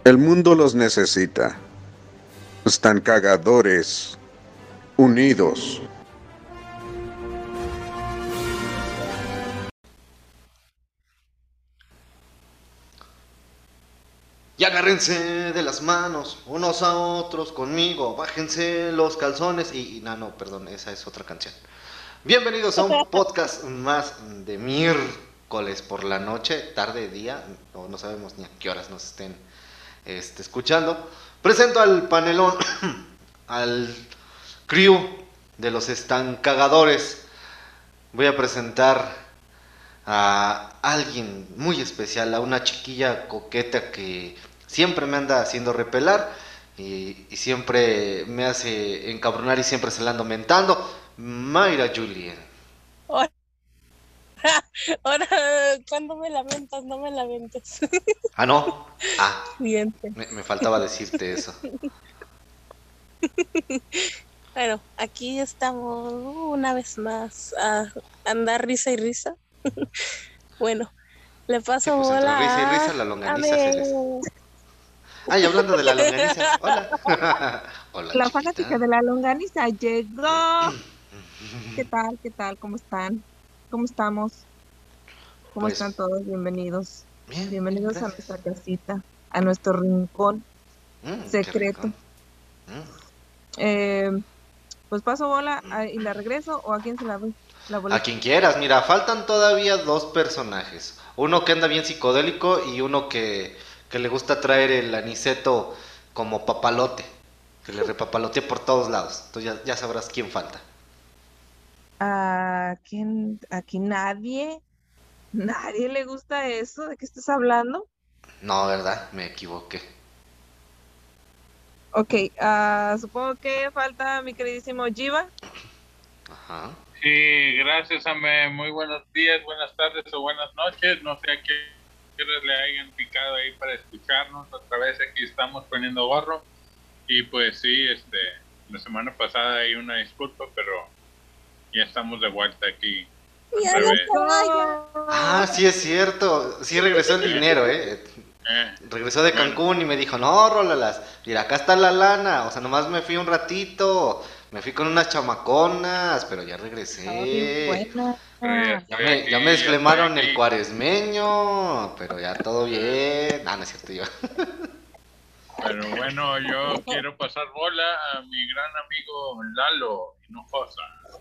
El mundo los necesita. Están cagadores, unidos. Y agárrense de las manos unos a otros conmigo, bájense los calzones no, perdón, esa es otra canción. Bienvenidos a un podcast más de miércoles por la noche, tarde, día, no sabemos ni a qué horas nos estén escuchando. Presento al panelón, al crew de los estancagadores. Voy a presentar a alguien muy especial, a una chiquilla coqueta que siempre me anda haciendo repelar y siempre me hace encabronar y siempre se la ando mentando. Mayra Julien. Ahora, ¿cuándo me lamentas? No me lamentes. Ah, no. Ah, Siguiente. me faltaba decirte eso. Bueno, aquí estamos una vez más a andar risa y risa. Bueno, le paso Sí, pues entre bola risa y risa a la a longaniza ver. se les... Ay, hablando de la longaniza. Hola. Hola, La chiquita. fanática de la longaniza llegó. ¿Qué tal? ¿Qué tal? ¿Cómo están? ¿Cómo estamos? ¿Cómo Pues, están todos? Bienvenidos. bien, Bienvenidos a gracias. nuestra casita, a nuestro rincón Qué secreto. rico. Pues paso bola y la regreso, o a quién se la doy la A bola. quien quieras, mira, faltan todavía dos personajes. Uno que anda bien psicodélico y uno que le gusta traer el aniceto como papalote, que le repapalotee por todos lados. Entonces ya sabrás quién falta. ¿A quién? Aquí nadie. Nadie le gusta eso. ¿De qué estás hablando? No, ¿verdad? Me equivoqué. Ok, supongo que falta mi queridísimo Jiva. Ajá. Sí, gracias, Ame. Muy buenos días, buenas tardes o buenas noches. No sé a qué horas le hayan picado ahí para escucharnos. Otra vez aquí estamos poniendo gorro. Y pues sí, la semana pasada hay una disculpa, pero ya estamos de vuelta aquí. Ya no te vayas. Ah, sí es cierto. Sí regresó el dinero, Regresó de Cancún y me dijo, no, Rolalas, mira, acá está la lana. O sea, nomás me fui un ratito. Me fui con unas chamaconas, pero ya regresé. Ay, buena. Ya me desflemaron el cuaresmeño, pero ya todo bien. Ah, no es cierto, yo. Pero bueno, yo quiero pasar bola a mi gran amigo Lalo Hinojosa.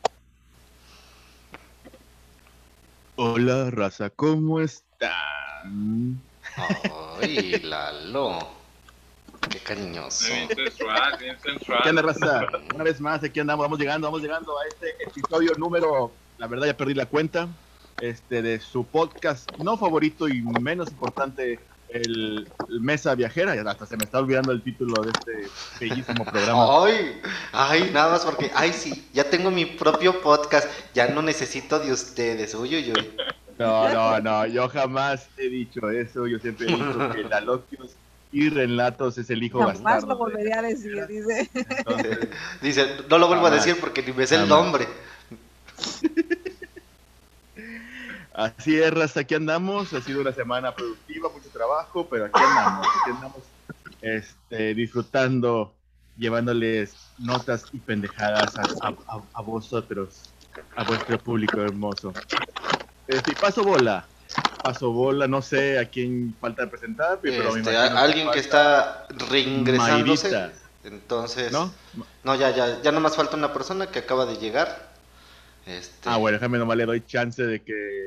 Hola, raza, ¿cómo están? Ay, Lalo. Qué cariñoso. Bien sensual, bien sensual. ¿Qué onda, raza? Una vez más, aquí andamos, vamos llegando a este episodio número, la verdad ya perdí la cuenta, de su podcast no favorito y menos importante, el Mesa Viajera. Hasta se me está olvidando el título de este bellísimo programa. Ay, nada más porque, sí, ya tengo mi propio podcast, ya no necesito de ustedes, uy. No, yo jamás he dicho eso, yo siempre he dicho que Laloquios y Relatos es el hijo Jamás bastardo. lo volvería a decir, dice. Entonces, dice, no lo vuelvo a jamás, decir porque ni me sé el jamás. nombre. Así es, raza, aquí andamos. Ha sido una semana productiva, mucho trabajo, pero aquí andamos, disfrutando, llevándoles notas y pendejadas a vosotros, a vuestro público hermoso. Y paso bola, no sé a quién falta presentar, pero me imagino alguien que está reingresándose. Mayrita. Entonces, ¿No? Ya nomás falta una persona que acaba de llegar. Bueno, déjame nomás le doy chance de que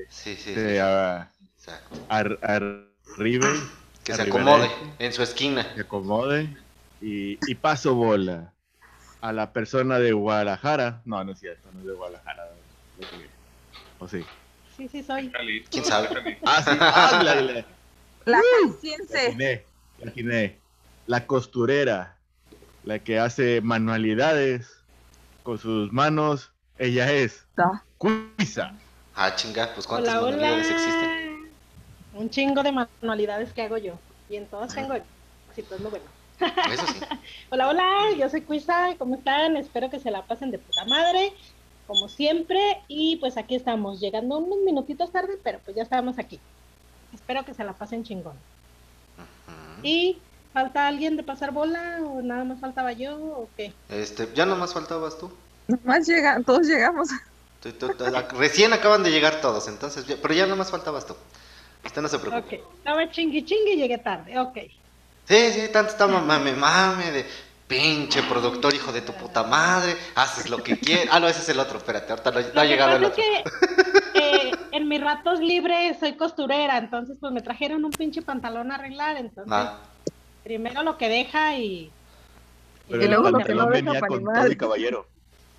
arribe. Que se acomode en su esquina. Se acomode y paso bola a la persona de Guadalajara. No es cierto, no es de Guadalajara. ¿O sí? Sí, soy. ¿Quién sabe? Sí, La calciense. La atiné. La costurera, la que hace manualidades con sus manos, ella es Cuisa. Chinga, pues ¿cuántas manualidades existen? Un chingo de manualidades que hago yo. Y en todas tengo éxito, es lo bueno. Eso sí. Hola, yo soy Cuisa, ¿cómo están? Espero que se la pasen de puta madre, como siempre. Y pues aquí estamos, llegando unos minutitos tarde, pero pues ya estábamos aquí. Espero que se la pasen chingón. Y ¿Falta alguien de pasar bola o nada más faltaba yo o qué? Ya nomás faltabas tú. Nomás todos llegamos. Recién acaban de llegar todos, entonces, pero ya nomás faltabas tú. Usted no se preocupe. Ok, estaba chingui y llegué tarde, ok. Sí, tanto está mame de pinche productor, hijo de tu puta madre, haces lo que quieres. Ah, no, ese es el otro, espérate, ahorita no ha llegado el Lo otro. que pasa es que en mis ratos libres soy costurera, entonces pues me trajeron un pinche pantalón a arreglar, entonces primero lo que deja y Pero Y el luego lo que pantalón no deja venía para con animar. todo y caballero.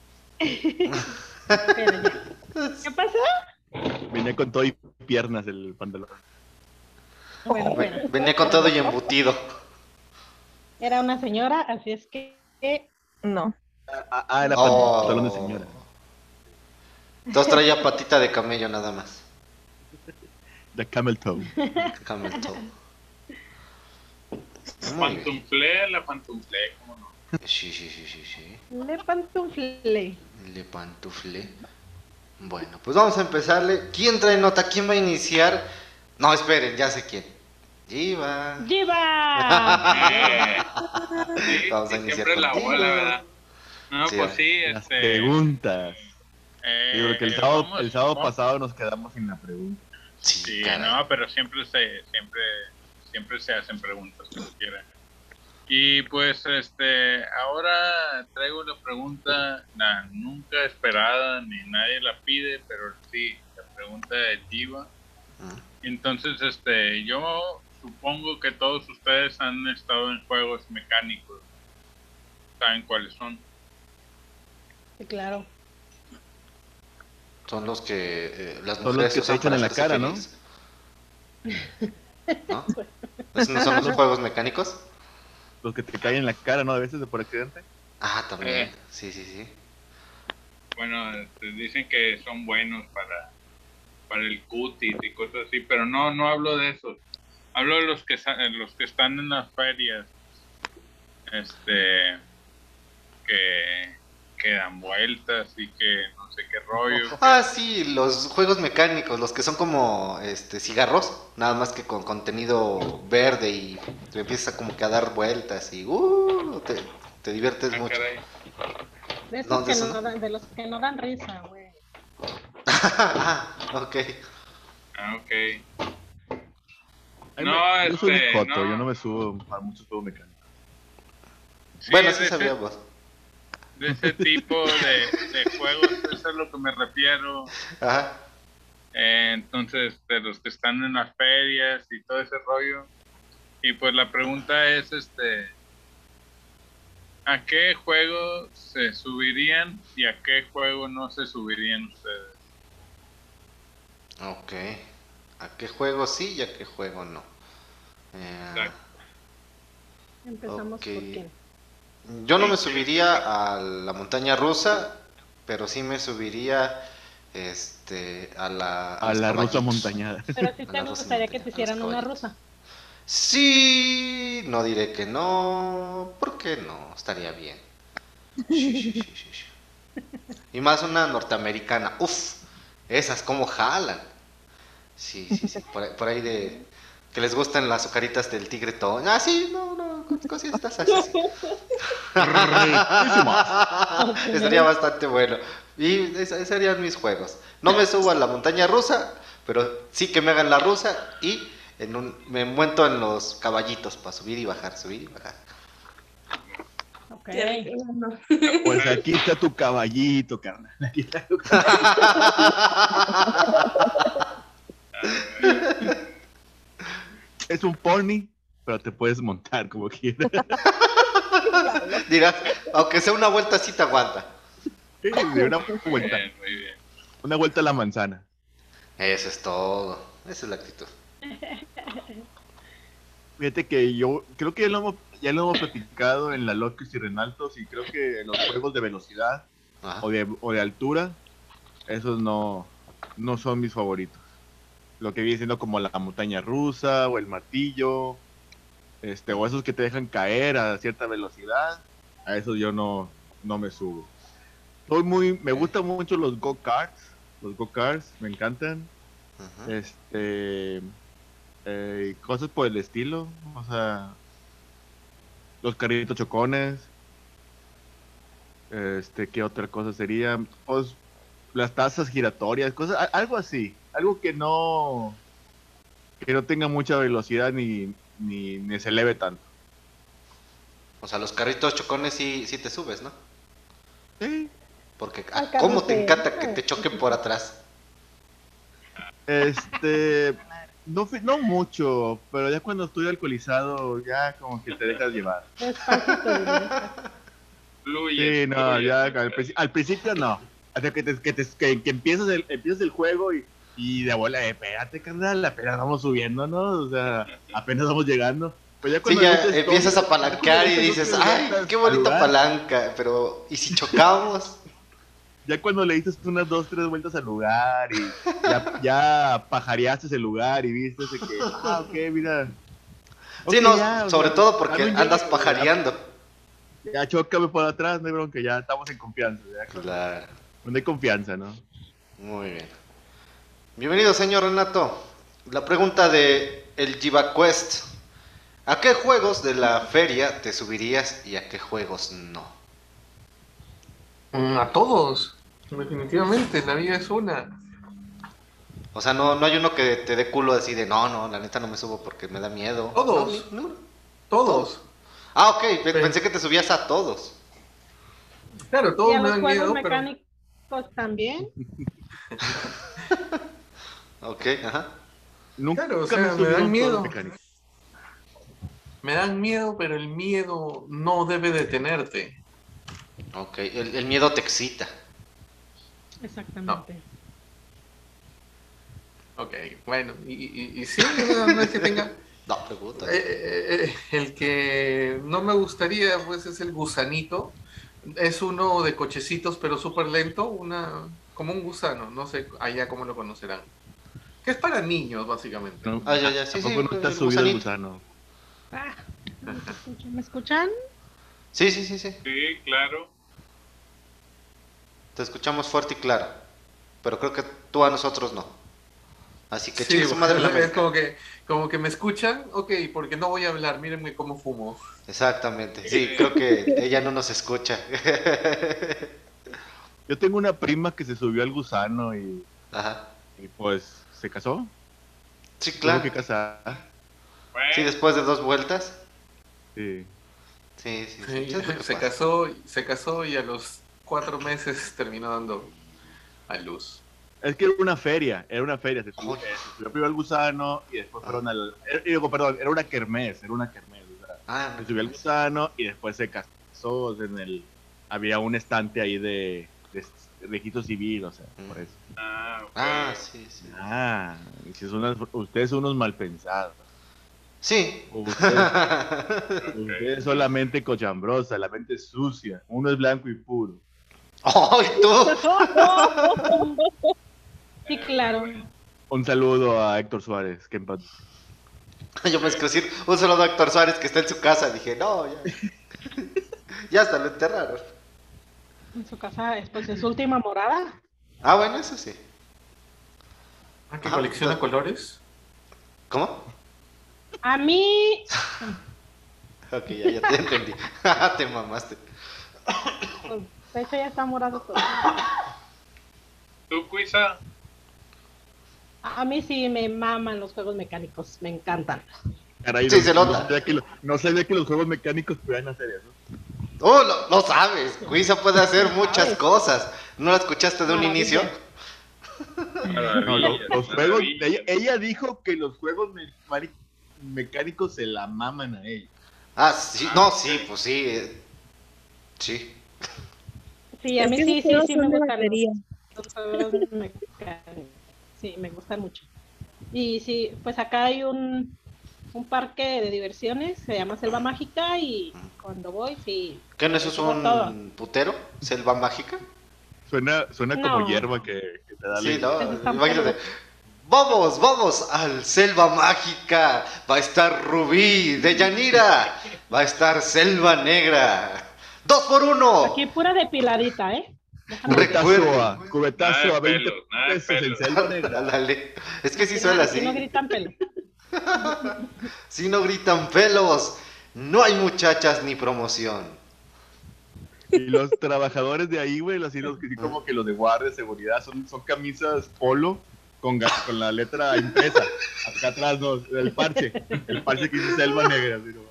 Pero ya. ¿Qué pasó? Venía con todo y piernas el pantalón. Bueno, Venía con todo y embutido. era una señora, así es que No. Era pantalón de señora. Entonces traía patita de camello nada más. The camel toe. Camel toe. Muy bien. La pantuflé, ¿cómo no? Sí. le pantuflé. Le pantuflé. Bueno, pues vamos a empezarle. ¿Quién trae nota? ¿Quién va a iniciar? No, esperen, ya sé quién. Jiva. ¡Lleva! Sí, Vamos a iniciar siempre la contigo. bola, ¿verdad? No, Sí, pues sí, Las preguntas. Sí, porque el sábado vamos- pasado nos quedamos sin la pregunta. Sí, Sí, caray. no, pero siempre se hacen preguntas como quieran. Y pues ahora traigo una pregunta nunca esperada, ni nadie la pide, pero sí, la pregunta de Jiva. Entonces, yo supongo que todos ustedes han estado en juegos mecánicos. ¿Saben cuáles son? Sí, claro. Son los que las Son los mujeres que te usan echan para en la hacerse cara, ¿no? feliz. ¿No? ¿Esos no son los juegos mecánicos? Los que te caen en la cara, ¿no? A veces de por accidente. Ah, también. Sí. Bueno, dicen que son buenos para el cutis y cosas así, pero no hablo de esos. Hablo de los que están en las ferias, que dan vueltas y que no sé qué rollo. Ah, sí, los juegos mecánicos, los que son como cigarros, nada más que con contenido verde y te empiezas como que a dar vueltas y te diviertes Ah, mucho. caray. De esos No, de que esos no no. dan, de los que no dan risa, güey. Ok. Ah, ok. Ay, No, yo soy un joto, no. yo no me subo a muchos juegos mecánicos. Sí, Bueno, de sí ese- sabíamos. De ese tipo de juegos, eso es a lo que me refiero. Ajá. Entonces, de los que están en las ferias y todo ese rollo. Y pues la pregunta es, ¿a qué juego se subirían y a qué juego no se subirían ustedes? Ok. ¿A qué juego sí y a qué juego no? Exacto. Empezamos Ok. por quién. Yo no me subiría a la montaña rusa, pero sí me subiría a A los la rusa caballitos. montañada. Pero sí A te la rusa gustaría que montaña, te a hicieran los una caballitos. rusa. Sí, no diré que no. ¿Por qué no? Estaría bien. Sí. Y más una norteamericana. Uf, esas como jalan. Sí. Por ahí de que les gustan las azucaritas del tigre Toño. Ah, sí, no, cositas así. Estaría bastante bueno. Y esos serían mis juegos. No me subo a la montaña rusa, pero sí que me hagan la rusa y me encuentro en los caballitos para subir y bajar. Ok. Pues aquí está tu caballito, carnal. Aquí está tu Es un pony, pero te puedes montar como quieras. Dirás, aunque sea una vuelta, sí te aguanta. Sí, de una vuelta. Bien, muy bien. Una vuelta a la manzana. Eso es todo. Esa es la actitud. Fíjate que yo creo que ya lo hemos platicado en la Locus y Renaltos, y creo que los juegos de velocidad Ajá. o de altura, esos no son mis favoritos. Lo que viene siendo como la montaña rusa o el martillo, o esos que te dejan caer a cierta velocidad, a esos yo no me subo. Me gustan mucho los go-karts, me encantan. Ajá. Cosas por el estilo, o sea, Los carritos chocones. ¿Qué otra cosa sería? Pues las tazas giratorias, algo así. Algo que no tenga mucha velocidad ni se eleve tanto. O sea, los carritos chocones sí te subes, ¿no? Sí. Porque, Al ¿cómo te carrusel. encanta que te choquen por atrás? No mucho, pero ya cuando estoy alcoholizado, ya como que te dejas llevar. Despacito, dile. Fluye. Sí, no, fluye. ya al principio no. Hasta que empiezas el juego y de bola, espérate, carnal, apenas vamos subiendo, ¿no? O sea, apenas vamos llegando. Pues ya Sí, cuando ya metes todo, empiezas a ya apalancar cuando y metes dices, dos ay, vueltas qué al bonita lugar, palanca, pero ¿y si chocamos? Ya cuando le dices unas 2-3 vueltas al lugar y ya pajareaste el lugar y viste ese que, ok, mira. Sí, Ok, no, ya, o sobre sea, todo porque dame un andas llegue, pajareando. Ya chócame por atrás, no hay bronca, ya estamos en confianza. Ya, Claro, cuando hay confianza, ¿no? muy bien. Bienvenido, señor Renato. La pregunta de el Jiva Quest. ¿A qué juegos de la feria te subirías y a qué juegos no? A todos, definitivamente, la vida es una. O sea, no hay uno que te dé culo así de no, la neta no me subo porque me da miedo. Todos. No. Todos. Ah, ok, Pero- pensé que te subías a todos. Claro, Y todos a me los dan juegos miedo, pero mecánicos también. Ok, ajá. Nunca Claro, o me sea, subí me a dan un miedo. juego mecánico. Me dan miedo, pero el miedo no debe detenerte. Ok, el miedo te excita. Exactamente. Ok, bueno, y sí, no es que tenga... No, pregunta. El que no me gustaría, pues, es el gusanito. Es uno de cochecitos, pero súper lento, como un gusano, no sé allá cómo lo conocerán. Que es para niños, básicamente. No, Ya, sí, tampoco no te has el subido al gusanito. gusano. Ah, ¿me escuchan? Sí. Sí, claro. Te escuchamos fuerte y claro. Pero creo que tú a nosotros no. Así que Sí, chingue su madre la es América. como que me escuchan, ok, porque no voy a hablar, mírenme cómo fumo. Exactamente. Sí, creo que ella no nos escucha. Yo tengo una prima que se subió al gusano Ajá. y pues se casó. Sí, Tuvo claro. que casar. Bueno, Sí, después de 2 vueltas. Sí. Sí. Sí, ¿Qué es lo que se pasa? casó y a los 4 meses terminó dando a luz. Es que era una feria. Se subió primero al gusano y después fueron al... perdón, era una kermés. O sea, Ah, se subió al gusano y después se casó. O sea, había un estante ahí de registro civil, o sea, por eso. ok. Ah, sí. Ustedes son unos malpensados. Sí. Ustedes solamente cochambrosa, la mente sucia. Uno es blanco y puro. ¡Ay, tú! Sí, claro. Un saludo a Héctor Suárez, que en paz. Yo me escuché decir un saludo a Héctor Suárez que está en su casa. Dije, no, ya. Ya hasta lo enterraron. En su casa, después de su última morada. Ah, bueno, eso sí. Ah, que Ajá, colecciona entonces- colores. ¿Cómo? A mí, Ok, ya te entendí. Te mamaste. pues, de hecho, ya está morado todo. ¿Tú, Cuisa? A mí sí me maman los juegos mecánicos, me encantan. Caray, Sí, se nota. No sabía que los juegos mecánicos podían hacer eso. Oh, lo sabes. Cuisa puede hacer muchas cosas. ¿No la escuchaste de un Maravilla. inicio? No, los juegos. Maravilla. Ella dijo que los juegos mecánicos se la maman a ella. Ah, sí. No, sí, pues sí. Sí. Sí, a Es mí que sí, esos sí, juegos sí son me de gustan batería. los juegos mecánicos. Sí, me gustan mucho. Y sí, pues acá hay un parque de diversiones, se llama Selva Mágica y cuando voy, sí. ¿Qué no eso es juego todo. un putero? ¿Selva mágica? Suena como No. hierba que te da Sí, alegría. no. Esos están Imagínate. peludos. Vamos al Selva Mágica. Va a estar Rubí de Yanira. Va a estar Selva Negra. 2 por 1. Aquí pura depiladita, ¿eh? Déjame Cubetazo Recuerde. a 20 nada de pesos en pelos. Selva Negra. Ándale. Es que sí decir, suena aquí así. no gritan pelo. Si no gritan pelos. no hay muchachas ni promoción. Y los trabajadores de ahí, güey, así los que sí como que los de guardia, seguridad, son camisas polo con la letra impresa. Acá atrás, no, el parche que dice Selva Negra. Así, ¿no?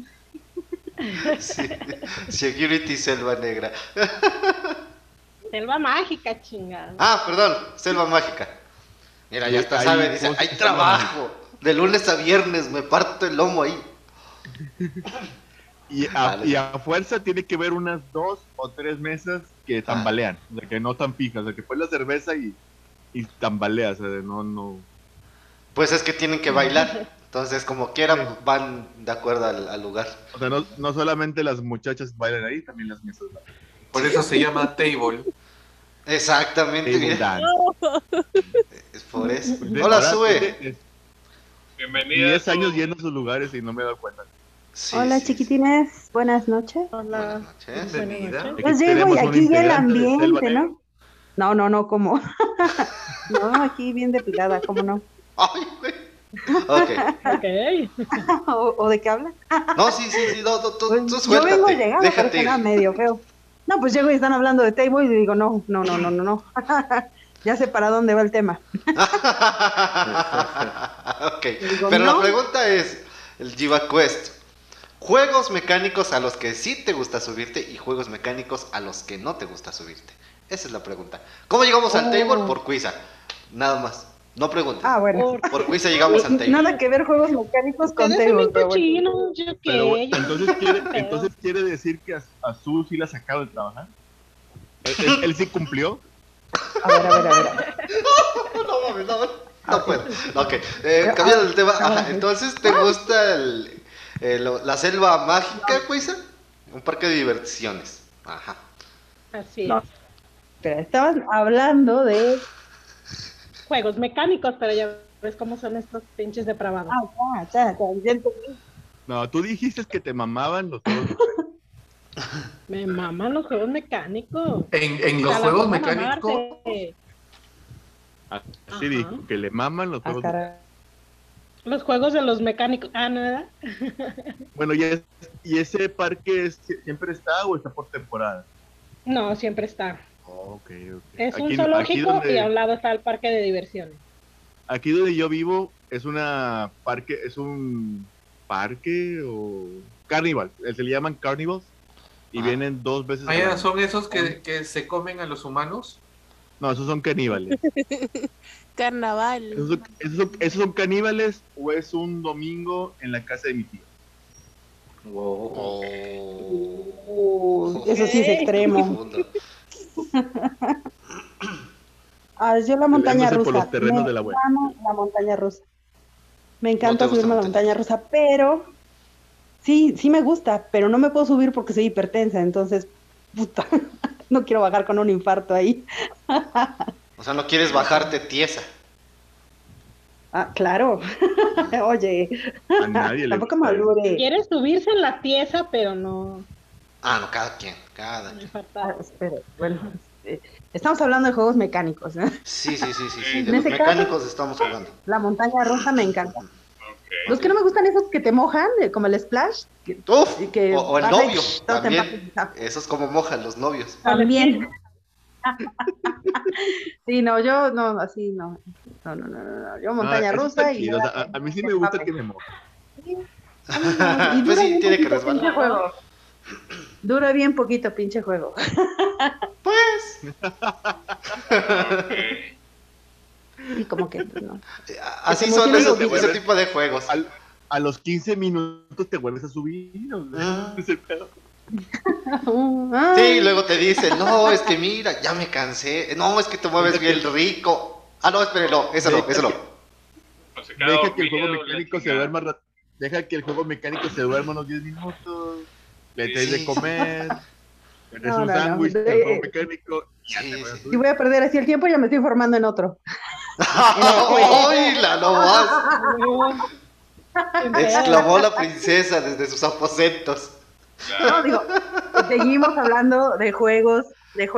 Sí. Security Selva Negra. Selva mágica, chingada. Ah, perdón, Selva Mágica. Mira, ya está, Ahí, sabe, dice, pues, hay trabajo. De lunes a viernes me parto el lomo ahí. Y a fuerza tiene que ver unas 2 o 3 mesas que tambalean, o sea, que no están fijas, o sea, que fue la cerveza y tambalea, o sea, no. Pues es que tienen que bailar. Entonces, como quieran, van de acuerdo al lugar. O sea, no solamente las muchachas bailan ahí, también las mesas bailan. Por eso se llama table. Exactamente. Table Mira. dance. Es por eso. Pues, Hola, ahora Sue. tiene Bienvenida. 10 años yendo a esos lugares y no me he dado cuenta. Sí, Hola, sí, chiquitines, buenas noches. Hola. sí. Buenas noches. Bienvenida. Buenas Pues llego tenemos y un aquí ya el integrante de Selva ambiente, Negra. ¿no? No, ¿cómo? No, aquí bien depilada, ¿cómo no? Ay, güey. Ok. Ok. ¿O de qué habla? No, sí, no, tú Pues, yo suéltate. vengo llegando, pero Déjate ir. suena medio feo. No, pues llego y están hablando de table y digo, no. Ya sé para dónde va el tema. Ok. Digo, Pero no. la pregunta es, el Jiva Quest. Juegos mecánicos a los que sí te gusta subirte y juegos mecánicos a los que no te gusta subirte. Esa es la pregunta. ¿Cómo llegamos al table? Por Quiza. Nada más. No preguntes. Ah, bueno. Por Quiza llegamos al table. Nada que ver juegos mecánicos con Ustedes son table, bien pero bueno. cochinos, yo Pero qué. Yo- entonces quiere decir que a Su sí la sacado de trabajar. ¿Él sí cumplió? A ver. No mames, no puedo. Ok, cambiando el tema. Ajá, entonces, ¿te gusta la selva mágica, Quiza? Un parque de diversiones. Ajá. Así es. No. Pero estaban hablando de... Juegos mecánicos, pero ya ves cómo son estos pinches depravados. ya entendí. No, tú dijiste que te mamaban los juegos. Me maman los juegos mecánicos. En O los sea, la juegos forma de mecánicos, amarse. Así Ajá. dijo, que le maman los juegos. caray. Los juegos de los mecánicos. Ah, ¿no era? Bueno, ¿y ese parque siempre está o está por temporada? No, siempre está. Oh, ok. Es un Aquí zoológico y donde- al lado está el parque de diversiones. Aquí donde yo vivo es un parque o carnival, se le llaman carnivals y vienen 2 veces al año. son esos que se comen a los humanos. No, esos son caníbales. Carnaval. ¿Esos son caníbales o es un domingo en la casa de mi tío? Oh. Eso sí es extremo. Profundo. Yo la montaña Peleándose rusa. por los terrenos Me de la abuela. amo la montaña rusa. Me ¿No encanta te gusta subirme a la montaña rusa, pero sí me gusta, pero no me puedo subir porque soy hipertensa, entonces, puta, no quiero bajar con un infarto ahí. O sea, no quieres bajarte tiesa. Ah, claro. Oye, A nadie le tampoco gusta me eso. alure. Quiere subirse en la tiesa, pero no. Ah, no, cada quien. Espera, bueno, estamos hablando de juegos mecánicos, ¿eh? Sí. De En los ese mecánicos caso- estamos hablando. La montaña rusa me encanta. Ok. Los que no me gustan esos que te mojan, como el splash. Uf, y que o el baja y novio, todo te también. empapas. Esos como mojan los novios. También. Sí, no, yo no, así no. No. Yo montaña Eso rusa está y chido, o sea, a mí sí me gusta que me mojen. A mí no, y Pues dura sí, bien tiene que poquito resbalar. pinche juego. Dura bien poquito pinche juego. Pues, Ok. Y como que pues, no. así Como son tiene esos, los ese tipo de juegos. A los 15 minutos te vuelves a subir. ¿No? Ah. Es el pedo. Sí, luego te dicen, no, es que mira, ya me cansé. No, es que te mueves bien rico. Ah, no, espere, no, eso no. O se queda Deja que el juego dormido, la mecánico se chingada. duerma. Deja que el juego mecánico se duerma unos 10 minutos. Le traes de Sí. comer. Le traes No, un no, sándwich no. del juego mecánico. Y ya Sí, te vas a sí. subir. Y voy a perder así el tiempo y ya me estoy formando en otro. ¡Ay, la nomás! No. Exclamó la princesa desde sus aposentos. No, digo, seguimos hablando de juegos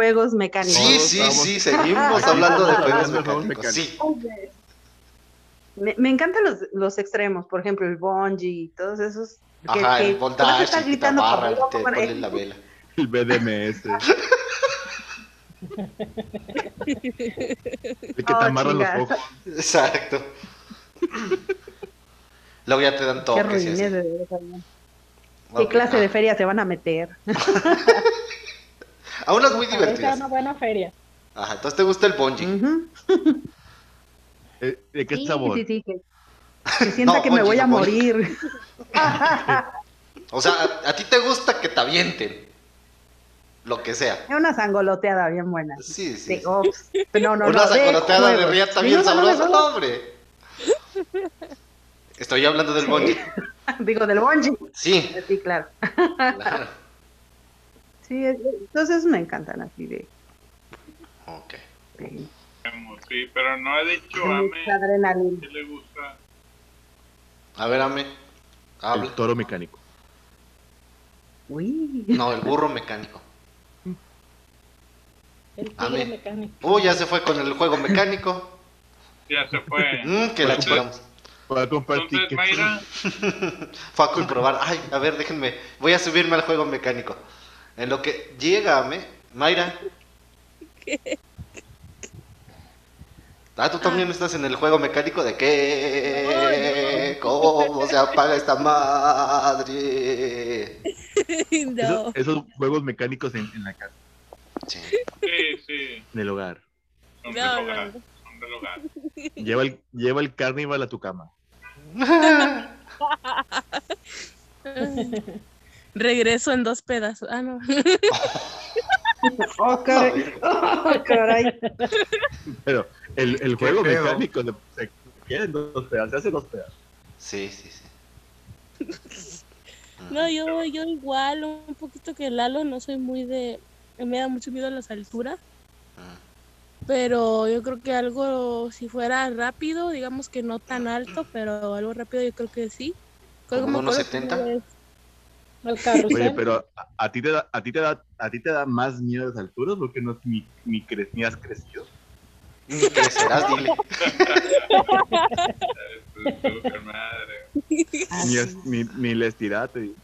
mecánicos. Sí, seguimos hablando de juegos mecánicos. Sí. Me encantan los extremos, por ejemplo, el bungee y todos esos. Ajá, el vas a bondage, estar el que te gritando amarra, como te loco, pone la vela. El BDMS. El que te amarra los chingada. ojos. Exacto. Luego ya te dan Qué toques y ruines así. de verdad. ¿Qué Ok, clase de ah. feria se van a meter? A unas muy Ojalá sea divertidas. una buena feria. Ajá, entonces te gusta el bungee. Ujú. ¿De qué Sí, sabor? sí, que sienta No, que me bungee, voy a no bungee. morir. O sea, a ti te gusta que te avienten. Lo que sea. Es una sangoloteada bien buena. Sí, sí. Sí, ops. No, Una sangoloteada de riata bien Digo, no, sabrosa, no, no, hombre. Estoy hablando del Sí. bungee. Digo, del bungee. Sí, Sí, claro. claro. Sí, entonces me encantan así de Ok. Sí, pero no ha dicho mucha Ame adrenalina. que le gusta. A ver, Ame. El Habla. toro mecánico. Uy. No, el burro mecánico. El Ame. tigre mecánico. Ya se fue con el juego mecánico. Ya se fue. Que la chingamos. Voy a comprar Entonces, tickets. Mayra, Fue a comprobar. Ay, a ver, déjenme. Voy a subirme al juego mecánico. En lo que llega, Mayra. Tú también estás en el juego mecánico de qué. ¿Cómo se apaga esta madre? No. Esos juegos mecánicos en la casa, Sí. sí, en el hogar. son No, del hogar. no. Son del hogar. Lleva el carnival a tu cama. Regreso en 2 pedazos. Ah, no. Oh, caray. Oh, caray. Pero el juego pedo? mecánico se queda en 2 pedazos, se hace 2 pedazos. Sí, sí, sí. No, yo igual, un poquito que Lalo, no soy muy de... Me da mucho miedo a las alturas, pero yo creo que algo, si fuera rápido, digamos que no tan alto, pero algo rápido yo creo que sí. Creo que ¿Como me acuerdo 1.70? que una vez- El carrusel. Oye, pero a ti te da más miedo las alturas porque no ni has crecido. Ni crecerás, dile. Super madre. Ni la estirada te digo.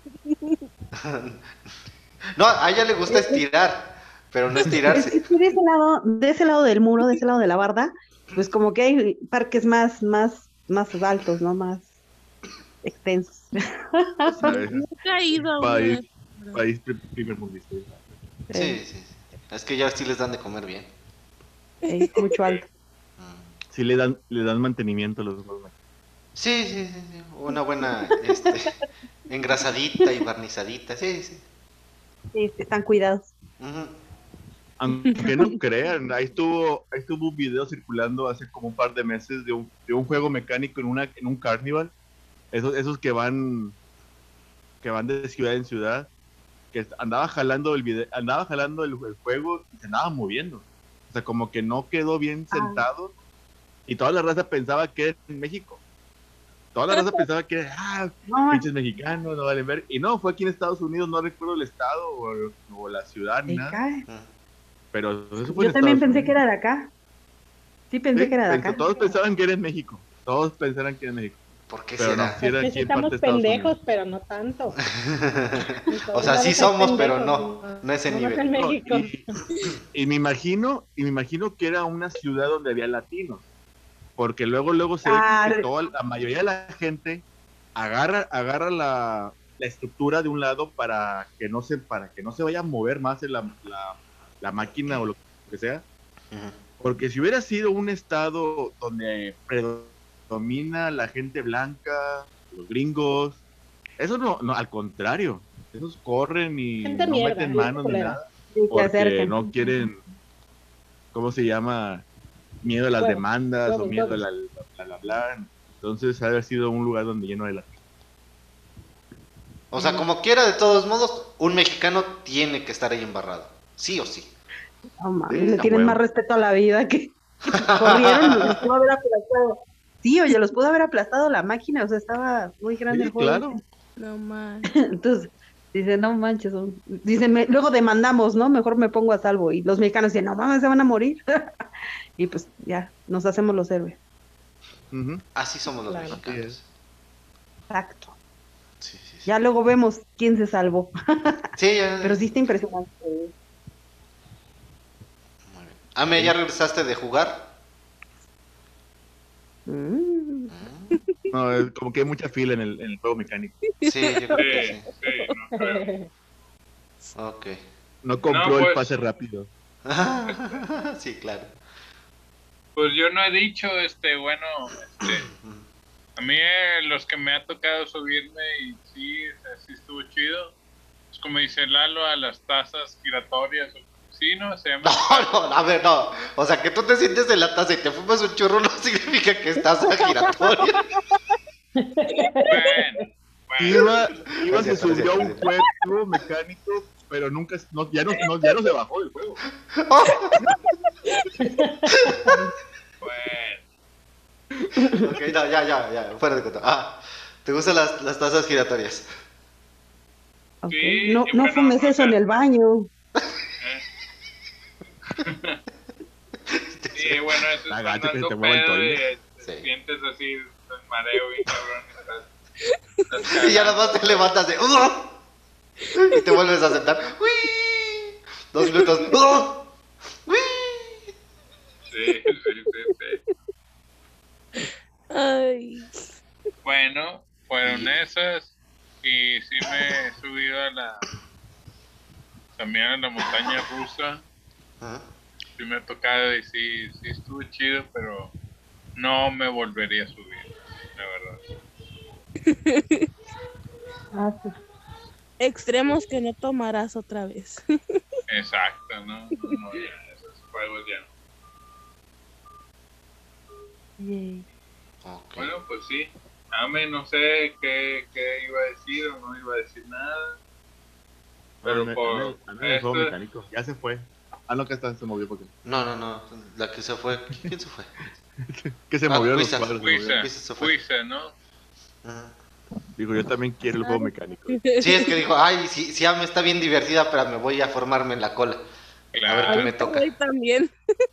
No, a ella le gusta estirar, pero no Es estirarse. que sí, de ese lado del muro, de ese lado de la barda, pues como que hay parques más altos, ¿no? Más extensos. ¿Sabes? Nunca he ido a uno. País primer mundista. Sí, sí, sí. Es que ya sí les dan de comer bien. Mucho alto. Sí le dan mantenimiento a los juegos. Sí, sí, sí, sí. Una buena engrasadita y barnizadita. Sí, sí. Sí, están cuidados. Ujú. Aunque no crean, ahí estuvo un video circulando hace como un par de meses de un juego mecánico en un carnival. Esos que van de ciudad en ciudad, que andaba jalando el juego y se andaba moviendo. O sea, como que no quedó bien sentado y toda la raza pensaba que era en México. Toda la raza pensaba que No, pinches mexicanos, no valen ver. Y no, fue aquí en Estados Unidos, no recuerdo el estado o la ciudad ni me nada. cae. Pero eso fue Yo en también Estados pensé que Unidos. era de acá. Sí, pensé Sí, que era de acá. todos pensaban que era en México. Todos pensaran que era en México. ¿Por qué Pero no, será? sí era Pues aquí en parte estamos de Estados pendejos, Unidos. pero no tanto. O sea, sí somos, pero no. No ese No nivel. en No, México. y me imagino que era una ciudad donde había latinos. Porque luego se ve que la mayoría de la gente agarra la estructura de un lado para que no se vaya a mover más la máquina o lo que sea. Ujú. Porque si hubiera sido un estado donde predomina la gente blanca, los gringos, eso no, al contrario, esos corren y Gente no mierda, meten gente manos ni culera. nada, Sí, que porque acerquen. no quieren, ¿cómo se llama? Miedo a las Huevos, demandas o huevos, miedo huevos. a la bla. Entonces ha de haber sido un lugar donde lleno de latinos. O sea, como quiera, de todos modos, un mexicano tiene que estar ahí embarrado. Sí o sí. No mames, Sí, le a tienen huevo. más respeto a la vida que corrieron y los pudo haber aplastado. Sí, oye, los pudo haber aplastado la máquina, o sea, estaba muy grande Sí, el juego. claro. No más. Entonces, dice, no manches, dicen, luego demandamos, ¿no? Mejor me pongo a salvo. Y los mexicanos dicen, no mames, se van a morir. Y pues ya, nos hacemos los héroes. Ujú. Así somos los Claro. mexicanos. Exacto. Sí, sí, sí. Ya luego vemos quién se salvó. Sí, ya. Pero sí está impresionante. Muy bien. Ame, ¿ya regresaste de jugar? Mm. No, es como que hay mucha fila en el juego mecánico. Sí, yo creo que Sí, sí. sí, no creo. Ok. No compró No, el pues. pase rápido. Sí, claro. Pues yo no he dicho, bueno, a mí los que me ha tocado subirme y sí, o sea, sí estuvo chido. Es como dice Lalo, a las tazas giratorias. Sí, ¿no? Se llama. No, a ver, no. O sea, que tú te sientes en la taza y te fumas un churro no significa que estás a giratoria. Bueno, Iba se Es cierto, subió a es un cierto. juego mecánico, pero nunca, ya no se bajó del juego. bueno. Ok, no, ya, fuera de cuenta. ¿Te gustan las tazas giratorias? Ok. Sí, No, y no bueno, fumes o eso sea, en el baño. Sí, bueno, eso Está es gacho que se andando te mueva el pedo y toile. te Sí. sientes así, el mareo bien cabrón. Y ya nada más te levantas de... y te vuelves a sentar. ¡Uy! 2 minutos. ¡Uy! Sí. Ay, Bueno, fueron esas. Y sí me he subido también a la montaña rusa. Ajá. Sí me ha tocado y sí estuvo chido, pero no me volvería a subir, la verdad. Ah, sí. extremos que no tomarás otra vez. Exacto, ¿no? No, ya, esos juegos ya no. Yay. Ok. Bueno, pues sí. Ame, no sé qué iba a decir o no iba a decir nada. Pero por el juego esto, mecánico. Ya se fue. Ah, no, que está, se movió porque. No. La que se fue. ¿Quién se fue? Que se movió los Cuisa. cuadros. se movió. Luis se fue. Fuise, ¿no? Ajá. Digo, yo también quiero el juego mecánico. Sí, es que dijo, ay, sí, Ame está bien divertida, pero me voy a formarme en la cola. A ver Claro. qué Ay, me toca. hoy también.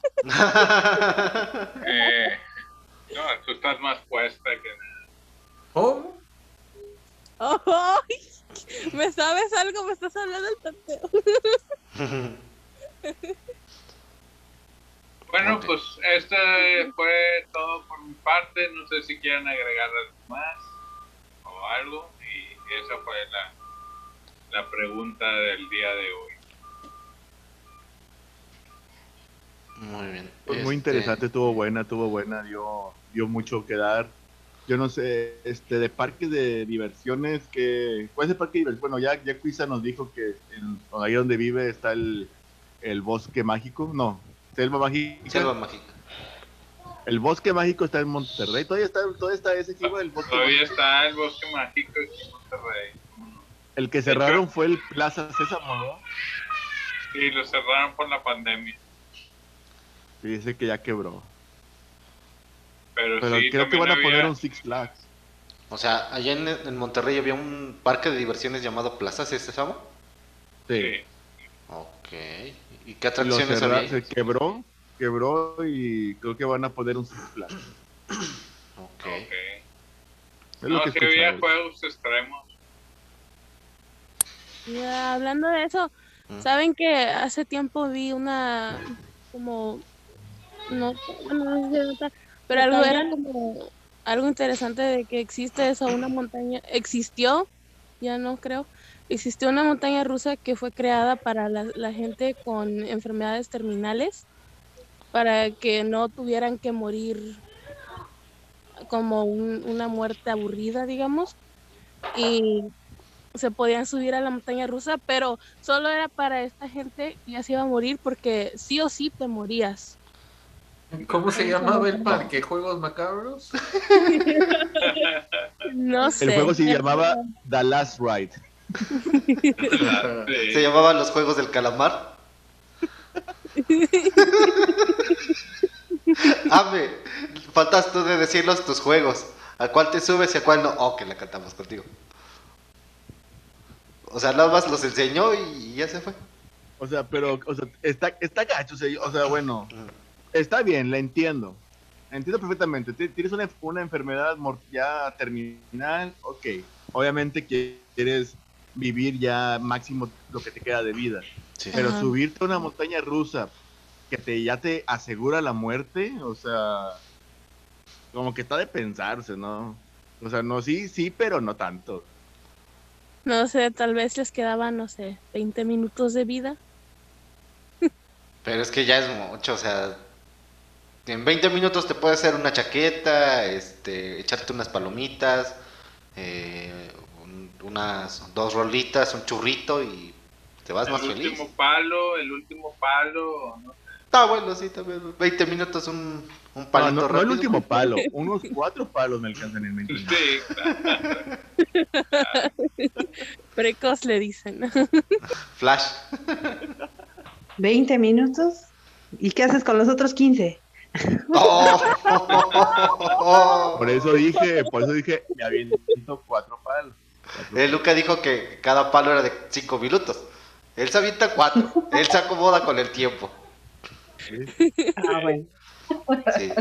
No, tú estás más puesta que nada. ¿Cómo? Ay, ¿me sabes algo? ¿Me estás hablando del tanteo? Bueno, Ok. pues esto fue todo por mi parte. No sé si quieren agregar algo más o algo. Y esa fue la pregunta del día de hoy. Muy bien. Pues muy interesante, estuvo buena, dio mucho que dar. Yo no sé, de parques de diversiones, ¿cuál es el parque de diversiones? Bueno, ya Cuisa nos dijo que ahí donde vive está el bosque mágico, no, selva mágica. Selva mágica. El bosque mágico está en Monterrey, todavía está ese equipo del bosque Todavía mágico. está el bosque mágico aquí en Monterrey. ¿Cómo no? El que cerraron fue el Plaza Sésamo, ¿no? Sí, lo cerraron por la pandemia. Y dice que ya quebró. Pero Pero sí, creo que también van a había- poner un Six Flags. O sea, allá en Monterrey había un parque de diversiones llamado Plaza Sésamo. Sí. Sí. Ok. ¿Y qué Lo atracciones había ahí? se quebró y creo que van a poner un Six Flags. Ok. Ok. Es lo No, que sí había escuchaba. juegos extremos. Ya, hablando de eso, ¿saben que hace tiempo vi una como no, bueno, no sé si era nota, pero algo era como algo interesante de que existe eso, una montaña, existió, ya no creo, existió una montaña rusa que fue creada para la gente con enfermedades terminales, para que no tuvieran que morir como una muerte aburrida, digamos, y se podían subir a la montaña rusa, pero solo era para esta gente que ya se iba a morir porque sí o sí te morías. ¿Cómo se llamaba el parque? ¿Juegos Macabros? No sé. El juego se llamaba The Last Ride. Sí. ¿Se llamaban los Juegos del Calamar? Ame, faltas tú de decirnos tus juegos. ¿A cuál te subes y a cuál no? Oh, que la cantamos contigo. O sea, nada más los enseñó y ya se fue. O sea, está gacho. O sea, bueno, está bien, la entiendo. entiendo perfectamente. Tienes una enfermedad ya terminal, ok. Obviamente quieres vivir ya máximo lo que te queda de vida. Sí. Pero Ajá. subirte a una montaña rusa que ya te asegura la muerte, o sea, como que está de pensarse, ¿no? O sea, no, sí, pero no tanto. No sé, tal vez les quedaban, no sé, 20 minutos de vida. Pero es que ya es mucho, o sea, en 20 minutos te puedes hacer una chaqueta, echarte unas palomitas, unas 2 rolitas, un churrito y te vas más El feliz. último palo, no sé. Está bueno, sí, también. 20 minutos, un No, palito no el rápido. último palo, unos 4 palos me alcanzan en 20 minutos. Sí, claro. Precoz le dicen. Flash. 20 minutos. ¿Y qué haces con los otros 15? ¡Oh! Por eso dije, me aviento 4 palos. Luca dijo que cada palo era de 5 minutos. Él se avienta 4. Él se acomoda con el tiempo. Ah, bueno. Sí.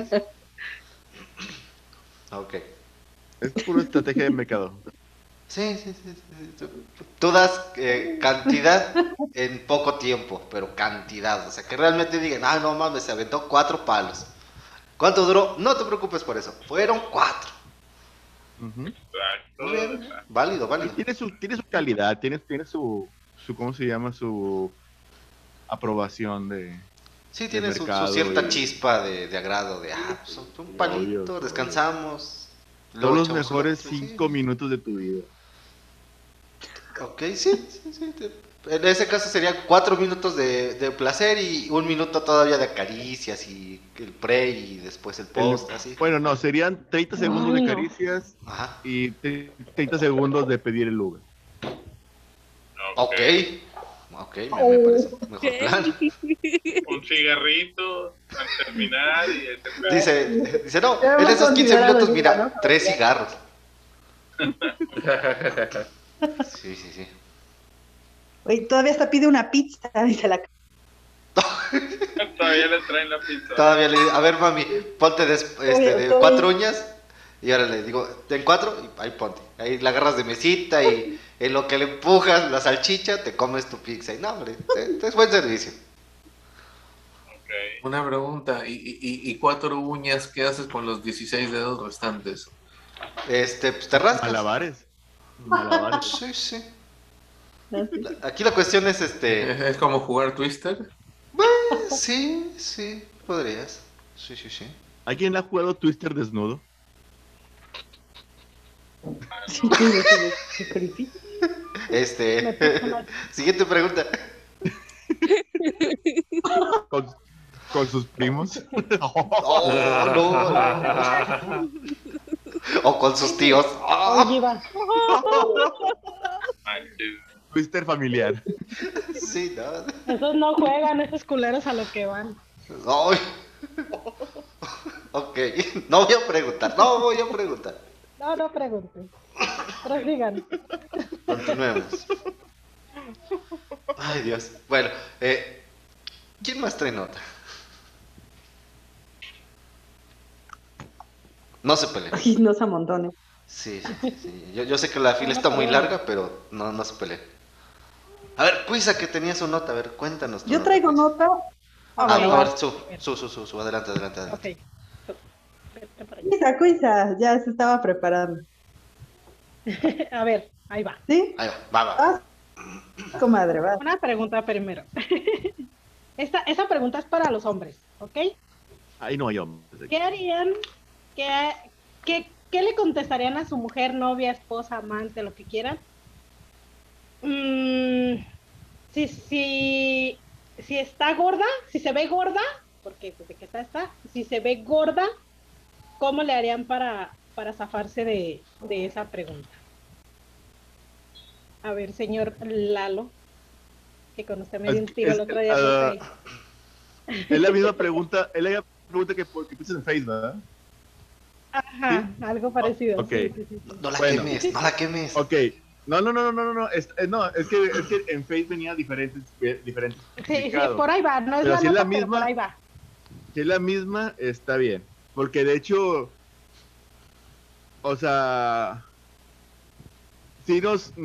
Ok. Es pura estrategia de mercado. Sí. Tú das cantidad en poco tiempo, pero cantidad. O sea, que realmente digan, ah, no mames, se aventó 4 palos. ¿Cuánto duró? No te preocupes por eso. Fueron 4. Ujú. Exacto. Muy bien. Válido. Tiene su calidad, tiene su ¿cómo se llama? Su aprobación de... Sí, tiene su mercado cierta y- chispa de agrado, de, pues, un palito, Obvio. descansamos. Son luego los echamos mejores una- sí. 5 minutos de tu vida. Ok, sí. En ese caso serían 4 minutos de placer y 1 minuto todavía de caricias y el pre y después el post, así. Bueno, no, serían 30 segundos Ay, de no. caricias Ajá. y 30 segundos de pedir el Uber. Ok, me parece mejor plan. Un cigarrito al terminar y Dice, no, Ya en me esos 15 consideraron minutos, niña, mira, ¿no? 3 cigarros. Sí. Oye, todavía hasta pide una pizza y se la... todavía le traen la pizza. Todavía le digo, a ver, mami, ponte de estoy- 4 uñas. Y ahora le digo, ten 4 y ahí ponte. Ahí la agarras de mesita y en lo que le empujas la salchicha, te comes tu pizza. Y no, hombre, es buen servicio. Ok. Una pregunta, ¿y 4 uñas qué haces con los 16 dedos restantes? Pues te rascas. Malabares. Sí. Aquí la cuestión es, ¿Es como jugar Twister? sí, podrías. Sí. ¿Alguien ha jugado Twister desnudo? Sí, qué creepy. Siguiente pregunta. Con sus primos. Oh, no. O con sus tíos. Oye, Iván. Manches. Twister familiar. Sí, no. Esos no juegan, esos culeros a lo que van. Ay. Ok, no voy a preguntar. No pregunten. Prosigan. Continuemos. Ay, Dios. Bueno, ¿quién más trae nota? No se peleen. Ay, no se amontones. Sí. Yo sé que la fila está muy larga, pero no se peleen. A ver, Cuisa, que tenía su nota. A ver, cuéntanos. tu Yo nota, traigo Cuisa. nota. A Ok, ver, va. su. Adelante. Ok. Vete para allá. Cuisa, ya se estaba preparando. A ver, ahí va. ¿Sí? Ahí va. Ah, comadre, va. Una pregunta primero. Esa pregunta es para los hombres, ¿ok? Ahí no hay hombres. ¿Qué harían? ¿Qué le contestarían a su mujer, novia, esposa, amante, lo que quieran? Si está gorda, si se ve gorda, porque desde que está, si se ve gorda, ¿cómo le harían para zafarse de esa pregunta? A ver, señor Lalo, que con usted me dio un tiro el otro día. Es la misma pregunta, que puse en Facebook, ¿verdad? Ajá, algo parecido. Ok. Sí. No la Bueno. quemes. Ok. No. Es que en Facebook venía diferentes Sí, por ahí va, no es Pero la si es nota, la pero misma, por ahí va. Si es la misma, está bien. Porque de hecho, o sea, sí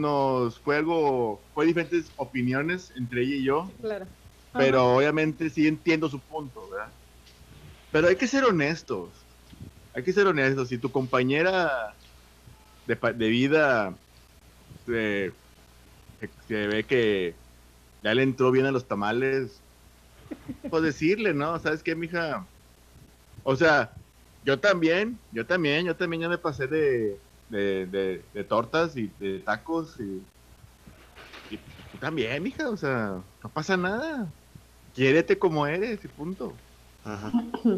fue diferentes opiniones entre ella y yo, Claro. pero obviamente sí entiendo su punto, ¿verdad? Pero hay que ser honestos. Si tu compañera de vida se ve que ya le entró bien a los tamales, pues decirle, ¿no? ¿Sabes qué, mija? O sea, yo también ya me pasé de tortas y de tacos y tú también, mija, o sea, no pasa nada. Quiérete como eres y punto. Ajá.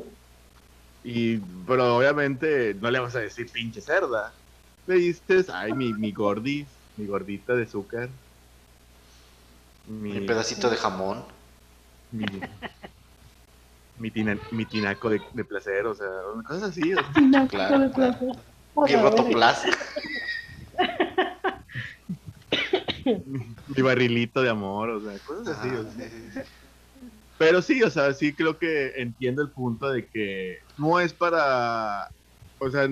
Pero obviamente no le vas a decir pinche cerda. Le dices, ay, mi gordita de azúcar. Mi pedacito de jamón. Mi tinaco de placer, o sea, cosas así. O sea, Claro, claro. Mi rotoplas. mi barrilito de amor, o sea, cosas así. Ajá, O sea. sí, sí, sí. Pero sí, o sea, sí creo que entiendo el punto de que no es para, o sea,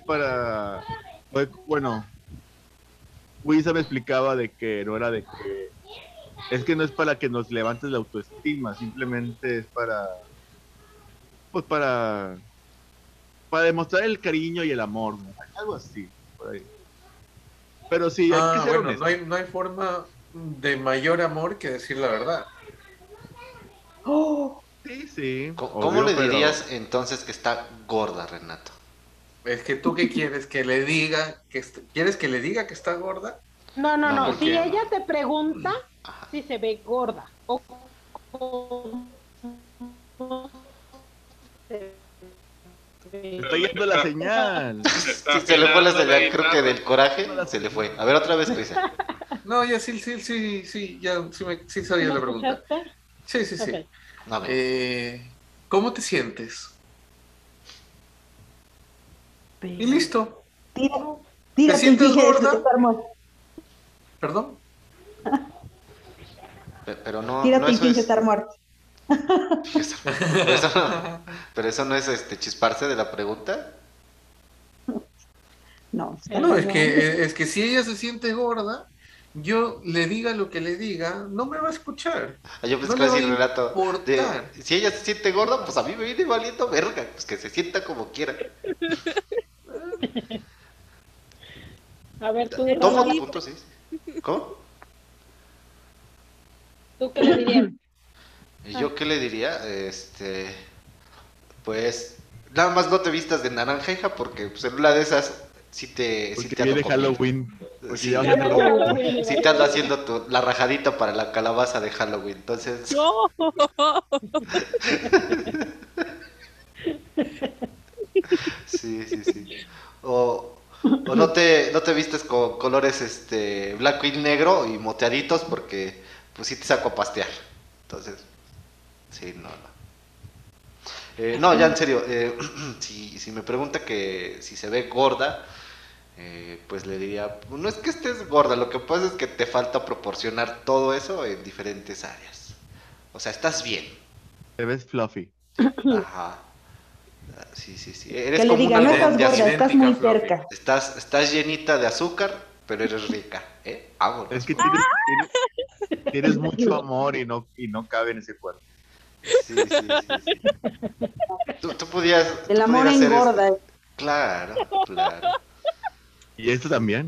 bueno, Wisa me explicaba de que no era de que, es que no es para que nos levantes la autoestima, simplemente es pues para demostrar el cariño y el amor, ¿no? Algo así, por ahí. Pero sí, hay que ser bueno, honesto. no hay forma de mayor amor que decir la verdad. Sí, ¿Cómo obvio, le pero- dirías entonces que está gorda, Renato? Es que tú qué quieres, que le diga ¿quieres que le diga que está gorda? No, no, No, no. no, Si no. ella te pregunta Ajá. si se ve gorda o cómo se ve. Está yendo la señal. Sí, se le fue la señal, ahí, creo que del coraje se le fue. A ver, otra vez, Luisa. No, ya sí, ya sí sabía ¿Me la pregunta. escuchaste? Sí. Ok. A ver. ¿Cómo te sientes? Y Pero- listo. Tírate sientes y dije, gorda? está hermoso. ¿Perdón? Pero no, Tírate no y eso finge es. estar muerto. Pero eso no es chisparse de la pregunta. No, No, es que si ella se siente gorda, yo le diga lo que le diga, no me va a escuchar. Ah, yo pensé No que iba a le decir va a Renato. importar. Si ella se siente gorda, pues a mí me viene valiendo verga. Pues que se sienta como quiera. A ver, tú, Tomo Raúl, tu punto, sí. ¿Cómo? ¿tú qué le dirías? ¿Y yo qué le diría? Pues nada más no te vistas de naranja, hija, porque pues, en una de esas sí te Porque ando viene comiendo. Halloween. Porque Sí, ya va a ser Halloween. sí te ando haciendo la rajadita para la calabaza de Halloween. Entonces, No. sí. O no te vistes con colores blanco y negro y moteaditos porque pues sí te saco a pastear. Entonces, sí, no. No, ya en serio, si me pregunta que si se ve gorda, pues le diría, no es que estés gorda, lo que pasa es que te falta proporcionar todo eso en diferentes áreas. O sea, estás bien. Te ves fluffy. Ajá. Sí. Eres Que le como diga, un no algodón estás de gorda, azúcar. estás muy Fluffy. cerca. Estás llenita de azúcar, pero eres rica. Vámonos. Es que tienes mucho amor y no cabe en ese cuerpo. Sí. Tú pudieras. El tú amor pudieras ser engorda. Claro. Y esto también.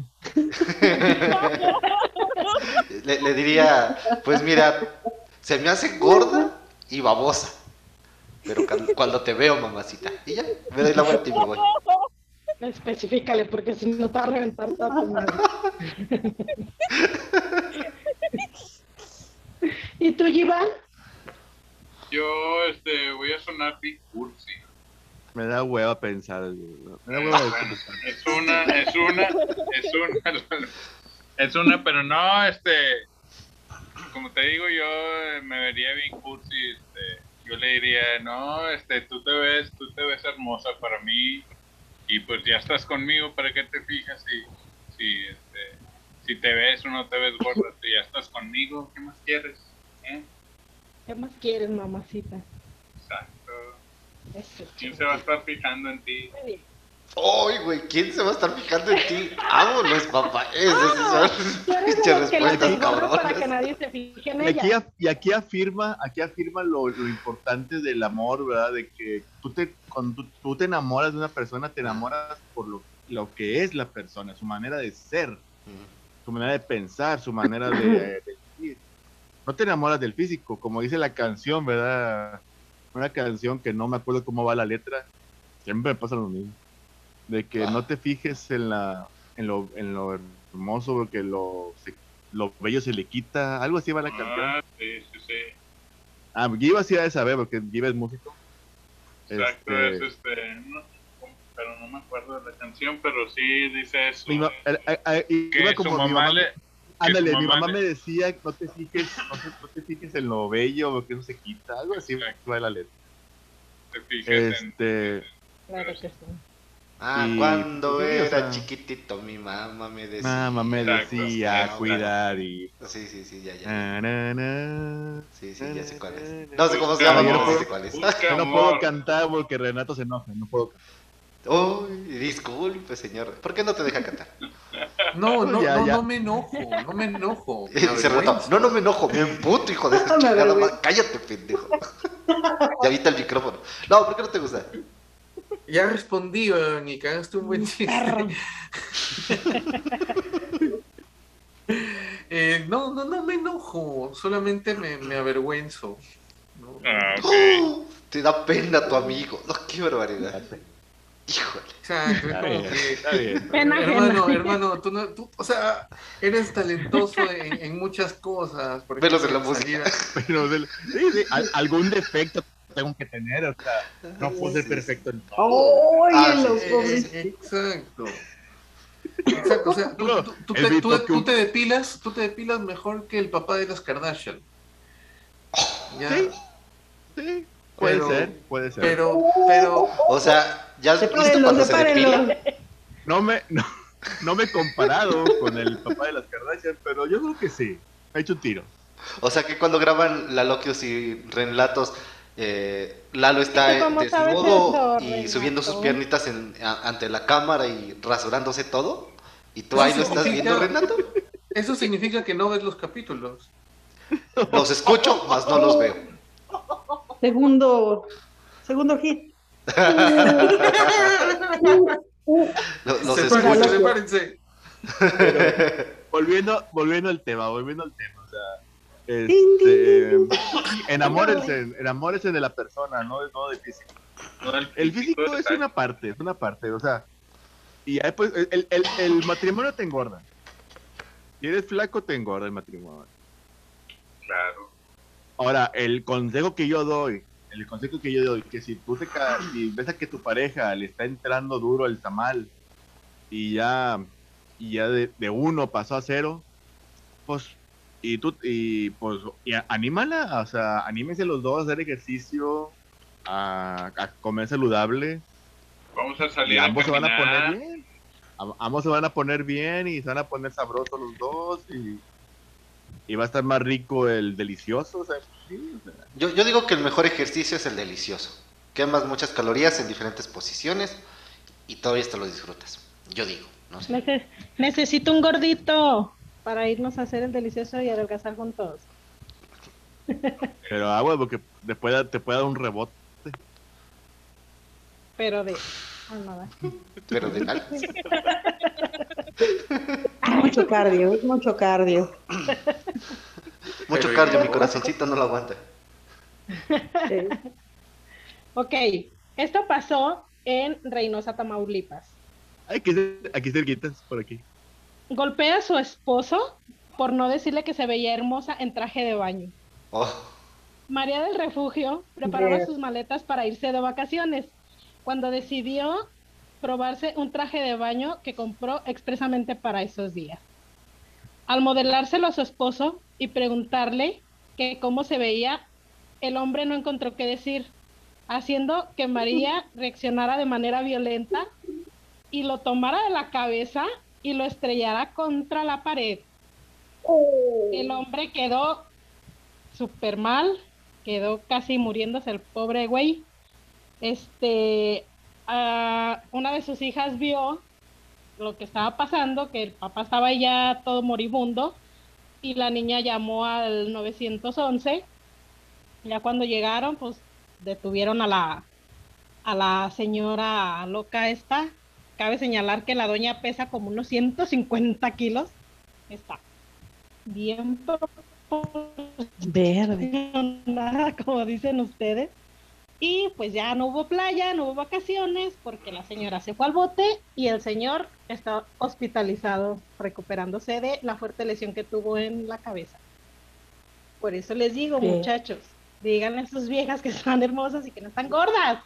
Le diría, pues mira, se me hace gorda y babosa. Pero cuando te veo, mamacita. Y ya, me doy la vuelta y me voy. Especifícale, porque si no te va a reventar toda tu madre. ¿Y tú, Iván? Yo voy a sonar Big Cursi. Me da hueva pensar. Me da hueva pensar. Es una, pero no, como te digo, yo me vería bien cursi, yo le diría, no, tú te ves hermosa para mí, y pues ya estás conmigo, ¿para qué te fijas si te ves o no te ves gorda? Si ya estás conmigo, ¿qué más quieres? ¿Qué más quieres, mamacita? Exacto. ¿Quién se va a estar fijando en ti? Muy bien. ¡Ay, güey! ¿Quién se va a estar fijando en ti? Vámonos, papá. Esas son Tú eres pinches de los que la respuestas desgorro para que cabronas. nadie se fije en Y ella. aquí afirma lo importante del amor, ¿verdad? De que cuando tú te enamoras de una persona, te enamoras por lo que es la persona, su manera de ser, su manera de pensar, su manera de vivir. No te enamoras del físico, como dice la canción, ¿verdad? Una canción que no me acuerdo cómo va la letra, siempre me pasa lo mismo. De que no te fijes en lo hermoso, porque lo bello se le quita, algo así va la canción. Ah, sí. Giva sí ha de saber, porque Giva es músico. Exacto, Este, es no, pero no me acuerdo de la canción, pero sí dice eso. iba Que como su mi mamá mamá, le... ándale, su mi mamá mamá le- me decía, no te fijes en lo bello, porque eso se quita, algo así va la letra. Te fijas Claro que sí. Y, Cuando pues, sí, o era sea, chiquitito, mi mamá me decía. mamá me Exacto, decía sí, cuidar y... Sí, ya. Na, na, na, Sí, ya sé cuál es. na, No sé cómo se Busca llama, amor, pero sí sé cuál es. busca Yo no puedo amor. cantar porque Renato se enoja, no puedo cantar. Uy, disculpe, señor. ¿Por qué no te deja cantar? No, Pues no, ya, no, ya. no me enojo, no me enojo. Y dice Renato, no me enojo, me emputo, hijo de esa Me chingada avergüenza. madre. Cállate, pendejo. Ya viste el micrófono. No, ¿por qué no te gusta? Ya respondí, ni cagaste un buen chiste. No me enojo, solamente me avergüenzo. ¿no? Ah, ok. Te da pena tu amigo. No, qué barbaridad. Híjole. Exacto, es Está como bien, que, está bien. Pena ajena. hermano, tú, o sea, eres talentoso en muchas cosas. Por Menos en la ejemplo, música. Pero sí, algún defecto tengo que tener, o sea, no puedo ser Sí, perfecto en todo. Oye, sí, los sí, pobres. Exacto. Exacto, o sea, tú te depilas mejor que el papá de las Kardashian. Ya, Sí, sí, puede pero- ser. pero, O sea, ¿ya has visto cuando se Sepárenlos. depila? No me he comparado con el papá de las Kardashian, pero yo creo que sí. Ha hecho un tiro. O sea que cuando graban la Loquios y Renlatos, Lalo está ¿Y tú cómo sabes desnudo eso, y subiendo sus Renato? piernitas ante la cámara y rasurándose todo. ¿Y tú ahí lo estás viendo, Renato? eso significa que no ves los capítulos. Los escucho, mas no los veo. Segundo hit. Los Sepárense, escucho. sepárense. Volviendo al tema, o sea, Tin, tin, enamórense de la persona, no del físico. No, El físico es una parte, o sea, y ahí, pues, el matrimonio te engorda. Si eres flaco, te engorda el matrimonio. Claro. Ahora, el consejo que yo doy, que si si ves a que tu pareja le está entrando duro el tamal y ya de 1 pasó a 0, pues anímala, o sea, anímense los dos a hacer ejercicio, a comer saludable, Vamos a y salir a ambos se van a caminar. poner bien. Ambos se van a poner bien y se van a poner sabrosos los dos y va a estar más rico el delicioso, o sea, sí, o sea. Yo digo que el mejor ejercicio es el delicioso. Quemas muchas calorías en diferentes posiciones y todavía te lo disfrutas. Yo digo, no sé. Necesito un gordito para irnos a hacer el delicioso y adelgazar juntos. Pero agua, porque después te puede dar un rebote. Pero de... nada. Pero de nada. Mucho cardio, es mucho cardio. Mucho Pero cardio, ya mi no. corazoncito no lo aguanta. Sí. Ok, esto pasó en Reynosa, Tamaulipas. Aquí cerquitas, por aquí. Golpea a su esposo por no decirle que se veía hermosa en traje de baño. Oh, María del Refugio preparaba Ver. sus maletas para irse de vacaciones, cuando decidió probarse un traje de baño que compró expresamente para esos días. Al modelárselo a su esposo y preguntarle que cómo se veía, el hombre no encontró qué decir, haciendo que María reaccionara de manera violenta y lo tomara de la cabeza y lo estrellara contra la pared. El hombre quedó súper mal, quedó casi muriéndose el pobre güey, Una de sus hijas vio lo que estaba pasando, que el papá estaba ya todo moribundo, y la niña llamó al 911. Ya cuando llegaron, pues detuvieron a la señora loca esta. Cabe señalar que la doña pesa como unos 150 kilos. Está bien Verde. nada, como dicen ustedes. Y pues ya no hubo playa, no hubo vacaciones, porque la señora se fue al bote y el señor está hospitalizado recuperándose de la fuerte lesión que tuvo en la cabeza. Por eso les digo, Bien. muchachos, díganle a sus viejas que están hermosas y que no están gordas.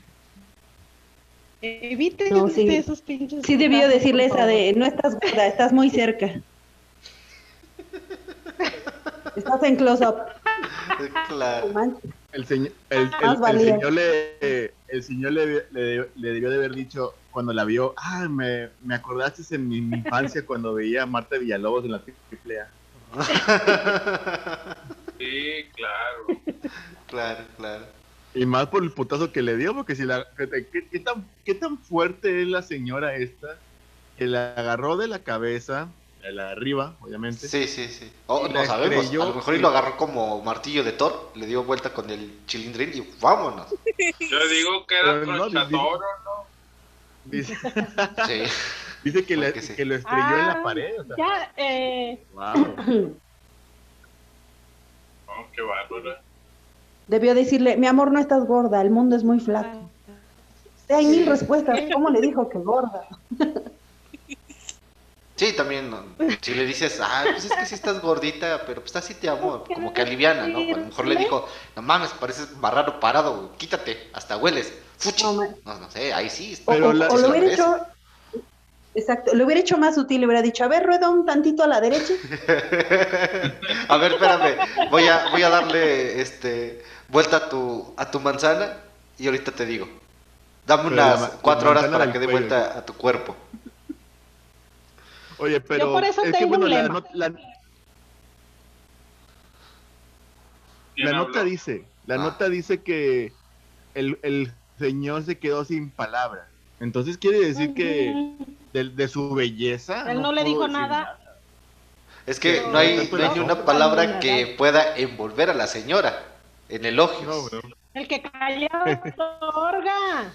Eviten No, sí. esos pinches. Sí debió putazos, decirle por esa favor. de, no estás gorda, estás muy cerca. Estás en close-up. Claro. El señor, Más valía. el señor le debió de haber dicho cuando la vio, me acordaste en mi infancia cuando veía a Marta Villalobos en la AAA. Sí, claro. Claro, claro. Y más por el putazo que le dio, porque si ¿qué tan fuerte es la señora esta que la agarró de la cabeza, de la de arriba, obviamente? Sí, sí, sí. Oh, Y no la sabemos. estrelló A lo mejor y lo agarró como martillo de Thor, le dio vuelta con el chilindrín y vámonos. Yo digo que era Pero no, tronchatoro, ¿no? Dice, Sí. dice que, Porque sí. que lo estrelló en la pared. O sea, Ya, wow. Oh, qué bárbaro. Debió decirle, mi amor, no estás gorda, el mundo es muy flaco. O sea, hay mil respuestas. ¿Cómo le dijo que gorda? Sí, también, ¿no? Si le dices, pues es que sí estás gordita, pero pues así te amo, como que aliviana, ¿no? A lo mejor le dijo, no mames, pareces marrano parado, güey, quítate, hasta hueles, fuchi. No sé, ahí sí. Pero o la- lo se hubiera merece. hecho, exacto, lo hubiera hecho más sutil, le hubiera dicho, a ver, rueda un tantito a la derecha. A ver, espérame, voy a darle vuelta a tu manzana y ahorita te digo. Dame Pero unas la 4 horas manzana para del que dé cuello. vuelta a tu cuerpo. Oye, pero Yo por eso es que tengo bueno, un lema. ¿Quién la nota habló? dice, nota dice que el señor se quedó sin palabras. Entonces quiere decir que de su belleza. Él no le pudo dijo decir nada. Es que Pero- no hay tanto ni el una asombro. palabra Nada. que pueda envolver a la señora en elogios. No, bro. El que calla otorga.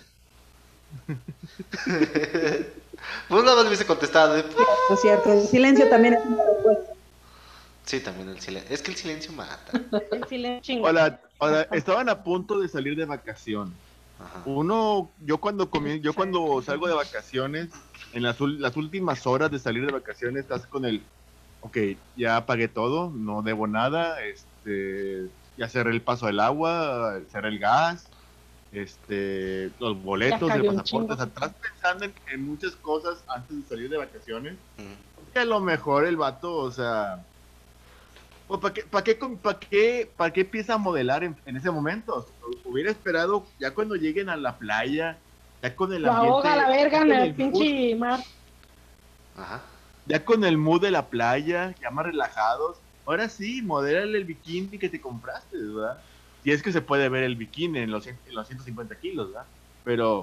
Pues nada más me hubiese contestado de, No es cierto, el silencio también es una respuesta. sí, también el silencio. Es que el silencio mata. El silencio chingón. Ahora, estaban a punto de salir de vacaciones. Ajá. Yo cuando salgo de vacaciones, en las últimas horas de salir de vacaciones, estás con ok, ya pagué todo, no debo nada, ya cerré el paso del agua, cerré el gas, los boletos, Ya el cagué un pasaporte, o sea, chingo. estás pensando en muchas cosas antes de salir de vacaciones, Mm. que a lo mejor el vato, o sea, pues, ¿para qué empieza a modelar en ese momento? Hubiera esperado ya cuando lleguen a la playa, ya con el Lo ambiente, ahoga la verga ya en con el el mood, pinche mar. Ajá. ya con el mood de la playa, ya más relajados. Ahora sí, modélale el bikini que te compraste, ¿verdad? Si es que se puede ver el bikini en los 150 kilos, ¿verdad? Pero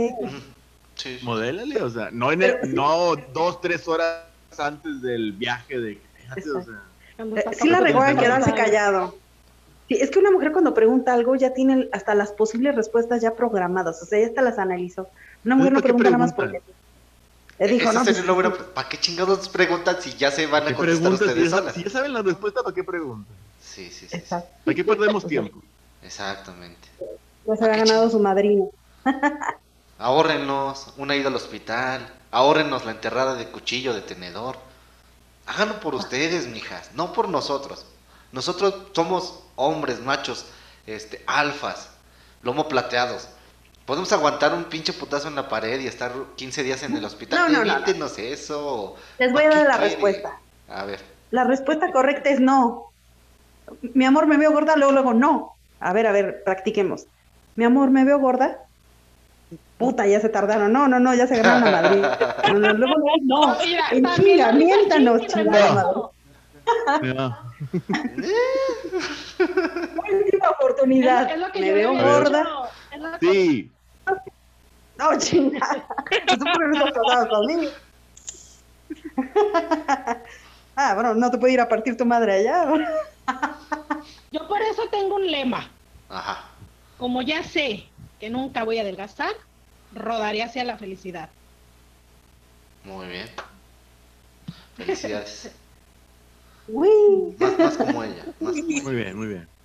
Sí. modélale, o sea, no 2-3 horas antes del viaje de o sea. Cuando está Sí la todo regó en Exacto. quedarse callado. Sí, es que una mujer cuando pregunta algo ya tiene hasta las posibles respuestas ya programadas, o sea, ya hasta las analizó. Una mujer no ¿Para qué pregunta nada más preguntan? porque le dijo, Esa no, sería pues, una buena. ¿Para qué chingados preguntan si ya se van a ¿Qué contestar preguntas? ustedes solas? Si ya saben la respuesta, ¿para qué preguntan? Sí, sí, sí. exacto, ¿Para qué perdemos tiempo? Exactamente. ya se había ganado su madrina. Ahórrenos una ida al hospital. Ahórrenos la enterrada de cuchillo, de tenedor. Háganlo por ustedes, mijas, no por nosotros. Nosotros somos hombres, machos, alfas, lomo plateados. Podemos aguantar un pinche putazo en la pared y estar 15 días en el hospital. No. Evítenos eso. Les voy a ¿Para dar qué la quiere? respuesta. A ver. La respuesta correcta es no. Mi amor, me veo gorda, luego no. A ver, practiquemos. Mi amor, me veo gorda. Puta, ya se tardaron. No, ya se ganaron la madrina. Luego no. Mira, En también chinga, lo dice miéntanos, Chiqui, chingada Renato. madre. No. Última oportunidad. Es lo que Me yo veo le había gorda. dicho. Sí. No, chingada. Tú por qué no estás casado conmigo. Ah, bueno, no te puede ir a partir tu madre allá. Yo por eso tengo un lema. Ajá. Como ya sé que nunca voy a adelgazar, rodaré hacia la felicidad. Muy bien. Felicidades. Uy. Más como ella. Más como ella. Muy bien, muy bien.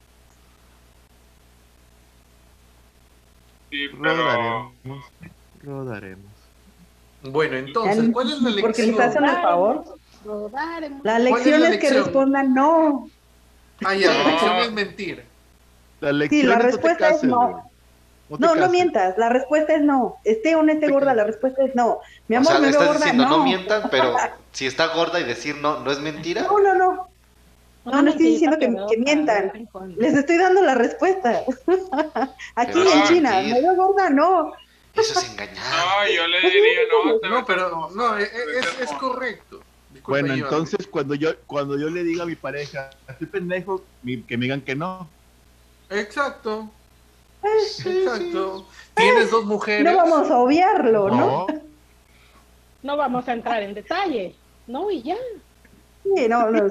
Sí, pero Rodaremos. Bueno, entonces, ¿cuál es la lección? Porque les hacen el favor. Rodaremos. La ¿Cuál es lección la es que lección? respondan no. Ah, ya, la lección es mentir. La lección Sí, la es respuesta es no. güey. te No, no cases. mientas, la respuesta es no. Esté o no esté gorda, la respuesta es no. Mi O amor, sea, me veo estás gorda, diciendo no no. mientan, pero si está gorda y decir no, ¿no es mentira? No, no, no. No, no estoy diciendo que mientan. Les estoy dando la respuesta. Aquí Pero en es China, mentir. me veo gorda, no. Eso es engañar. no, yo le diría no. No, pero no, es correcto. Disculpe, Bueno, Iván. entonces cuando yo le diga a mi pareja, estoy pendejo, que me digan que no. Exacto. Exacto. Tienes dos mujeres. No vamos a obviarlo, ¿no? No vamos a entrar en detalle. No, y ya. Sí, no, no.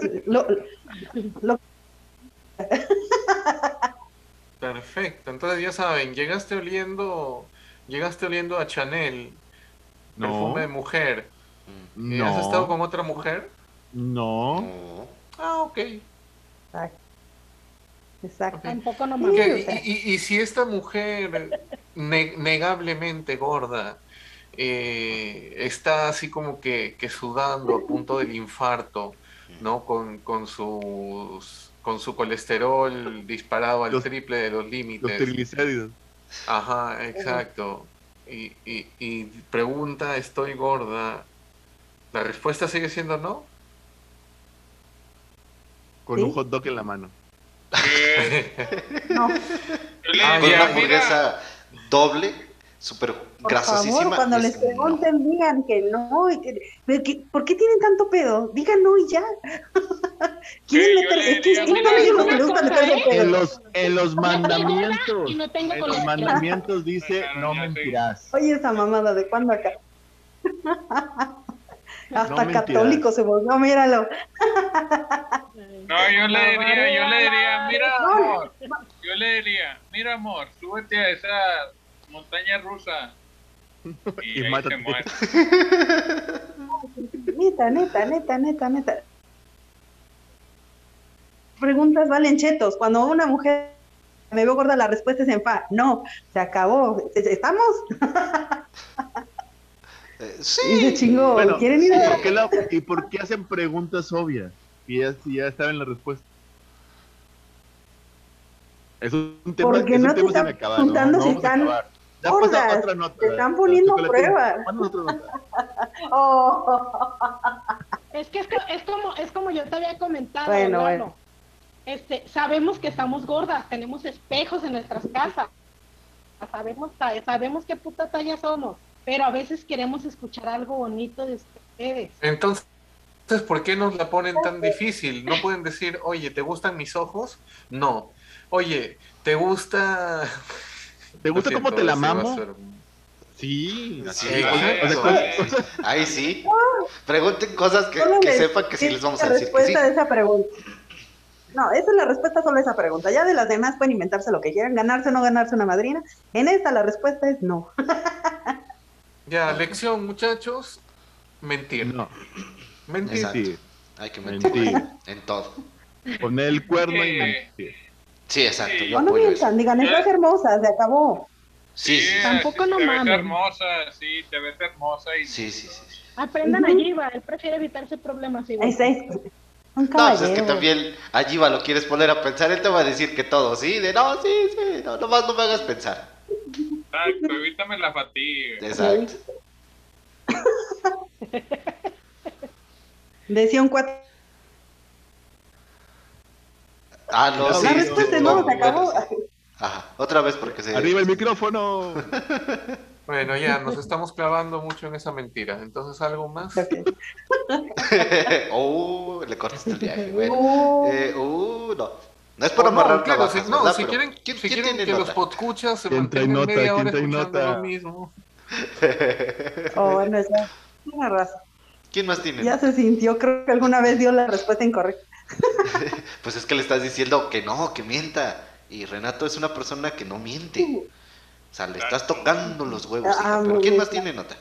Perfecto. Entonces ya saben, llegaste oliendo a Chanel, No. perfume de mujer. No. ¿Has estado con otra mujer? No. No. Ah, ok. Exacto. Tampoco no Sí, mames. o sea, Y si esta mujer negablemente gorda está así como que sudando a punto del infarto, ¿no? Con su colesterol disparado al Los- triple de los Los límites. triglicéridos. Ajá, exacto. Y pregunta, ¿estoy gorda? ¿La respuesta sigue siendo no? Con ¿Sí? un hot dog en la mano. no. Yo le Ah, Con diría, una ya, hamburguesa doble, súper Por grasosísima. favor, cuando y les es pregunten, digan que no. ¿Por qué tienen tanto pedo? Digan no y ya. ¿Quieren yo meter? le Es que diría, son ellos los que les gusta meterse ¿eh? pedo. En los mandamientos. Y no tengo En los colesterol. mandamientos dice no Ya sé. mentirás. Oye, esa mamada, ¿de cuándo acá? Hasta mentirás. católico se volvió, míralo. No, yo le diría, mira, No. amor. Yo le diría, mira, amor, súbete a esa montaña rusa. Y Y ahí mátate. se muere. Neta. Preguntas valen chetos. Cuando una mujer me veo gorda, la respuesta es en fa. No, se acabó. ¿Estamos? Y se Sí. chingó. Bueno, ¿Quieren ir a ¿y por qué hacen preguntas obvias? Y ya saben la respuesta. Es un tema, Porque es un no te tema están sin acabar, preguntando ¿no? si Vamos a están acabar. Ya gordas. pasa otra nota. Te están poniendo Chocolate, pruebas. ¿cuándo otra nota? Oh. Es que es como yo te había comentado, Bueno, Lalo. Sabemos que estamos gordas, tenemos espejos en nuestras casas. Sabemos qué puta talla somos, pero a veces queremos escuchar algo bonito de ustedes. Entonces, ¿por qué nos la ponen tan difícil? No pueden decir, oye, ¿te gustan mis ojos? No. Oye, ¿te gusta...? ¿Te gusta Lo cómo siento, te la ese va a mamo? ser- Sí. Sí, Exacto. ahí sí. Pregunten cosas que Solo les- sepan que sí les vamos a la decir que sí. respuesta de esa pregunta. No, esa es la respuesta solo a esa pregunta. Ya de las demás pueden inventarse lo que quieran, ganarse o no ganarse una madrina. En esta la respuesta es no. Ya, lección, muchachos. Mentir. No. Mentir. Exacto. Sí. Hay que mentir Mentir. en todo. Poner el cuerno y mentir. Sí, exacto. Yo O no apoyo eso. mientan, digan, estás hermosa, se acabó. Sí, sí, Tampoco sí, no te ves mamen. hermosa, sí, te ves hermosa y sí. Aprendan a Yiva, él prefiere evitarse problemas igual. Es un No, pues caballero. es que también a Giva lo quieres poner a pensar, él te va a decir que todo, ¿sí? De no, sí, no, nomás no me hagas pensar. exacto, evítame la fatiga. Exacto. Decía un cuate. Ah, no, sí. La respuesta es no, se acabó. bueno, sí. Ajá, otra vez porque se... ¡Arriba el micrófono! Bueno, ya, nos estamos clavando mucho en esa mentira. Entonces, ¿algo más? Ok. Le cortaste el viaje, bueno. Uh, No. No es para O no, amarrar claro, navajas, si, no, ¿verdad? si Pero quieren, ¿quién si quieren tiene que nota? los podescuchas se ¿Quién trae mantengan nota? media hora ¿Quién trae escuchando nota? lo mismo. Oh, bueno, esa tiene razón. ¿Quién más tiene Ya nota? se sintió, creo que alguna vez dio la respuesta incorrecta. Pues es que le estás diciendo que no, que mienta. Y Renato es una persona que no miente. O sea, le estás tocando los huevos, hija. Pero muy ¿quién bien, más claro. tiene nota?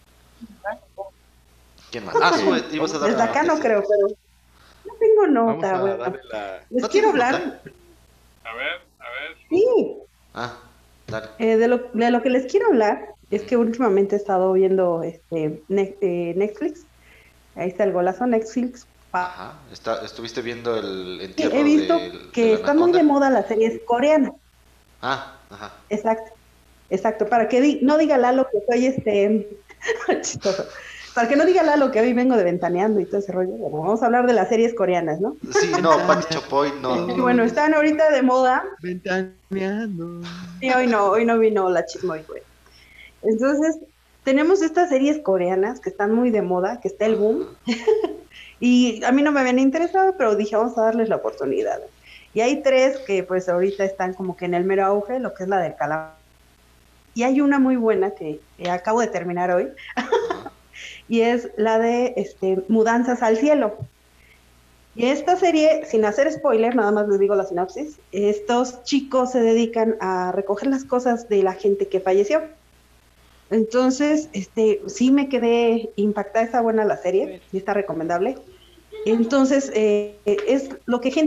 ¿Quién más? Ah, sube, ibas a dar Desde tu acá no noticia. creo, pero no tengo Vamos nota, a bueno. darle la... Les ¿No quiero tienes hablar, nota? A ver. sí, Ah, dale. de lo que les quiero hablar es que últimamente he estado viendo Netflix. Ahí está el golazo, Netflix. Ajá. ¿Estuviste viendo el Sí, entierro he visto de que la está muy de anaconda? moda las series coreanas. Ah, ajá. Exacto, para que no diga Lalo que soy chistoso. Para que no diga Lalo que hoy vengo de ventaneando y todo ese rollo. Bueno, vamos a hablar de las series coreanas, ¿no? Sí, no, Pati Chapoy, no. Y bueno, están ahorita de moda. Ventaneando. Sí, hoy no vino la chismoy, güey. Entonces, tenemos estas series coreanas que están muy de moda, que está el boom. Y a mí no me habían interesado, pero dije, vamos a darles la oportunidad. Y hay 3 que pues ahorita están como que en el mero auge, lo que es la del calamar. Y hay una muy buena que acabo de terminar hoy, y es la de Mudanzas al Cielo. Y esta serie, sin hacer spoiler, nada más les digo la sinopsis, estos chicos se dedican a recoger las cosas de la gente que falleció. Entonces, sí me quedé impactada, está buena la serie, y está recomendable. Entonces, es lo que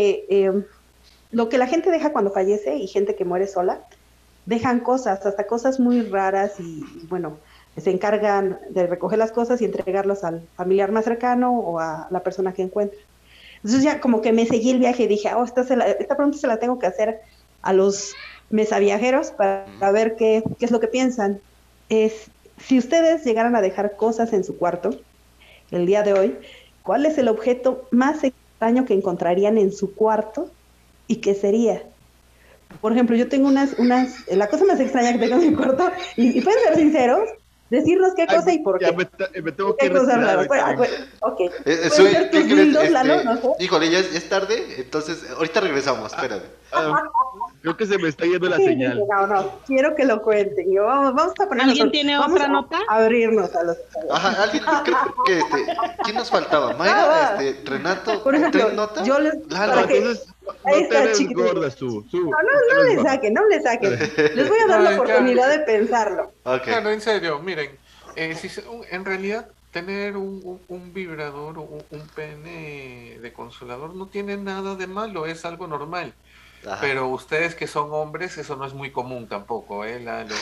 la gente deja cuando fallece y gente que muere sola, dejan cosas, hasta cosas muy raras y bueno, se encargan de recoger las cosas y entregarlas al familiar más cercano o a la persona que encuentra. Entonces ya como que me seguí el viaje y dije, esta pregunta se la tengo que hacer a los mesaviajeros para ver qué es lo que piensan. Si ustedes llegaran a dejar cosas en su cuarto el día de hoy, ¿cuál es el objeto más extraño que encontrarían en su cuarto y qué sería? Por ejemplo, yo tengo la cosa más extraña que tengo en mi cuarto, y pueden ser sinceros, decirnos qué cosa y por qué. Me tengo que ¿Qué cosas retirar. raras? Ok. Soy, Pueden ser ¿qué tus crees? dildos, Lalo, no sé. Híjole, ya es tarde, entonces ahorita regresamos, espérame. Creo que se me está yendo la Sí, señal. No, quiero que lo cuenten. Vamos a ponernos. ¿Alguien tiene otra nota? A abrirnos a los. Ajá, alguien, creo que ¿quién nos faltaba? Mayra, Renato, Por ejemplo, ¿traen nota? yo les. Lalo. Para que, Entonces, ahí no te está, ves chiquitito. gorda, Su. No le saquen, no le saquen. Les voy a dar la Ay, oportunidad de pensarlo. Ok. Claro, en serio, miren, en realidad tener un vibrador o un pene de consolador no tiene nada de malo, es algo normal. Ajá. Pero ustedes que son hombres, eso no es muy común tampoco, Lalo.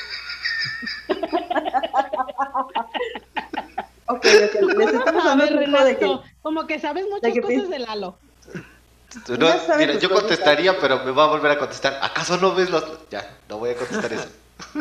Ok, les estamos A dando ver, tiempo de que. Renato, como que sabes muchas de que cosas pi- de Lalo. No, Ya saben mira, tus yo cosas. contestaría, pero me va a volver a contestar. ¿Acaso no ves los...? Ya, no voy a contestar eso.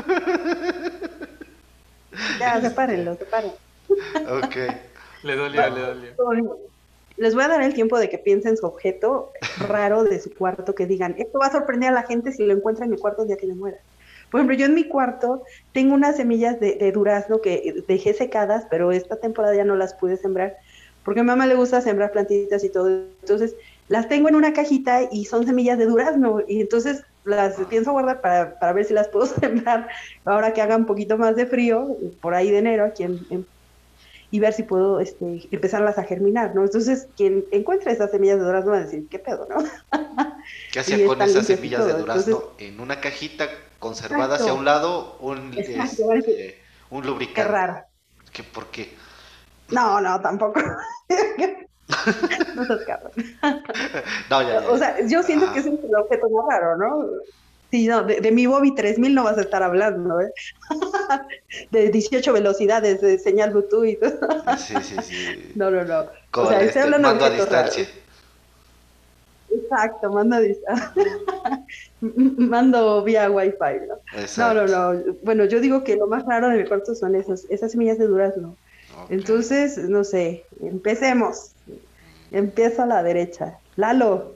Ya, sepárenlo. Ok. Le dolió. Les voy a dar el tiempo de que piensen su objeto raro de su cuarto, que digan, esto va a sorprender a la gente si lo encuentran en mi cuarto el día que me muera. Por ejemplo, yo en mi cuarto tengo unas semillas de durazno que dejé secadas, pero esta temporada ya no las pude sembrar, porque a mi mamá le gusta sembrar plantitas y todo. Entonces, las tengo en una cajita y son semillas de durazno, y entonces las pienso guardar para ver si las puedo sembrar ahora que haga un poquito más de frío, por ahí de enero, aquí y ver si puedo empezarlas a germinar, ¿no? Entonces, quien encuentre esas semillas de durazno va a decir, ¿qué pedo, no? ¿Qué Y hacía con están esas limpias y semillas de todo, durazno? entonces- En una cajita conservada Exacto. hacia un lado, un Qué lubricante. raro. ¿Por qué? No, tampoco. No seas cabrón. No, ya. O sea, yo siento que ese es el objeto más raro, ¿no? Sí, no, de mi Bobby 3000 no vas a estar hablando, ¿eh? De 18 velocidades de señal Bluetooth y todo. Sí. No. Con O sea, estoy hablando de mando a objetos distancia. raros. Exacto, mando a distancia. Mando vía Wi-Fi, ¿no? Exacto. No. Bueno, yo digo que lo más raro de mi cuarto son esas semillas de durazno. Ok. Entonces, no sé, empecemos. Empiezo a la derecha. Lalo.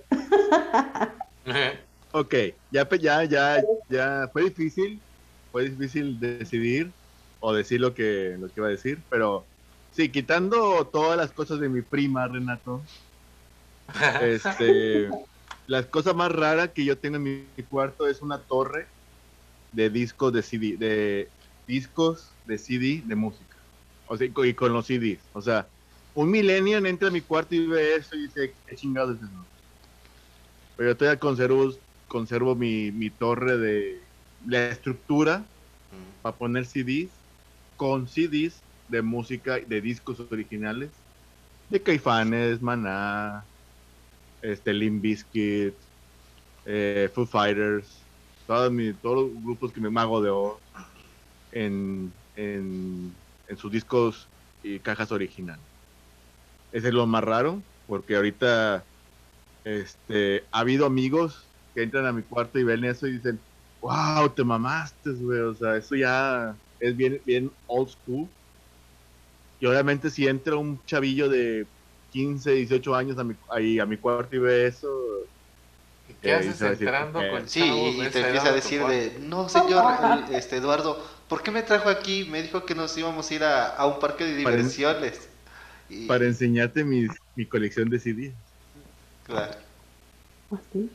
Ok, ya fue difícil decidir o decir lo que iba a decir, pero sí, quitando todas las cosas de mi prima, Renato, La cosa más rara que yo tengo en mi cuarto es una torre de discos de CD, de discos de CD de música. O sea, y con los CDs. O sea, un millennial entra a mi cuarto y ve eso y dice, ¿qué chingados es eso? Pero yo todavía conservo mi torre de la estructura para poner CDs con CDs de música, de discos originales, de Caifanes, Maná, Limp Bizkit, Foo Fighters, todos los grupos que me Mago de Oz en sus discos y cajas originales. Ese es lo más raro, porque ahorita ha habido amigos que entran a mi cuarto y ven eso y dicen, wow, te mamaste, güey, o sea, eso ya es bien old school. Y obviamente si entra un chavillo de 15, 18 años a mi cuarto y ve eso, ¿qué haces entrando con sí, chavos y de te esa empieza edad a a tu decir cuarto? de, no señor, Eduardo, ¿por qué me trajo aquí? Me dijo que nos íbamos a ir a un parque de diversiones. Para enseñarte mi colección de CDs. Claro. ¿Así?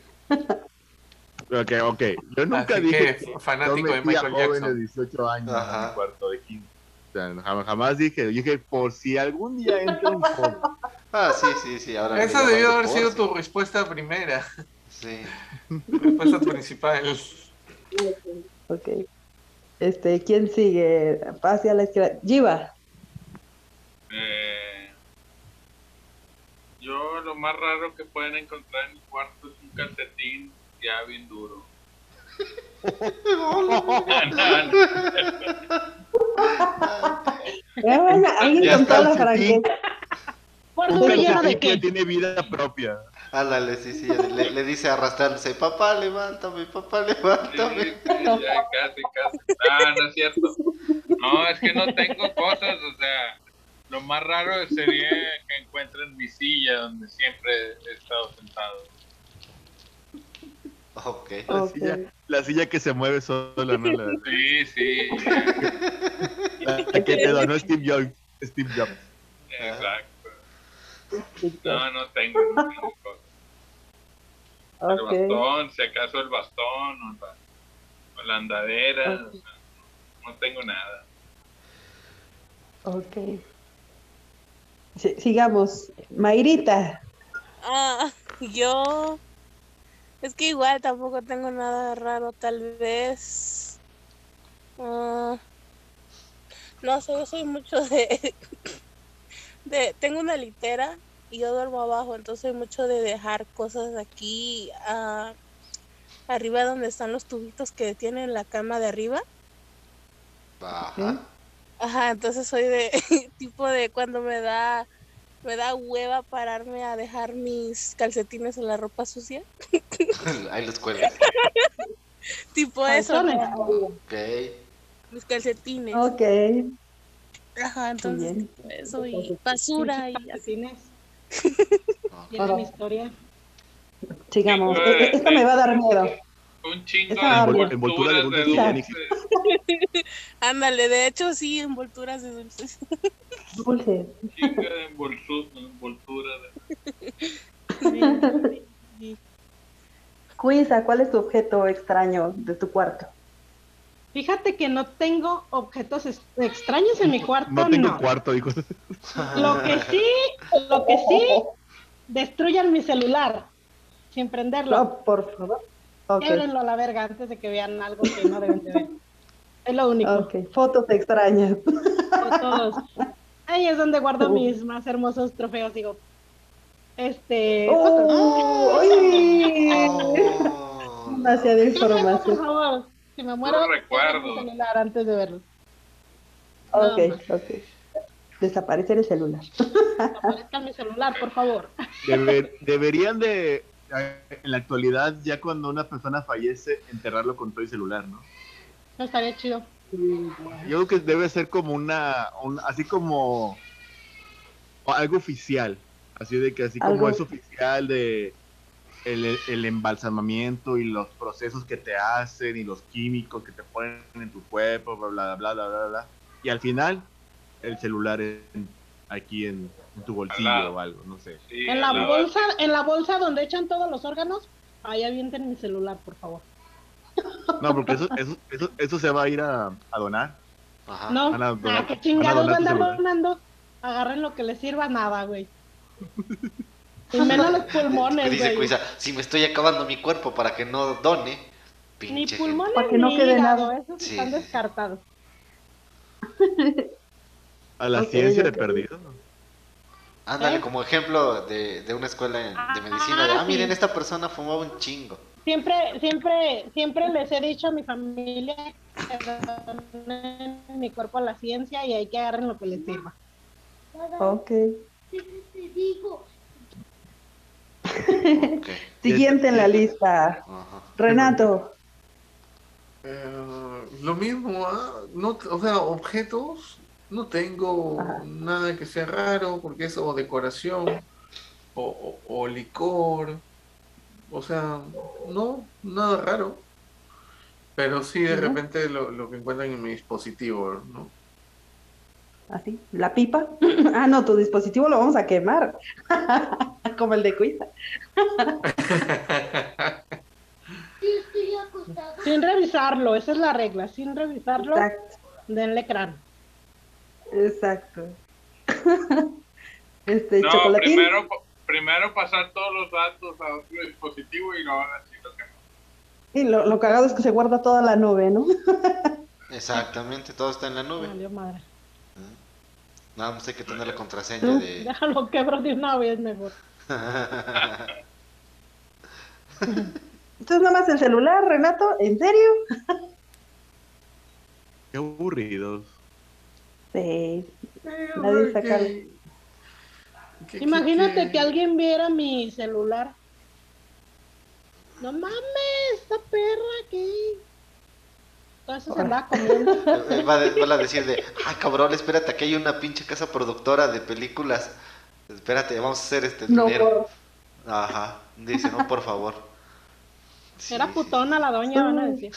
Ok. Yo nunca Así dije que fanático yo de metía Michael jóvenes de Jackson. 18 años Ajá. a mi cuarto de 15. O sea, jamás dije, por si algún día entra un joven. Ah, sí, ahora Esa le debió llaman haber de sido por tu respuesta primera. sí. Respuesta principal. Ok. ¿Quién sigue? Pase a la izquierda. Giva. Yo lo más raro que pueden encontrar en mi cuarto es un calcetín ya bien duro. Alguien Ya con toda la calcetín. franqueza. ¿Cuarto Un lleno de calcetín que qué? tiene vida propia. Ándale, sí, le dice arrastrándose, papá, levántame. Sí, ya casi. No es cierto. No, es que no tengo cosas, o sea, lo más raro sería que encuentren mi silla donde siempre he estado sentado. Ok. La silla que se mueve sola, ¿no? Sí, La que te donó Steve Jobs. exacto. No tengo cosas. El Ok. bastón, si acaso el bastón o la andadera, Ok. o sea, no tengo nada. Ok. Sigamos. Mayrita. Yo. Es que igual tampoco tengo nada raro, tal vez. No sé, yo soy mucho tengo una litera y yo duermo abajo, entonces soy mucho de dejar cosas aquí arriba donde están los tubitos que tienen la cama de arriba. Ajá. Ajá, entonces soy de tipo de cuando me da hueva pararme a dejar mis calcetines en la ropa sucia. Ahí los cuelgas. Tipo eso, Calzones. ¿no? Ok. Mis calcetines. Ok. Ajá, entonces bien. tipo eso y basura y así. Calcetines. Ok. Tiene mi historia. Sigamos. Esto me va a dar miedo. Un chingo Esa de envoltura de envolturas de dulces que ya ni dulces. Ándale, de hecho sí, envolturas de dulces. Dulces. Chingo de envoltura Sí. Cuisa, ¿cuál es tu objeto extraño de tu cuarto? Fíjate que no tengo objetos extraños en mi cuarto, No tengo cuarto, dijo. Lo que sí, destruyan mi celular sin prenderlo. No, por favor. Ok. Quiebrenlo a la verga antes de que vean algo que no deben de ver. Es lo único. Ok. Fotos extrañas. De todos. Ahí es donde guardo mis más hermosos trofeos, digo. Fotos. ¡Uy! Oh. Demasiada Por información. favor, si me muero, Puro recuerdo. quiebren mi celular antes de verlo. Ok. Desaparecer el celular. Aparezca mi celular, por favor. Deberían de, en la actualidad, ya cuando una persona fallece, enterrarlo con todo el celular, ¿no? No estaría chido. Yo creo que debe ser como así como algo oficial, así de que así como Algo- es oficial de el embalsamamiento y los procesos que te hacen y los químicos que te ponen en tu cuerpo, bla, bla, bla, bla, bla. Y al final, el celular aquí en tu bolsillo Al lado. o algo, no sé. Sí, En la bolsa donde echan todos los órganos, Ahí avienten mi celular, por favor. No, porque eso se va a ir a donar. Ajá. No, Van a donar- qué van a chingados donar van a tu andar celular. donando. Agarren lo que les sirva, nada, güey. Y menos los pulmones, Dice güey. Cuisa, si me estoy acabando mi cuerpo para que no done, Ni pinche pulmones Para que no ni quede hígado, nada. esos Sí. están descartados. A la Ok, ciencia de ok. perdido. Ándale, ¿Eh? como ejemplo de una escuela de medicina. De, Ah, miren, sí. esta persona fumaba un chingo. Siempre les he dicho a mi familia que donen mi cuerpo a la ciencia y hay que agarren lo que les sirva. Ok. Ok. Siguiente en la lista. Ajá. Renato. Lo mismo, no, o sea, objetos, no tengo Ajá. nada que sea raro, porque es o decoración, o licor, o sea, no, nada raro, pero sí de Ujú. repente lo que encuentran en mi dispositivo, ¿no? Así. ¿La pipa? Ah, no, tu dispositivo lo vamos a quemar. Como el de Cuisa. Sin revisarlo, esa es la regla. Sin revisarlo, Exacto. denle crán. Exacto. No, Chocolatín. primero pasar todos los datos a otro dispositivo y luego así lo que no. Y lo cagado es que se guarda toda la nube, ¿no? Exactamente, todo está en la nube. Valió madre. Nada más hay que tener la contraseña ¿Tú? de... Déjalo quebro de una vez mejor. Entonces, nada más el celular, Renato, ¿en serio? Qué aburridos. Sí. Nadie saca. Imagínate que alguien viera mi celular. No mames, esta perra que... Todo eso se andaba comiendo. Va a decir de, cabrón, espérate, aquí hay una pinche casa productora de películas. Espérate, vamos a hacer No, dinero. Ajá, dice, no, por favor. Sí, Era sí. putona la doña, van a decir.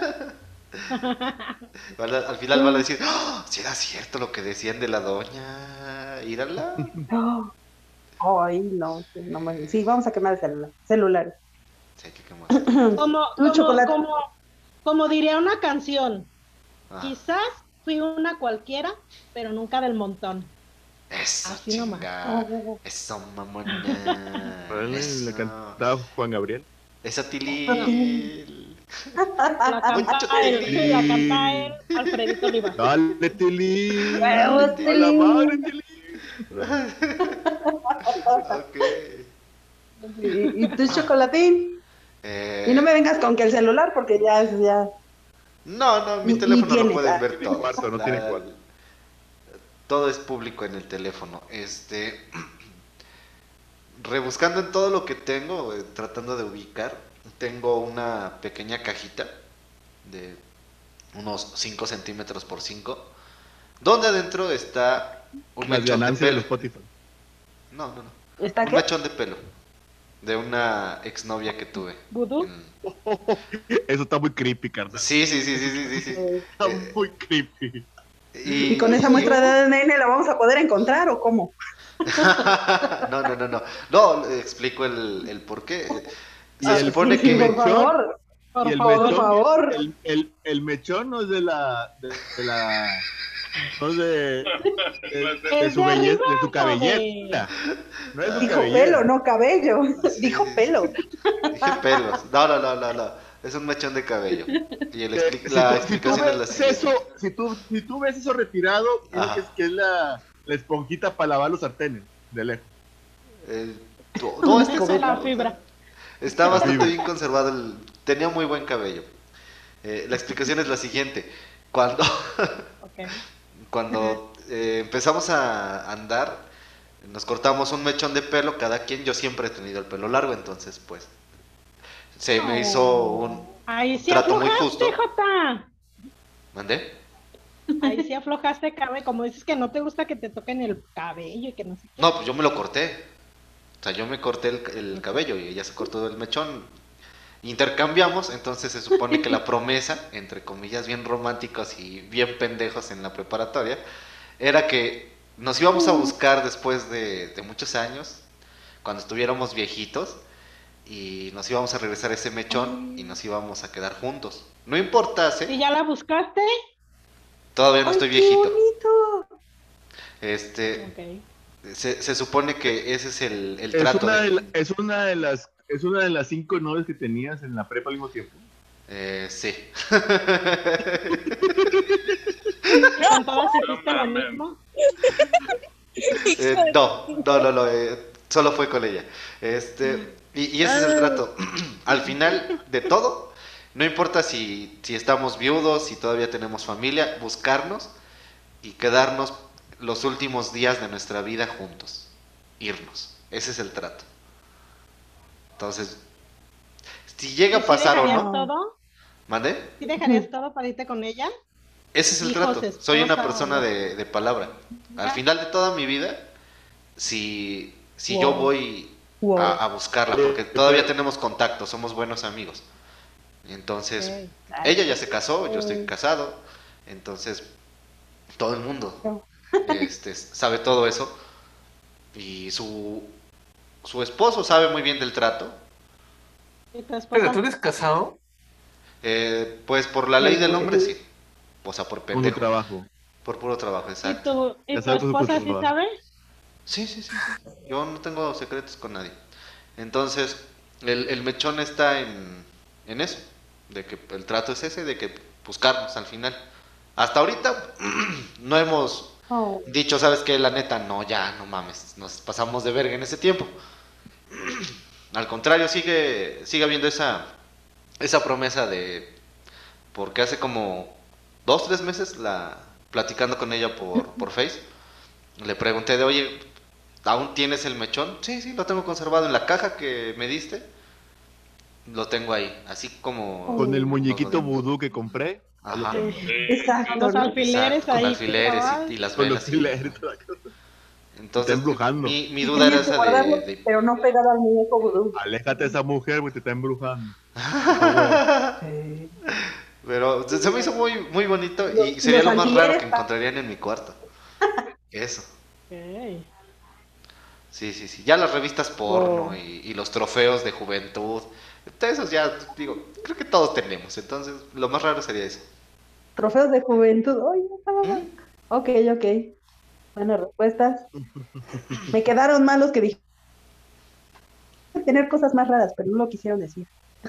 Al final van a decir, si era cierto lo que decían de la doña, írala. Ay, no, no me... Sí, vamos a quemar el celular. Celulares. Sí, hay que quemar. Chocolate. Como diría una canción, Ah, quizás fui una cualquiera, pero nunca del montón. eso, Así nomás. chinga. Eso, mamona. Le Eso. cantaba Juan Gabriel. Eso, Tilil. La Mucho canta él, Tilín. la canta él, Alfredito Oliva. Dale, Tilín. Huevos, A la Tilín. madre, Tilín. Ok. ¿Y tu chocolatín? Eh, Y no me vengas con que el celular, porque ya es ya. No, mi Ni teléfono lo tiene, pueden ah. ver Tiene todos. cuarto, no tiene cuarto. Todo es público en el teléfono. Rebuscando en todo lo que tengo, tratando de ubicar, tengo una pequeña cajita de unos 5 centímetros por 5, donde adentro está un Las mechón de ganancias de pelo. Spotify. No. ¿Está Un qué? mechón de pelo de una exnovia que tuve. ¿Vudú? Eso está muy creepy, carnal. Sí. Está muy creepy. ¿Y con esa muestra de ADN la vamos a poder encontrar o cómo? No. No, le explico el por qué. Y Se el supone Sí, que... por favor. Y el Por mechón, favor. el mechón no es de la no es de ¿Es su de belleza, arriba de su o cabellera. No es su Dijo cabellera. pelo, no cabello. Sí. Dijo pelo. Dije pelos. No. Es un mechón de cabello. Y la Si tú explicación es la ves siguiente. eso, si tú ves eso retirado, Ajá. que es la esponjita para lavar los sartenes, de lejos. No, este Esa es la fibra. está bastante bien conservado. Tenía muy buen cabello. La explicación es la siguiente. Cuando Ok. Cuando empezamos a andar, nos cortamos un mechón de pelo cada quien. Yo siempre he tenido el pelo largo, entonces pues se me hizo un Ahí sí trato muy aflojaste, justo. Jota. ¿Mandé? Ahí sí aflojaste, cabello. Como dices que no te gusta que te toquen el cabello y que no sé qué. No, pues yo me lo corté. O sea, yo me corté el cabello y ella se cortó el mechón. Intercambiamos, entonces se supone que la promesa, entre comillas, bien románticos y bien pendejos en la preparatoria, era que nos íbamos a buscar después de muchos años, cuando estuviéramos viejitos, y nos íbamos a regresar a ese mechón y nos íbamos a quedar juntos. No importase, ¿Y ya la buscaste? todavía no ¡Ay, estoy qué viejito. bonito! Ok. Se supone que ese es el Es trato. es una de las 5 novias que tenías en la prepa al mismo tiempo. Sí. ¿Con todas No hiciste lo mames. mismo? No, solo fue con ella. Y ese es el trato. Al final de todo, no importa si estamos viudos, si todavía tenemos familia, buscarnos y quedarnos los últimos días de nuestra vida juntos. Irnos. Ese es el trato. Entonces, si llega a ¿Y sí pasar o dejarías no, todo? ¿mande? ¿Sí dejarías todo para irte con ella? Ese es el Hijos, trato. Soy una esposa, persona o no. de palabra. Al Ya. final de toda mi vida, si Wow. yo voy Wow. a buscarla, porque todavía tenemos contacto, somos buenos amigos. Entonces, Ok. ella ya se casó, yo estoy casado, entonces todo el mundo sabe todo eso. Y su esposo sabe muy bien del trato. ¿Y tu Pero esposa? tú eres casado. Pues por la ley del hombre, sí. O sea, por Con su pendejo. trabajo. Por puro trabajo, ¿Y exacto. tu Ya sabes cómo esposa se sí va. sabe? Sí. Yo no tengo secretos con nadie. Entonces, el mechón está en eso. De que el trato es ese, de que buscarnos al final. Hasta ahorita no hemos Oh. dicho, ¿sabes qué? La neta, no, ya, no mames. Nos pasamos de verga en ese tiempo. Al contrario, sigue habiendo esa promesa de... Porque hace como 2-3 meses, platicando con ella por Face, le pregunté de, oye, ¿aún tienes el mechón? Sí, lo tengo conservado en la caja que me diste. Lo tengo ahí, así como... Con el Oh. muñequito vudú que compré. Ajá. Exacto. Los alfileres Exacto, con ahí. alfileres ay. y las Con velas. los fileres y toda la cosa. Entonces, Te está embrujando. mi Y duda era tenías que esa guardarlo, de... pero no pegado al muñeco vudú. Aléjate de esa mujer, güey, te está embrujando. Sí. Pero se me hizo muy, muy bonito y Los- sería los lo más raro alfileres que encontrarían en mi cuarto. Eso. Ok. Sí. Ya las revistas porno y los trofeos de juventud. Esos ya, digo, creo que todos tenemos. Entonces, lo más raro sería eso. Trofeos de juventud. Ay, no estaba mal. Ok. Buenas respuestas. Me quedaron mal los que dije. Tener cosas más raras, pero no lo quisieron decir.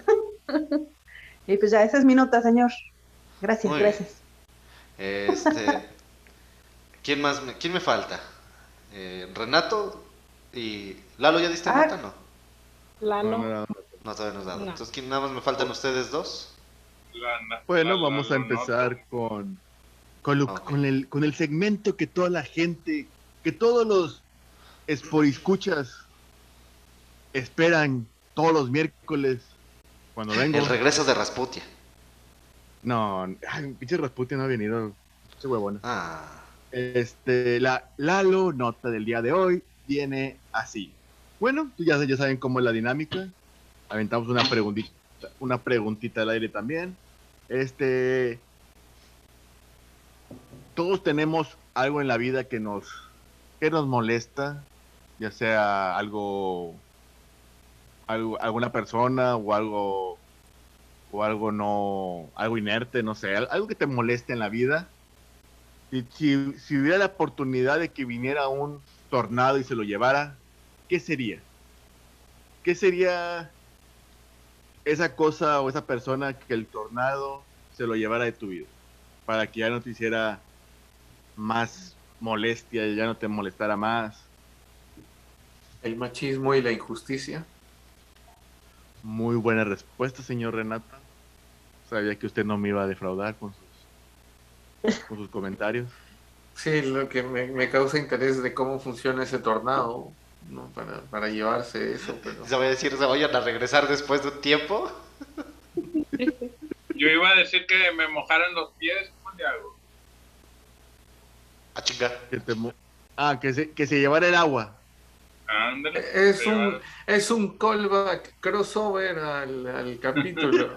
Y pues ya, esa es mi nota, señor. Gracias, Muy bien. gracias. ¿Quién me falta? Renato y Lalo, ¿ya diste Ah. nota? No, Lalo. no todavía nos dado. No. Entonces, ¿quién nada más me faltan ustedes dos? Bueno, vamos a empezar con Ok. con el segmento que toda la gente, que todos los escuchas esperan todos los miércoles cuando vengo. El regreso de Rasputia. No, ay, pinche Rasputin no ha venido. Pinche huevona. Ah, La Lalo nota del día de hoy viene así. Bueno, pues ya saben cómo es la dinámica. Aventamos una preguntita al aire también. Todos tenemos algo en la vida que nos molesta, ya sea alguna persona o algo inerte, no sé, algo que te moleste en la vida. Si hubiera la oportunidad de que viniera un tornado y se lo llevara, ¿qué sería? ¿Qué sería esa cosa o esa persona que el tornado se lo llevara de tu vida? Para que ya no te hiciera más molestia, ya no te molestara más. El machismo y la injusticia. Muy buena respuesta, señor Renato. Sabía que usted no me iba a defraudar con sus comentarios. Sí, lo que me causa interés de cómo funciona ese tornado, ¿no? Para llevarse eso, pero... se va a decir, se vayan a regresar después de un tiempo. Yo iba a decir que me mojaran los pies, ¿cómo le hago? A chingar. Que se llevara el agua. Ándale. Es un callback crossover al capítulo.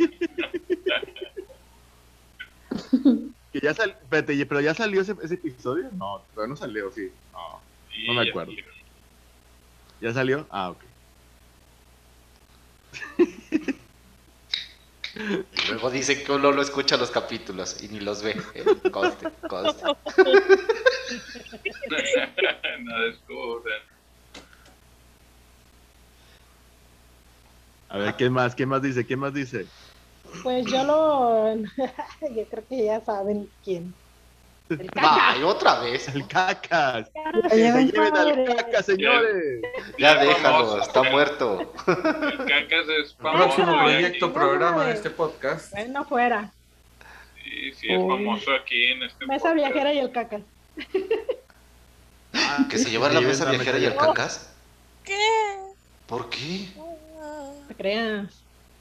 Que ya espérate, pero ya salió ese episodio. No, todavía no salió, sí. No me acuerdo. ¿Ya salió? Ah, ok. Y luego dicen que uno lo escucha los capítulos y ni los ve. Conste. No descubren. A ver, ¿quién más dice? Pues yo creo que ya saben quién. El caca. ¡Ay, otra vez! El Cacas. Ya Se llegó el lleven al padre. Cacas, señores. Ya déjalo, está muerto. El Cacas es famoso. Próximo y proyecto, aquí- programa de este podcast. Bueno, fuera. Sí, sí, es famoso aquí en este Mesa podcast. viajera y el caca. ¿Que se lleva la mesa viajera y el cacas? ¿Qué? ¿Por qué? ¿Te creas?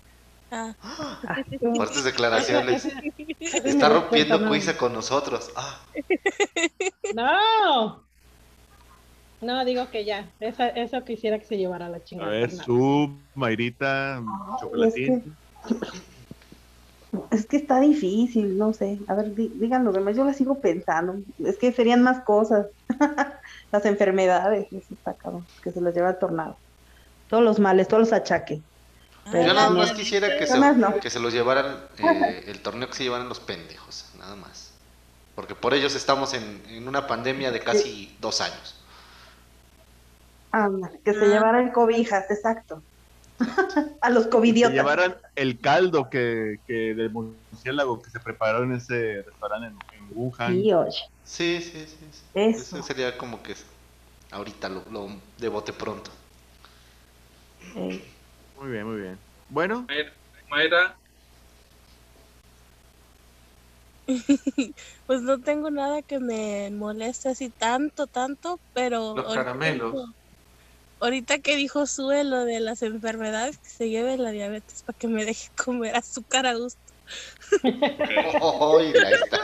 Fuertes declaraciones. Ese Está me rompiendo cuenta, cuisa con nosotros. No. No, digo que ya. Eso quisiera que se llevara a la A chingada. ver, Fernanda. su Mayrita, chocolatín. Es que está difícil, no sé. A ver, digan los demás, yo la sigo pensando. Es que serían más cosas. Las enfermedades, eso está cabrón, que se las lleva el tornado. Todos los males, todos los achaques. Yo nada más quisiera que Además, no. que se los llevaran, el torneo que se llevaran los pendejos, nada más. Porque por ellos estamos en una pandemia de casi 2 años. Ándale, que se llevaran cobijas, exacto. A los Que covidiotas. llevaran el caldo del murciélago que se preparó en ese restaurante en Wuhan. Sí, oye. Sí. Eso. Eso sería como que ahorita lo de bote pronto. Muy bien. Bueno, Mayra, Pues no tengo nada que me moleste así tanto, pero Los caramelos. ahorita que dijo Sue lo de las enfermedades, que se lleve la diabetes para que me deje comer azúcar a gusto. Ahí está.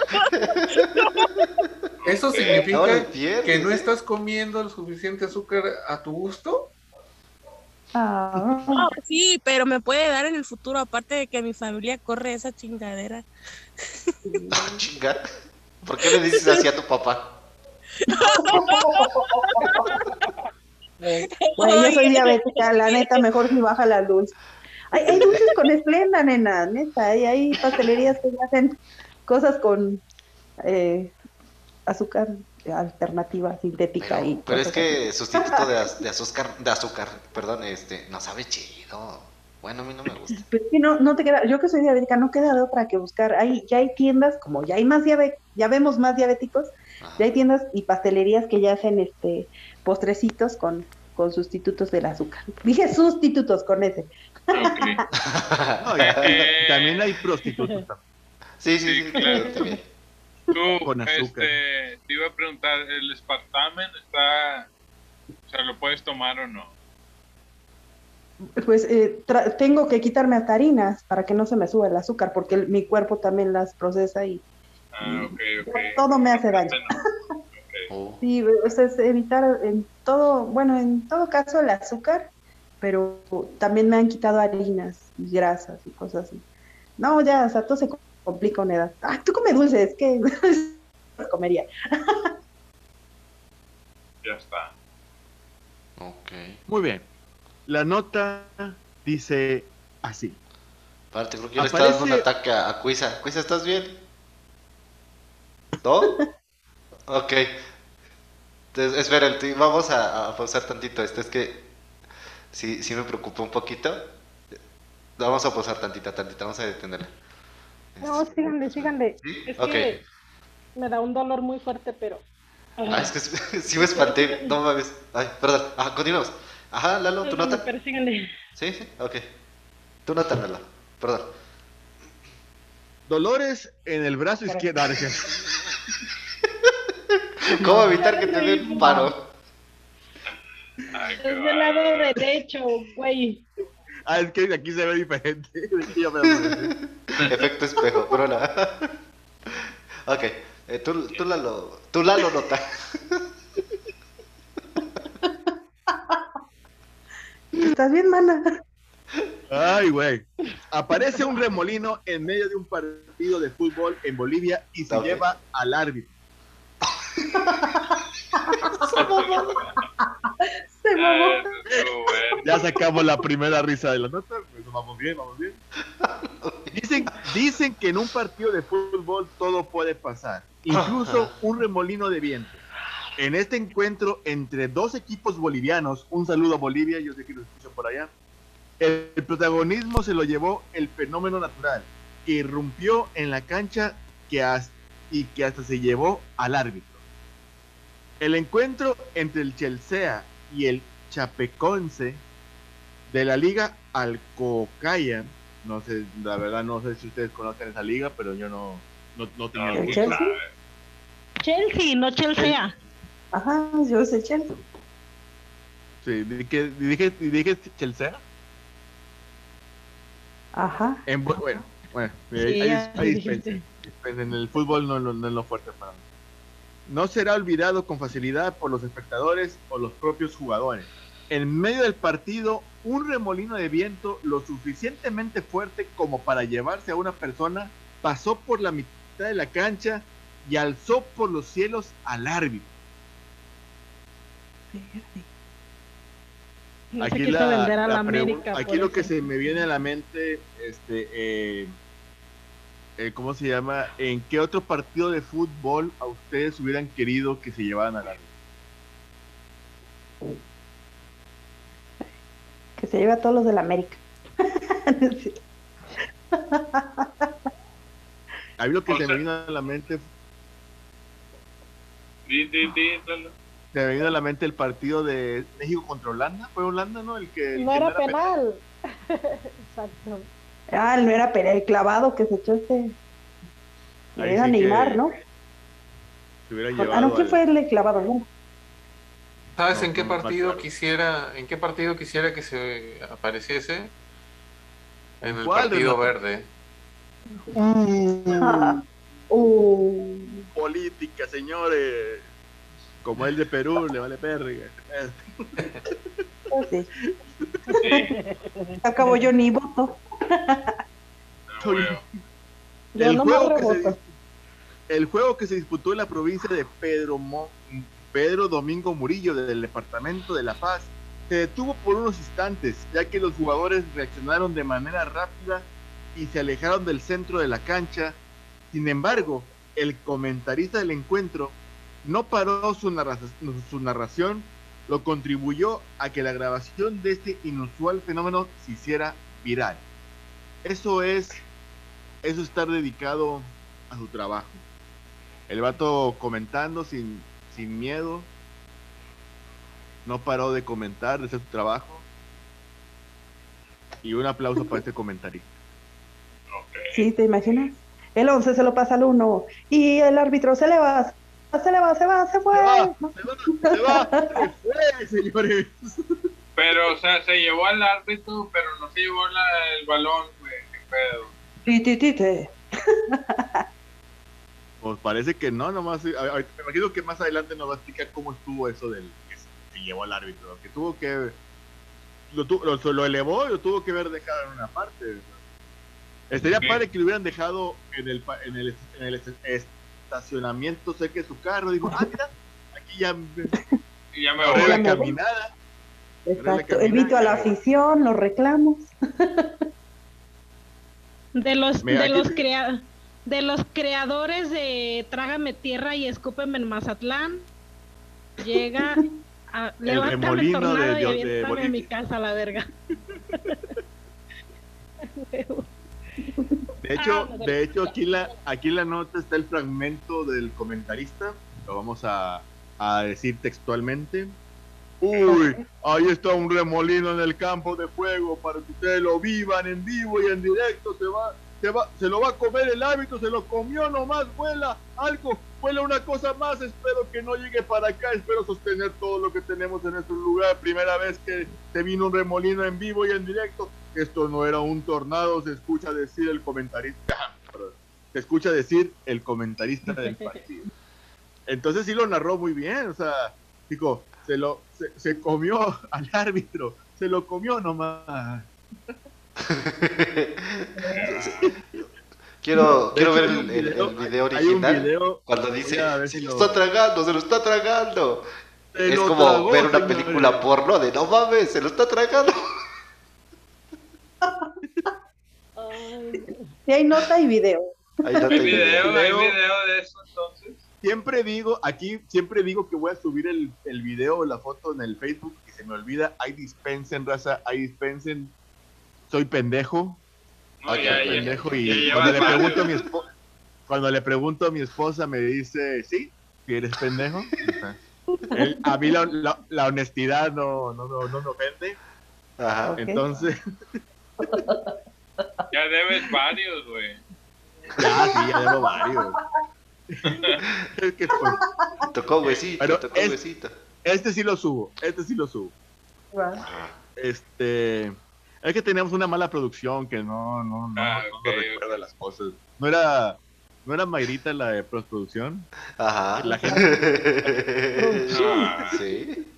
¿Eso Ahora significa entiendes. que no estás comiendo el suficiente azúcar a tu gusto? Ah, No, sí, pero me puede dar en el futuro, aparte de que mi familia corre esa chingadera. Chinga. ¿Por qué le dices así a tu papá? bueno, yo soy diabética, la neta, mejor si baja la luz. Hay dulces con esplenda, nena, neta. Hay pastelerías que hacen cosas con azúcar alternativa, sintética. Pero es cosas que así. sustituto de azúcar, perdón, no sabe chido. Bueno, a mí no me gusta. Pero es que no te queda, yo que soy diabética, no queda de otra que buscar. Ya hay tiendas, como ya hay más ya vemos más diabéticos, ya hay tiendas y pastelerías que ya hacen postrecitos con sustitutos del azúcar. Dije sustitutos con ese. ok. no, también hay prostitutas. Sí, claro. también. Tú, Con azúcar. te iba a preguntar, ¿el Spartamen está, o sea, lo puedes tomar o no? Pues tengo que quitarme hasta harinas para que no se me suba el azúcar, porque mi cuerpo también las procesa y Ok. todo me hace daño. No. Oh. Sí, o sea, es evitar en todo caso el azúcar, pero también me han quitado harinas y grasas y cosas así. No, ya, o sea, todo se complica una edad. Ah, tú come dulces, que comería. Ya está. Ok. Muy bien. La nota dice así. Aparte, creo que yo le estaba dando un Aparece- ataque a Cuisa. Cuisa, ¿estás bien? ¿No? Ok. Entonces, espera, vamos a pausar tantito esto. Es que sí me preocupó un poquito. Vamos a pausar tantita. Vamos a detenerla. No, síganle. ¿Sí? Es Ok. que me da un dolor muy fuerte, pero... Es que sí me espanté. No mames. Ay, perdón. Continuamos. Ajá, Lalo, ¿tu nota? Pero síganle. Sí, ok. Tu nota, Lalo. Perdón. Dolores en el brazo izquierdo. No, es cierto. ¿Cómo evitar que te dé un paro? Ay, qué Es del lado bárbaro. derecho, güey. Es que aquí se ve diferente. Aquí yo me- Efecto espejo, pero nada. Ok, tú Lalo nota. ¿Estás bien, mana? Ay, güey. Aparece un remolino en medio de un partido de fútbol en Bolivia y se Ok. lleva al árbitro. Se mamó. Estuvo bueno. Ya sacamos la primera risa de la nota, pues vamos bien, vamos bien. Dicen que en un partido de fútbol todo puede pasar, incluso un remolino de viento. En este encuentro entre dos equipos bolivianos, un saludo a Bolivia, yo sé que lo escuchan por allá, el protagonismo se lo llevó el fenómeno natural, que irrumpió en la cancha y que hasta se llevó al árbitro. El encuentro entre el Chelsea y el Chapecoense de la Liga Alcocaya, no sé, la verdad no sé si ustedes conocen esa liga, pero yo no tenía ¿El Chelsea? Chelsea, no Chelsea. Ajá, yo sé Chelsea. Sí, dije Chelsea. Ajá. Bueno, Sí, ahí dispensen. En el fútbol no es lo fuerte para mí. No será olvidado con facilidad por los espectadores o los propios jugadores. En medio del partido, un remolino de viento lo suficientemente fuerte como para llevarse a una persona pasó por la mitad de la cancha y alzó por los cielos al árbitro. No se quiso vender a la América. Aquí lo que se me viene a la mente, ¿cómo se llama? ¿En qué otro partido de fútbol a ustedes hubieran querido que se llevaran al árbitro? Que se lleve a todos los de la América. A mí lo que se me vino a la mente se me vino a la mente el partido de México contra Holanda. Fue Holanda, ¿no? No era penal. Exacto. Ah, no era penal, el clavado que se echó era sí Neymar, ¿no? Se hubiera llevado Ah, no, ¿quién fue el clavado? ¿No? ¿Sabes en qué no partido quisiera que se apareciese? En el ¿Cuál, partido Renato? verde. Política, señores. Como el de Perú, le vale perga. Pues sí. Al cabo yo ni voto. Yo no me reboto. El juego que se disputó en la provincia de Pedro Domingo Murillo del departamento de La Paz se detuvo por unos instantes, ya que los jugadores reaccionaron de manera rápida y se alejaron del centro de la cancha. Sin embargo, el comentarista del encuentro no paró su narración, lo contribuyó a que la grabación de este inusual fenómeno se hiciera viral. Eso es estar dedicado a su trabajo. El vato comentando sin miedo, no paró de comentar, de hacer su trabajo. Y un aplauso para este comentarista. Sí, ¿te imaginas? El 11 se lo pasa al 1 y el árbitro se va, se fue, señores. Pero, o sea, se llevó al árbitro, pero no se llevó el balón, güey, qué pedo. Pues parece que no, nomás. Me imagino que más adelante nos va a explicar cómo estuvo eso del que se llevó al árbitro. Que tuvo que. Lo elevó y lo tuvo que haber dejado en una parte. Estaría padre que lo hubieran dejado en el estacionamiento cerca de su carro. Digo, mira, aquí ya me voy voy. la caminada. Exacto, invito a la afición, los reclamos. De los creadores de Trágame Tierra y Escúpeme en Mazatlán, llega a levántame el tornado y aviéntame en mi casa a la verga. De hecho aquí en la nota está el fragmento del comentarista. Lo vamos a decir textualmente. Uy, ahí está un remolino en el campo de fuego para que ustedes lo vivan en vivo y en directo. Se lo va a comer el árbitro, se lo comió nomás, vuela una cosa más. Espero que no llegue para acá, espero sostener todo lo que tenemos en nuestro lugar. Primera vez que se vino un remolino en vivo y en directo. Esto no era un tornado, se escucha decir el comentarista. Se escucha decir el comentarista del partido. Entonces sí lo narró muy bien, o sea, dijo, se comió al árbitro, se lo comió nomás. Quiero ver el video original. Hay un video, cuando dice, se lo está tragando. Es como ver una película porno de no mames, se lo está tragando. Sí, hay nota y video. Ahí no te ¿Hay video de eso entonces? Siempre digo que voy a subir el video o la foto en el Facebook y se me olvida. Ahí dispensen, raza, ahí dispensen. Soy pendejo. No, Soy pendejo y cuando le pregunto a mi esposa me dice, sí, si eres pendejo. O sea, a mí la honestidad no me ofende. Ajá. Okay. Entonces, Ya debes varios, güey. ya debo varios. Es que, pues, Tocó huesito, pero huesito. este sí lo subo. Va. Ajá. Es que teníamos una mala producción que no ok, recuerda las cosas. No era Mayrita la de postproducción. Ajá. La gente. Sí.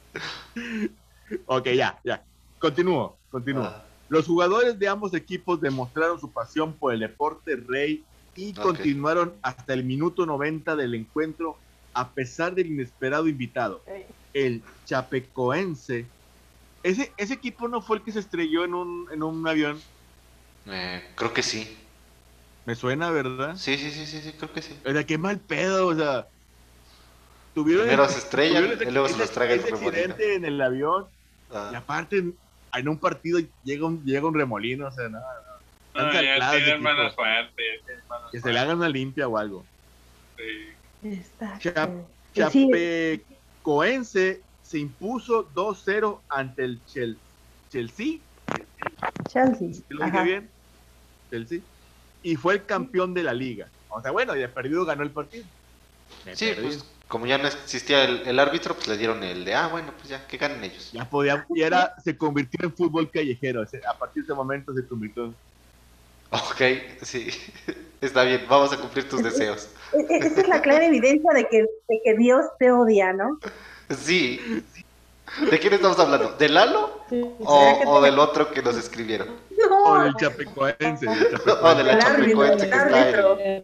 Ok, ya. Continúo. Ah. Los jugadores de ambos equipos demostraron su pasión por el deporte rey y continuaron hasta el minuto 90 del encuentro a pesar del inesperado invitado, el Chapecoense. Ese equipo no fue el que se estrelló en un avión. Creo que sí. Me suena, ¿verdad? Sí, creo que sí. O sea, qué mal pedo, o sea. Primero se estrellan y luego se los traga el ese remolino. accidente en el avión. Ah. Y aparte, en un partido llega un remolino, o sea, nada. No, ya tienen mala suerte. Que se le hagan una limpia o algo. Sí. Exacto. Chapecoense se impuso 2-0 ante el Chelsea. Chelsea. ¿Lo dije bien? Chelsea. Y fue el campeón de la liga. O sea, bueno, y de perdido ganó el partido. Sí, pues como ya no existía el árbitro, pues le dieron el de, bueno, pues ya, que ganen ellos. Ya se convirtió en fútbol callejero. A partir de ese momento se convirtió en... Ok, sí. Está bien, vamos a cumplir tus deseos. Esa es la clara evidencia de que Dios te odia, ¿no? Sí. ¿De quién estamos hablando? ¿De Lalo? Sí. ¿O del otro que nos escribieron? O No. del Chapecoense. O de la Chapecoense que está en...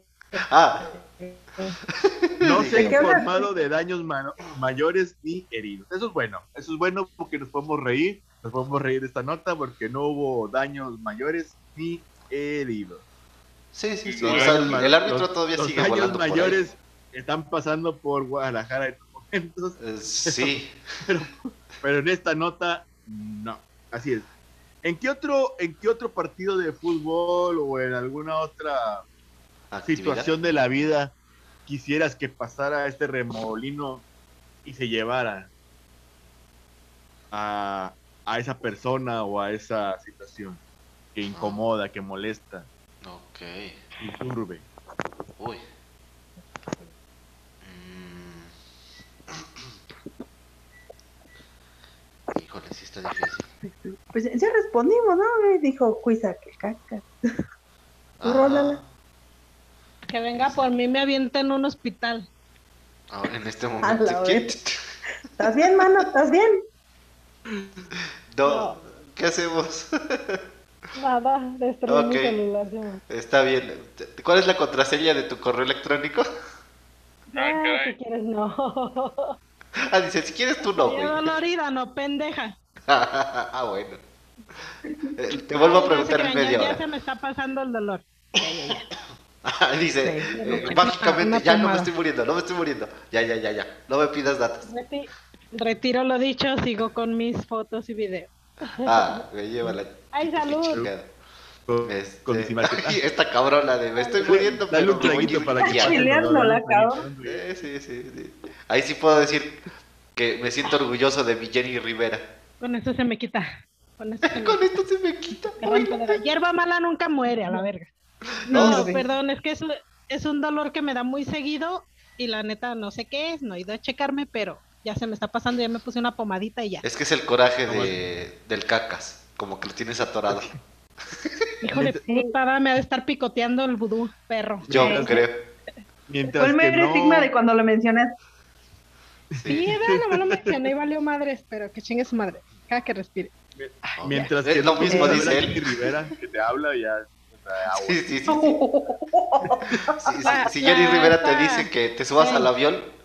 No se ha ¿De qué hablas? informado de daños mayores ni heridos. Eso es bueno porque nos podemos reír de esta nota porque no hubo daños mayores ni heridos. Sí. O sea, el árbitro todavía sigue volando por ahí. Los daños mayores están pasando por Guadalajara en estos momentos. Sí. Pero en esta nota, no. Así es. ¿En qué otro partido de fútbol o en alguna otra situación de la vida quisieras que pasara este remolino y se llevara a esa persona o a esa situación que incomoda, que molesta, Ok. que turbe? Uy. Híjole, sí está difícil. Pues ya respondimos, ¿no? Dijo Cuisa que caca. Tú rólala. Que venga por mí, me avienta en un hospital. Ahora en este A momento. la vez. ¿Estás bien, mano? ¿Estás bien? No. ¿Qué hacemos? Nada, destruí mi Ok. celular. Ya. Está bien. ¿Cuál es la contraseña de tu correo electrónico? Si quieres, no. Dice, si quieres tú no, Qué güey. dolorida, no pendeja. Bueno. Te vuelvo a No, preguntar no en se crean, media ya hora. se me está pasando el dolor. Dice, Sí. mágicamente, Una ya no me pomada. estoy muriendo. Ya. No me pidas datos. Retiro lo dicho, sigo con mis fotos y videos. Me lleva la... ¡Ay, salud! chingada. Con encimate. Ay, esta cabrona de me estoy muriendo, Dale pero un me voy traguito para que ya. pase el dolor, Chileándola, dale un traguito. cabrón. Sí. Ahí sí puedo decir que me siento orgulloso de mi Jenny Rivera. Con eso se me quita. Con eso se me Con esto se me quita. La hierba mala nunca muere, a la verga. No, No, perdón, es que es un dolor que me da muy seguido y la neta no sé qué es, no he ido a checarme, pero ya se me está pasando, ya me puse una pomadita y ya. Es que es el coraje del cacas, como que lo tienes atorado. Híjole, puta, me ha de estar picoteando el vudú, perro. Yo creo. Mientras Fue el que mero estigma de cuando lo mencionas. Sí, no lo mencioné y valió madres, pero que chingue su madre, cada que respire. Mientras Es que lo mismo, te dice habla él. Jenny Rivera, que te habla ya. O sea, agua. Sí. Si Jenny Rivera te dice que te subas al avión,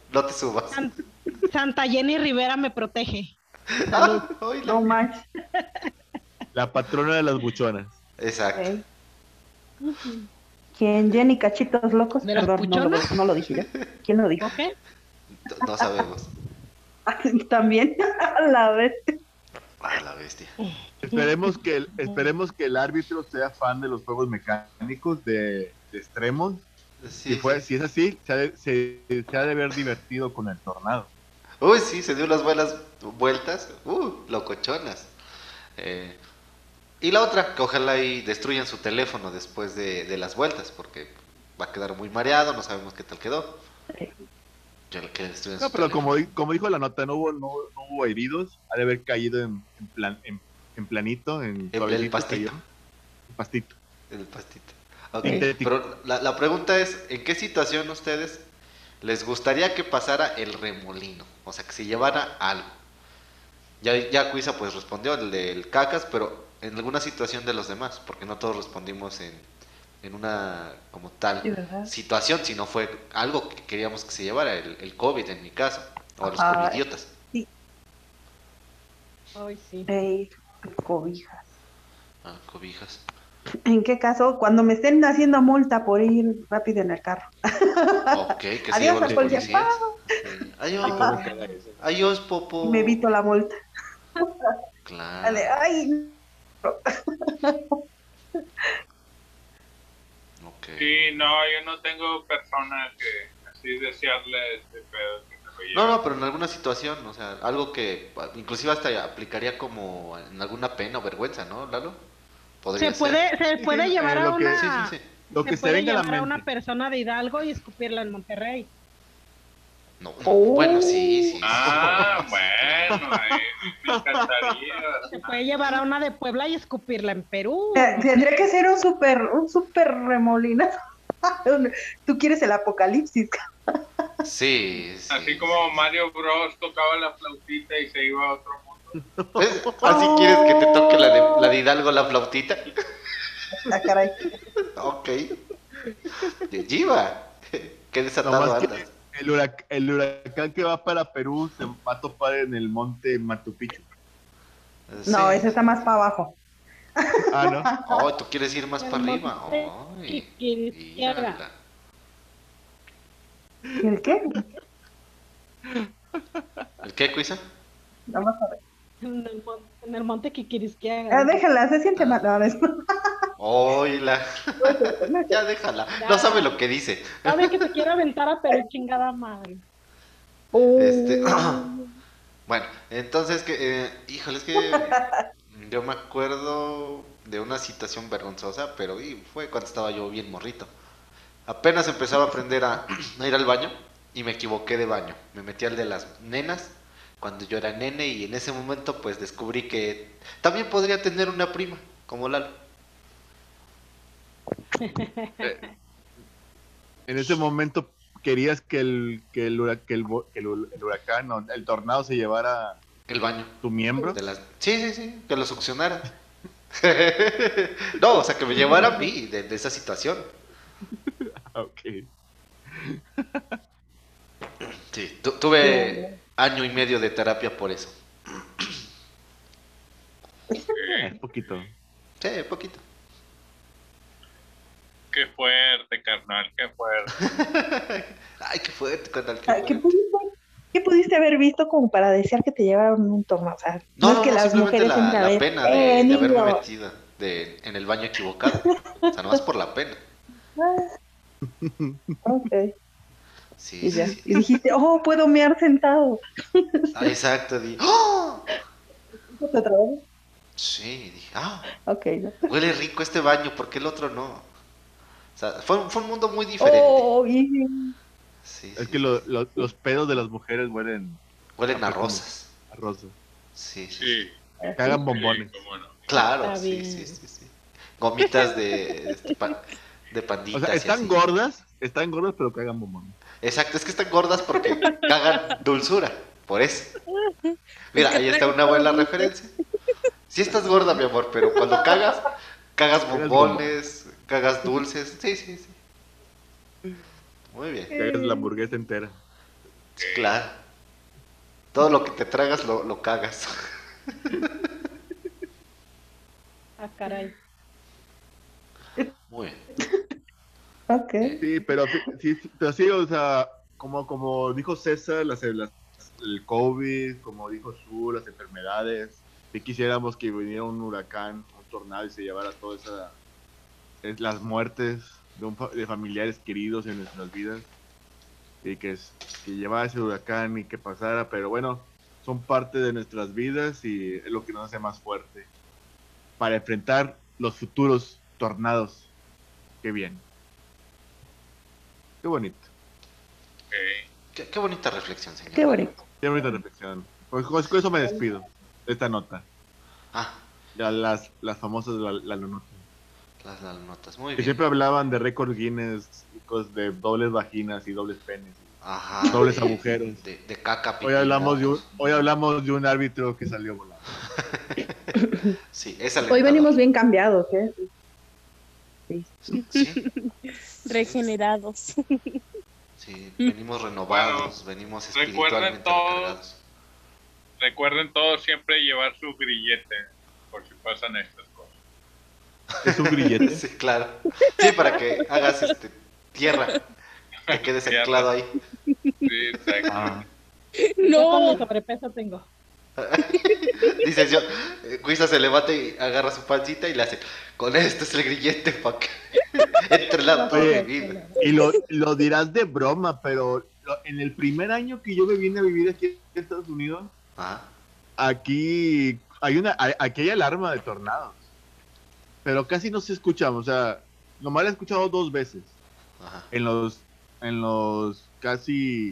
No te subas. Santa Jenny Rivera me protege. Oíla. No manches. La patrona de las buchonas. Exacto. Ok. ¿Quién? Jenny Cachitos Locos. ¿De las Perdón, puchonas? no lo dije yo. ¿Quién lo dijo? ¿Ok? No sabemos. También. A la vez. Ah, la bestia. Esperemos que el árbitro sea fan de los juegos mecánicos de extremos. Sí, Si es así, se ha de haber divertido con el tornado. Uy, sí, se dio unas buenas vueltas. Locochonas. Y la otra, que ojalá y destruyan su teléfono después de las vueltas, porque va a quedar muy mareado, no sabemos qué tal quedó. Que destruyan No, su pero teléfono. como dijo la nota, no hubo heridos, ha de haber caído en planito, en El suavecito, pastito. cayó. En pastito. El pastito. Ok, Sintético. pero la pregunta es, ¿en qué situación ustedes les gustaría que pasara el remolino? O sea, que se llevara algo. Ya Cuisa pues respondió el del cacas, pero en alguna situación de los demás, porque no todos respondimos en una como tal Sí, ¿verdad? situación, sino fue algo que queríamos que se llevara, el COVID en mi caso, o los Ajá. covidiotas. Ay, sí. Ey, cobijas. Cobijas. ¿En qué caso? Cuando me estén haciendo multa por ir rápido en el carro. Ok, que se Adiós, llevan los policía. policías. Ok. Adiós. Adiós, Popo. Y me evito la multa. Claro. Ay, Ok. Sí, no, yo no tengo personas que así desearle este pedo que se lo lleve. No, pero en alguna situación, o sea, algo que inclusive hasta aplicaría como en alguna pena o vergüenza, ¿no, Lalo? Podría Se puede Sí, llevar a lo que- una... Sí, sí. Lo que se puede venga a la llevar a una mente. persona de Hidalgo y escupirla en Monterrey. No, Oh. bueno, sí. Ah, Sí, bueno, me encantaría. Se puede llevar a una de Puebla y escupirla en Perú. tendría que ser un super remolino. Tú quieres el apocalipsis. Sí. Así como Mario Bros tocaba la flautita y se iba a otro mundo. ¿Así quieres que te toque la de Hidalgo, la flautita? Ah, caray. Ok. Giva. Qué desatado Nomás que andas. el huracán que va para Perú se va a topar en el monte Machu Picchu. No, Sí. ese está más para abajo. Ah, ¿no? Oh, tú quieres ir más El para arriba. monte Ay, que quieres que haga. mírala. ¿El qué? ¿El qué, Cuisa? Vamos a ver. En el monte que quieres que haga. Déjala, se siente mal. No, Oíla. Ya déjala. No sabe lo que dice. Sabe que te quiero aventar a Perú, chingada madre. Este, bueno, entonces híjole, es que yo me acuerdo de una situación vergonzosa, pero fue cuando estaba yo bien morrito. Apenas empezaba a aprender a ir al baño y me equivoqué de baño. Me metí al de las nenas cuando yo era nene y en ese momento pues descubrí que también podría tener una prima, como Lalo. En ese momento querías que el huracán, no, el tornado se llevara El baño. tu miembro. Sí, que lo succionara. No, o sea, que me llevara a mí de esa situación. Ok. Sí, tuve año y medio de terapia por eso. Poquito. Sí, poquito. Qué fuerte, carnal, qué fuerte. Ay, qué fuerte, carnal, qué Ay, fuerte. ¿Qué pudiste haber visto como para desear que te llevaran un torno? O sea, no, es que las simplemente mujeres entren a la ver, pena de haberme niño. metido en el baño equivocado. O sea, nomás por la pena. Ok. Sí, Y, ya. sí. Y dijiste, oh, puedo mear sentado. Ah, exacto, ¡oh! ¿Otra vez? Sí, dije, Ok, ¿no? huele rico este baño, ¿por qué el otro no? O sea, fue un mundo muy diferente. Oh, y... Sí, Es sí, que los pedos de las mujeres huelen huelen a rosas. a rosas. Sí, sí. Sí, Cagan bombones. cómo no. Claro, Está sí, bien. sí. Gomitas de O panditas. sea, y están así. gordas, pero cagan bombones. Exacto, es que están gordas porque cagan dulzura, por eso. Mira, ahí está una buena referencia. Sí estás gorda, mi amor, pero cuando cagas bombones, cagas dulces. Sí. Muy bien. Cagas la hamburguesa entera. Claro. Todo lo que te tragas lo cagas. Ah, caray. Muy bien. Ok. Sí, pero sí, o sea, como dijo César, el COVID, como dijo Su, las enfermedades, si quisiéramos que viniera un huracán, un tornado y se llevara todas las muertes de familiares queridos en nuestras vidas, y que llevara ese huracán y que pasara, pero bueno, son parte de nuestras vidas y es lo que nos hace más fuerte para enfrentar los futuros tornados que vienen. Qué bonito. Qué bonita reflexión, señor. Qué bonito. Qué bonita reflexión. Pues con eso me despido de esta nota. Ah, Ya las famosas la notas. las notas. Muy Que bien. siempre hablaban de récord Guinness, cosas de dobles vaginas y dobles penes. Ajá. dobles agujeros. De caca. Hoy hablamos de un árbitro que salió volando. Sí, es Hoy alentador. venimos bien cambiados, ¿eh? Sí. Sí, Regenerados. sí, venimos renovados, venimos espiritualmente recargados. Recuerden todos siempre llevar su grillete por si pasan estas cosas. Es un grillete. Sí, claro. Sí, para que hagas tierra, que quedes Tierra. anclado ahí. Sí, exacto. Ah, Yo con No, el sobrepeso tengo. Dices yo, Guisa se levanta y agarra su pancita y le hace, con esto es el grillete para que entre la Oye, vida. y lo dirás de broma, pero en el primer año que yo me vine a vivir aquí en Estados Unidos, Ajá. aquí hay alarma de tornados, pero casi no se escucha, o sea, nomás la he escuchado 2 veces Ajá. en los casi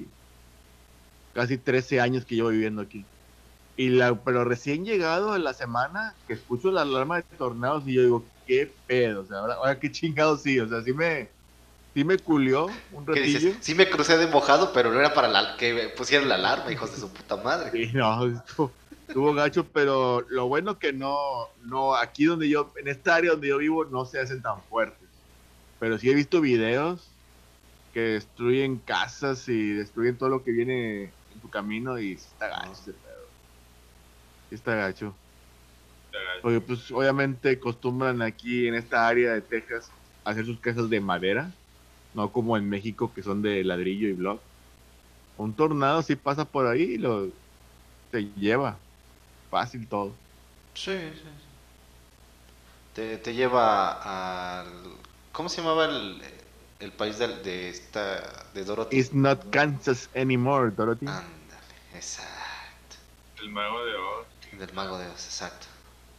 13 años que llevo viviendo aquí. Pero recién llegado en la semana que escucho la alarma de tornados y yo digo, qué pedo, o sea, ahora qué chingado sí, o sea, sí me culió un ¿Qué ratillo. dices? Sí me crucé de mojado, pero no era para que pusieran la alarma, hijos de su puta madre. Sí, no, estuvo gacho, pero lo bueno que no, aquí en esta área donde yo vivo no se hacen tan fuertes. Pero sí he visto videos que destruyen casas y destruyen todo lo que viene en tu camino y sí está gacho ese pedo. Sí está gacho. Porque pues obviamente acostumbran aquí en esta área de Texas a hacer sus casas de madera, no como en México que son de ladrillo y block. Un tornado sí pasa por ahí y te lleva fácil todo. Sí, sí, sí. Te lleva al... ¿Cómo se llamaba el país de Dorothy? It's not Kansas anymore, Dorothy. Ándale, exacto. El mago de Oz. Del mago de Oz, exacto.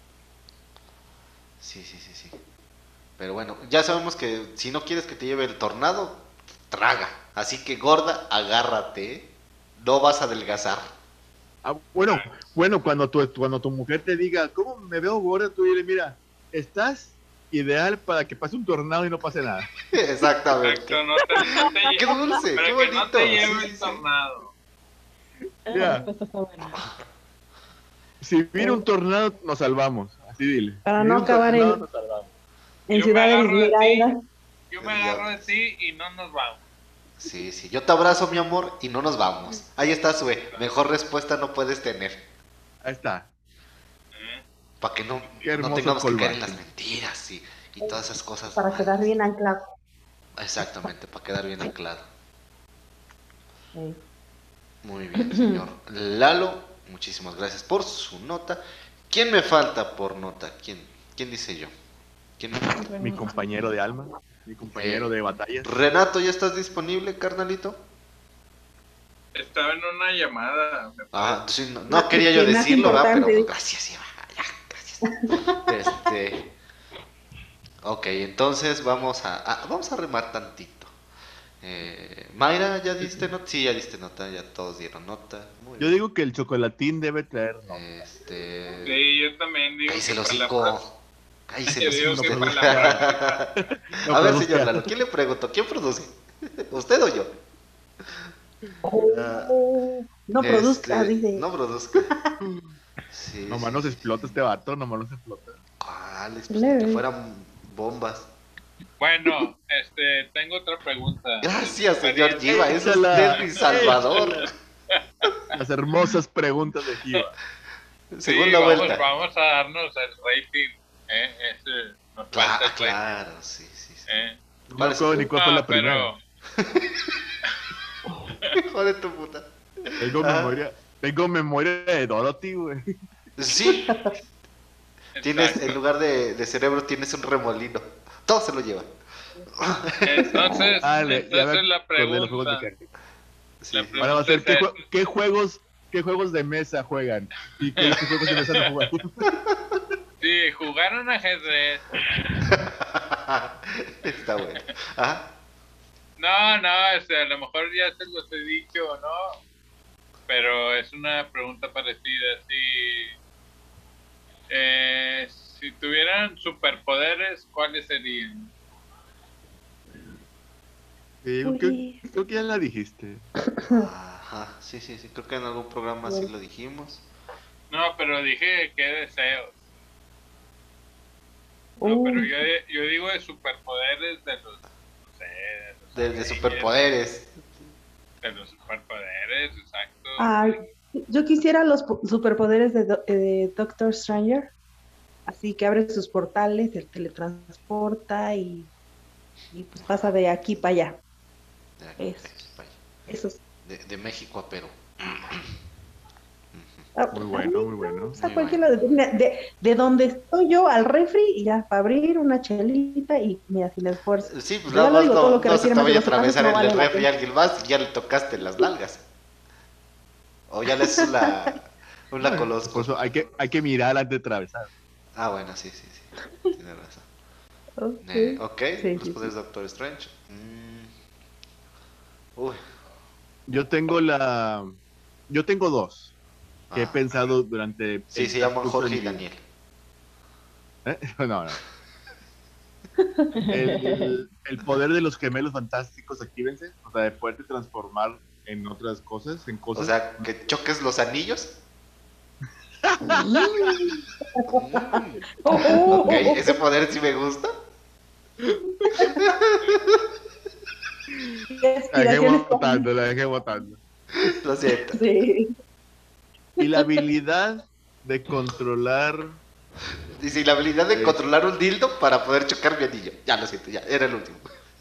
Sí. Pero bueno, ya sabemos que si no quieres que te lleve el tornado, traga. Así que gorda, agárrate, ¿eh? No vas a adelgazar. Ah, bueno, cuando tu mujer te diga, ¿cómo me veo gorda? Tú dile, mira, estás ideal para que pase un tornado y no pase nada. Exactamente. Exacto, no te Qué dulce, pero qué que bonito. no te lleve Sí, el sí. tornado. La Ya. respuesta está buena. Si viene un tornado, nos salvamos. Así dile. Para Si no viene un acabar tornado, en- nos salvamos. En Yo Ciudad me de agarro de Esmeralda. Yo me agarro de ti y no nos vamos. Sí, yo te abrazo, mi amor, y no nos vamos. Ahí está, Sue. Mejor respuesta no puedes tener. Ahí está. Para que no Qué hermoso tengamos que caer en callback. las mentiras y todas esas cosas. Para malas. quedar bien anclado. Exactamente, para quedar bien anclado. Sí. Muy bien, señor Lalo. Muchísimas gracias por su nota. ¿Quién me falta por nota? ¿Quién dice yo? ¿Quién me falta? Mi compañero de alma, mi compañero de batalla. Renato, ¿ya estás disponible, carnalito? Estaba en una llamada. Ah, sí, no quería yo Que más decirlo, ¿verdad? Pero importante. gracias, Iván, ya, gracias. Ok, entonces vamos a remar tantito. Mayra, ¿ya diste nota? Sí, ya diste nota, ya todos dieron nota. Muy Yo bien. digo que el chocolatín debe traer. No. Sí, yo también digo. Cállese el que para la hocico. Cállese el Yo digo hocico que usted. para la práctica. No A ver, produzca. señor Lalo, ¿quién le preguntó? ¿Quién produce? ¿Usted o yo? No produzca, dice. No produzca. Sí, Nomás sí, nos sí. explota este vato, nomás nos explota. ¿Cuáles? Pues ni que Hello. fueran bombas. Bueno, tengo otra pregunta. Gracias, señor Giva. Eso es Échala, de mi Salvador. Las hermosas preguntas de Giva. Sí, Segunda vuelta. vamos a darnos el rating. Nos falta el rating. Claro, sí. No ¿Cuál es recuerdo el- ni cuál fue la primera. Hijo de tu puta. Tengo memoria de Dorothy, güey. Sí. Tienes, Exacto. en lugar de cerebro, tienes un remolino. Todo se lo lleva. Entonces, Dale, ya me la acordé de los juegos pregunta. mecánicos. Sí. La Ahora va a ser, pregunta es ¿qué juegos de mesa juegan? ¿Y qué juegos de mesa no juegan? sí, jugaron ajedrez. Está bueno. Ajá. No, a lo mejor ya se los he dicho, ¿no? Pero es una pregunta parecida. Si tuvieran superpoderes, ¿cuáles serían? Sí, creo que ya la dijiste. Ajá. Sí. Creo que en algún programa sí lo dijimos. No, pero dije qué deseos. No, pero yo digo de superpoderes de los, no sé, de los De Avengers, superpoderes. de los superpoderes, exacto. Ay, yo quisiera los superpoderes de Doctor Stranger. Así que abre sus portales, se teletransporta y pues pasa de aquí para allá. Eso. Esos. De México a Perú. Muy bueno, muy bueno. O sea, Muy cualquier lado, de donde estoy yo al refri y ya para abrir una chelita y mira, sin esfuerzo. Sí, pues Yo nada ya lo más digo, todo lo que no se requiere te más de vaya a 12 pasos atravesar no en vale el la refri pena. alguien más y ya le tocaste las nalgas. O ya le haces una Por colosco. eso hay que mirar antes de atravesar. Ah, bueno, sí. Tienes razón. Ok, Sí, los sí, poderes de Doctor Strange. Uy. Yo tengo dos que he Ah, pensado durante. sí, el se llaman transcurso Jorge de y mi vida. Daniel. No. El poder de los gemelos fantásticos, actívense. O sea, de poderte transformar en otras cosas, en O cosas. sea, que choques los anillos. Ok, ese poder sí me gusta. La dejé votando. Lo siento. Sí. Y la habilidad de controlar. Y si la habilidad de controlar un dildo para poder chocar mi anillo. Ya lo siento, ya, era el último.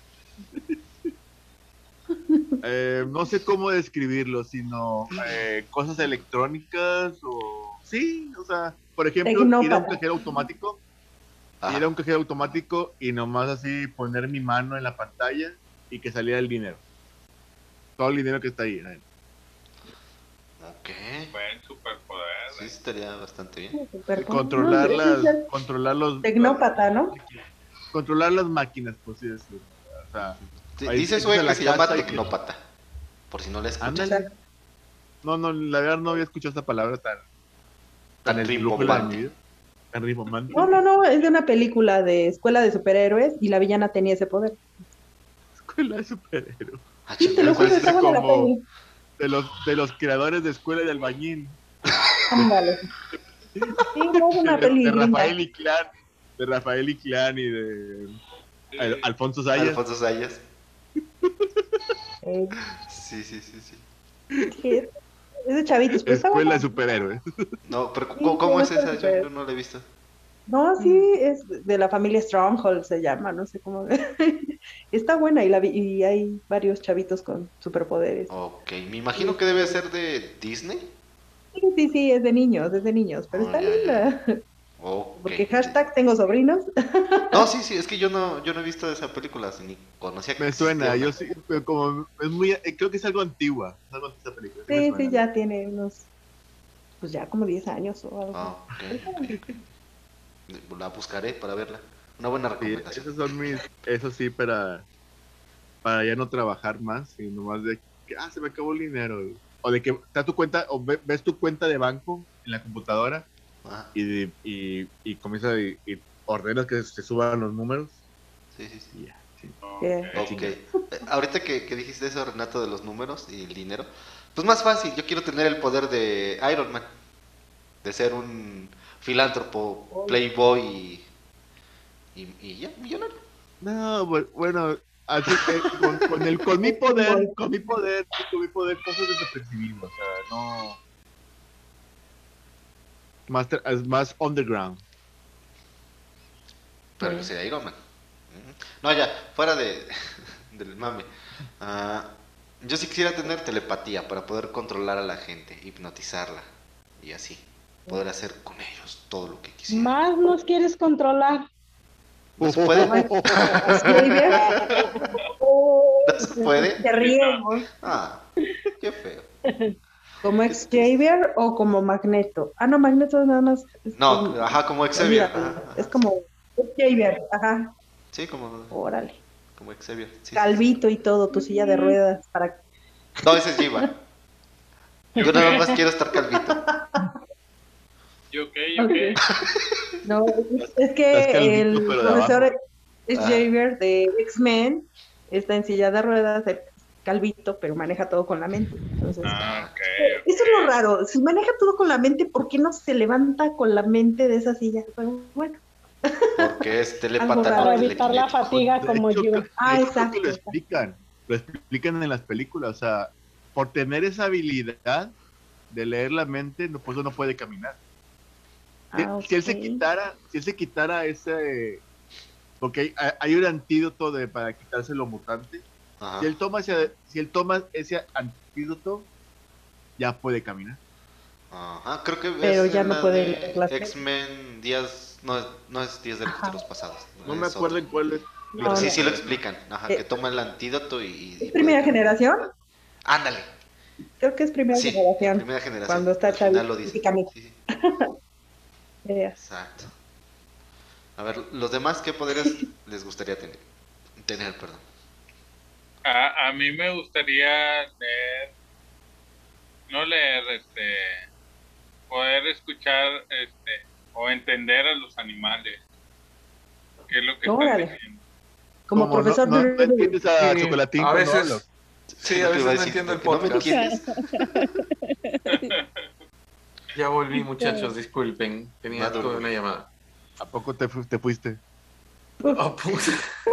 No sé cómo describirlo, sino cosas electrónicas o... Sí, o sea, por ejemplo, ir a un Tecnópata. cajero automático, Ajá. ir a un cajero automático y nomás así poner mi mano en la pantalla y que saliera el dinero. Todo el dinero que está ahí. Ok. Buen superpoder. Sí, estaría bastante bien. Controlar los... Tecnópata, ¿no? Controlar las máquinas, por así decirlo. O sea, ahí Dice entras Sue a la que se llama casa y que- tecnópata. Por si no la escuchas. Ándale. No, la verdad no había escuchado esta palabra tan Tan esdrújula en mi rimbombante. vida. Tan rimbombante. No, es de una película de escuela de superhéroes y la villana tenía ese poder. Escuela de superhéroes. Ah, Sí, te lo juro, chingada. está buena la como- peli. De los creadores de Escuela de Albañil. Ándale. Sí, no, es una peli De linda. Rafael Inclán. De Rafael Inclán y de Alfonso Sayas. Alfonso Sayas. Eh, Sí. sí, es de chavitos, pero está Escuela buena. de superhéroes. No, pero Sí, ¿cómo es sí, esa? sí. Yo no la he visto. No, sí, es de la familia Stronghold, se llama, no sé cómo. Está buena y hay varios chavitos con superpoderes. Ok, me imagino que debe ser de Disney. Sí, es de niños, pero está ya. linda. Ok. Porque hashtag tengo sobrinos. No, sí, es que yo no he visto esa película, ni conocía que Me suena, existía yo una. sí, pero como es muy, creo que es algo antigua. Es algo antigua esa película. me Sí, suena. ya tiene unos, pues ya como 10 años o algo. Ah, ok. La buscaré para verla. Una buena Sí, recomendación. esos son eso sí, para ya no trabajar más y nomás de que, se me acabó el dinero. O de que está tu cuenta, o ves tu cuenta de banco en la computadora Ah, y comienza y ordenas que se suban los números sí. y ya. Sí. Que- Ok. Ahorita que dijiste eso, Renato, de los números y el dinero, pues más fácil. Yo quiero tener el poder de Iron Man. De ser un filántropo, playboy y ya, millonario. No, bueno, así que con mi poder, cosas desapercibidas, o sea, no. Más underground. Pero que sea Iron Man. No, ya, fuera del mame. Yo sí quisiera tener telepatía para poder controlar a la gente, hipnotizarla y así. Poder hacer con ellos todo lo que quisiera. Más nos quieres controlar. ¿No se puede? ¿No se puede? Te riego. Ah, qué feo. ¿Como Xavier o como Magneto? Ah, no, Magneto nada más. No, ajá, como Xavier. Olvídalo. Ajá, ajá. Es como Xavier, ajá. Sí, como Órale. Xavier. Sí, Calvito y todo, tu silla de ruedas para. No, ese es Jiva. Yo nada más quiero estar calvito. ¿Yo qué? No, es que calvito, el pero de profesor abajo. Xavier de X-Men está en silla de ruedas, es calvito, pero maneja todo con la mente. Entonces, Ok. eso es lo raro. Si maneja todo con la mente, ¿por qué no se levanta con la mente de esa silla? Pero bueno. Porque es Algo telepata, raro. no Para evitar la telequinético. fatiga como yo. Creo exacto. que lo explican en las películas, o sea, por tener esa habilidad de leer la mente, no, pues no puede caminar. Si él se quitara ese, porque hay un antídoto para quitarse lo mutante. Ajá. Si él toma ese antídoto, ya puede caminar. Ajá, creo que Pero es ya en no la puede de leer las X-Men Días, no es Días de los Futuros Pasados. No me acuerdo en cuál es. Pero No, sí, no. sí lo explican. Ajá, que toma el antídoto y ¿Es primera generación? Ándale. Creo que es primera Sí, generación. primera generación. Cuando está Al final chavito. lo dice. Y camina. Sí, sí. Veas. Exacto. A ver, los demás, ¿qué poderes les gustaría tener? Perdón. A mí me gustaría poder escuchar, o entender a los animales. ¿Qué es lo que Órale. están diciendo? Como profesor no de... entiendes a Sí, Chocolatín a cuando veces- habla. Sí, Lo a que iba veces no decir, entiendo el porque no me podcast. entiendes. Ya volví, muchachos, disculpen. Tenía Maduro. toda una llamada. ¿A poco te fuiste? Oh, puta.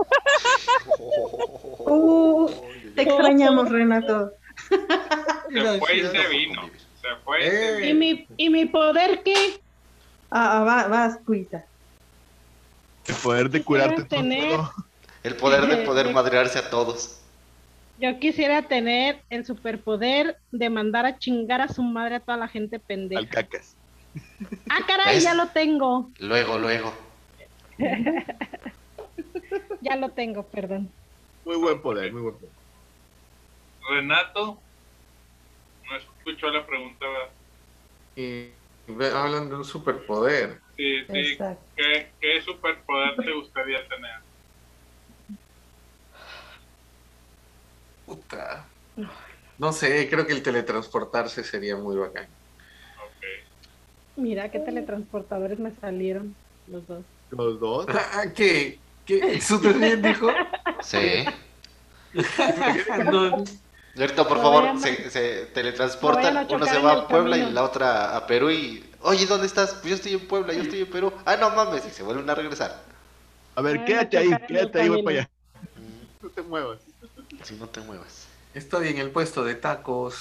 Te extrañamos, Renato. Se fue y se vino. Se fue y se vino. ¿Y mi poder qué? Vas, Cuita. El poder de curarte todo. tener- El poder de poder madrearse a todos. Yo quisiera tener el superpoder de mandar a chingar a su madre a toda la gente pendeja. Al cacas. Ah, caray, ¿Ves? ya lo tengo. Luego. Ya lo tengo, perdón. Muy buen poder, muy buen poder. Renato, no escuchó la pregunta, ¿verdad? Y hablan de un superpoder. Sí. Exacto. ¿Qué superpoder te gustaría tener? Puta. No sé, creo que el teletransportarse sería muy bacán. Ok. Mira qué teletransportadores me salieron los dos. Los dos. ¿Qué? ¿Eso también dijo? Sí. No, Y ahorita, por No favor, vayan a- se no vayan teletransportan. a Uno chocar se en va el a Puebla y camino. la otra a Perú y... Oye, ¿dónde estás? Pues yo estoy en Puebla, yo estoy en Perú. Ah, no mames, y se vuelven a regresar. A ver, Ay, quédate ahí, chocar en el voy camino. para allá. No te muevas. Si no te muevas. estoy en el puesto de tacos.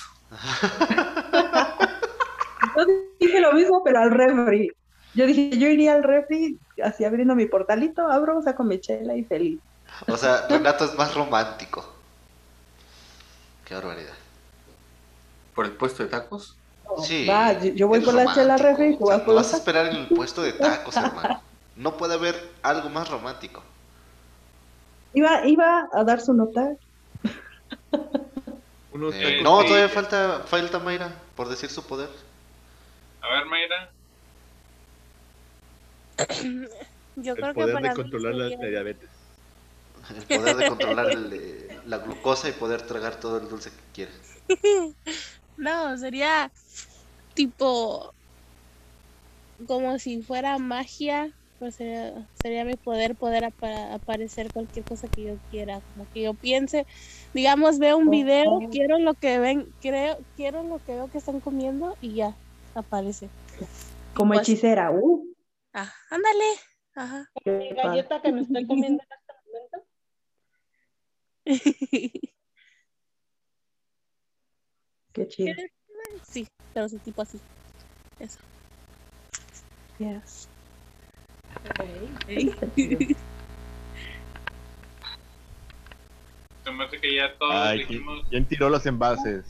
Yo dije lo mismo, pero al refri. Yo dije, yo iría al refri, así abriendo mi portalito, abro, saco mi chela y feliz. O sea, Renato es más romántico. Qué barbaridad. ¿Por el puesto de tacos? Sí. Va, yo voy eres por la chela al romántico. refri, tú O sea, vas no por vas a los esperar en el puesto de tacos, hermano. No puede haber algo más romántico. Iba a dar su nota. Unos Sí. No, sí. todavía falta Mayra por decir su poder. A ver, Mayra. Yo el creo que poder para de mí controlar la sería- diabetes. El poder de controlar la glucosa y poder tragar todo el dulce que quieras. No, sería tipo como si fuera magia, pues sería mi poder aparecer cualquier cosa que yo quiera, como que yo piense, digamos, veo un video, quiero lo que veo que están comiendo y ya aparece. Como Pues- hechicera. Ah, ándale. Ajá. qué Mi padre. galleta que me estoy comiendo en este momento. Qué chido. Sí, pero es tipo así. Eso. Yes. Se me hace que ya todos Ay, dijimos. ¿quién tiró los envases?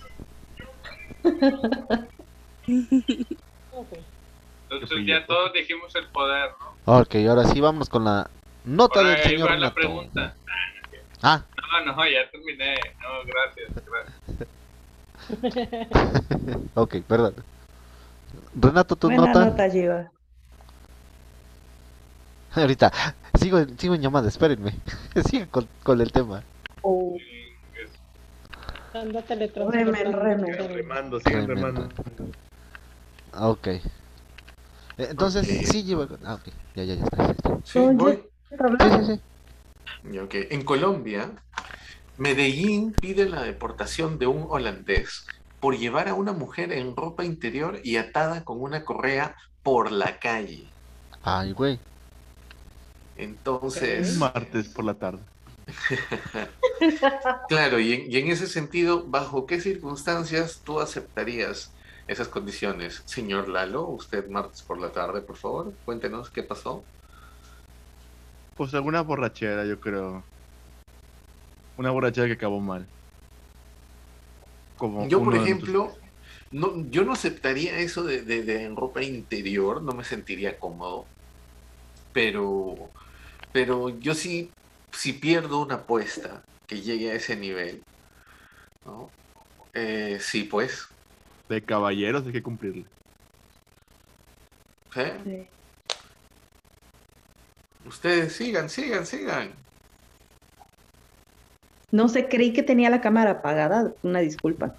Entonces ya todos dijimos el poder, ¿no? Ok, ahora sí vamos con la nota Ahora del ahí señor va la Nato. pregunta. Ah, No, ya terminé. No, gracias. ok, perdón. Renato, tu Buena nota. nota, Giva. Ahorita, sigo en llamada, espérenme. Sigan con el tema. Oh, Anda teletransportando. remen. Sigan remando, sigan remando. Ok. Entonces, Ok. sí lleva. Ah, ok. Ya está. Sí, Oye, voy. ¿está hablando? Sí. Ya, ok. En Colombia, Medellín pide la deportación de un holandés por llevar a una mujer en ropa interior y atada con una correa por la calle. Ay, güey. Entonces, Un martes por la tarde. claro, y en ese sentido, ¿bajo qué circunstancias tú aceptarías esas condiciones? Señor Lalo, usted martes por la tarde, por favor, cuéntenos qué pasó. Pues alguna borrachera, yo creo. Una borrachera que acabó mal. Como Yo, por uno de ejemplo, yo no aceptaría eso de en ropa interior, no me sentiría cómodo, pero yo sí, si pierdo una apuesta que llegue a ese nivel, ¿no? Sí, pues, de caballeros hay que cumplirle. ¿eh? Sí. Ustedes sigan. No sé, creí que tenía la cámara apagada. Una disculpa.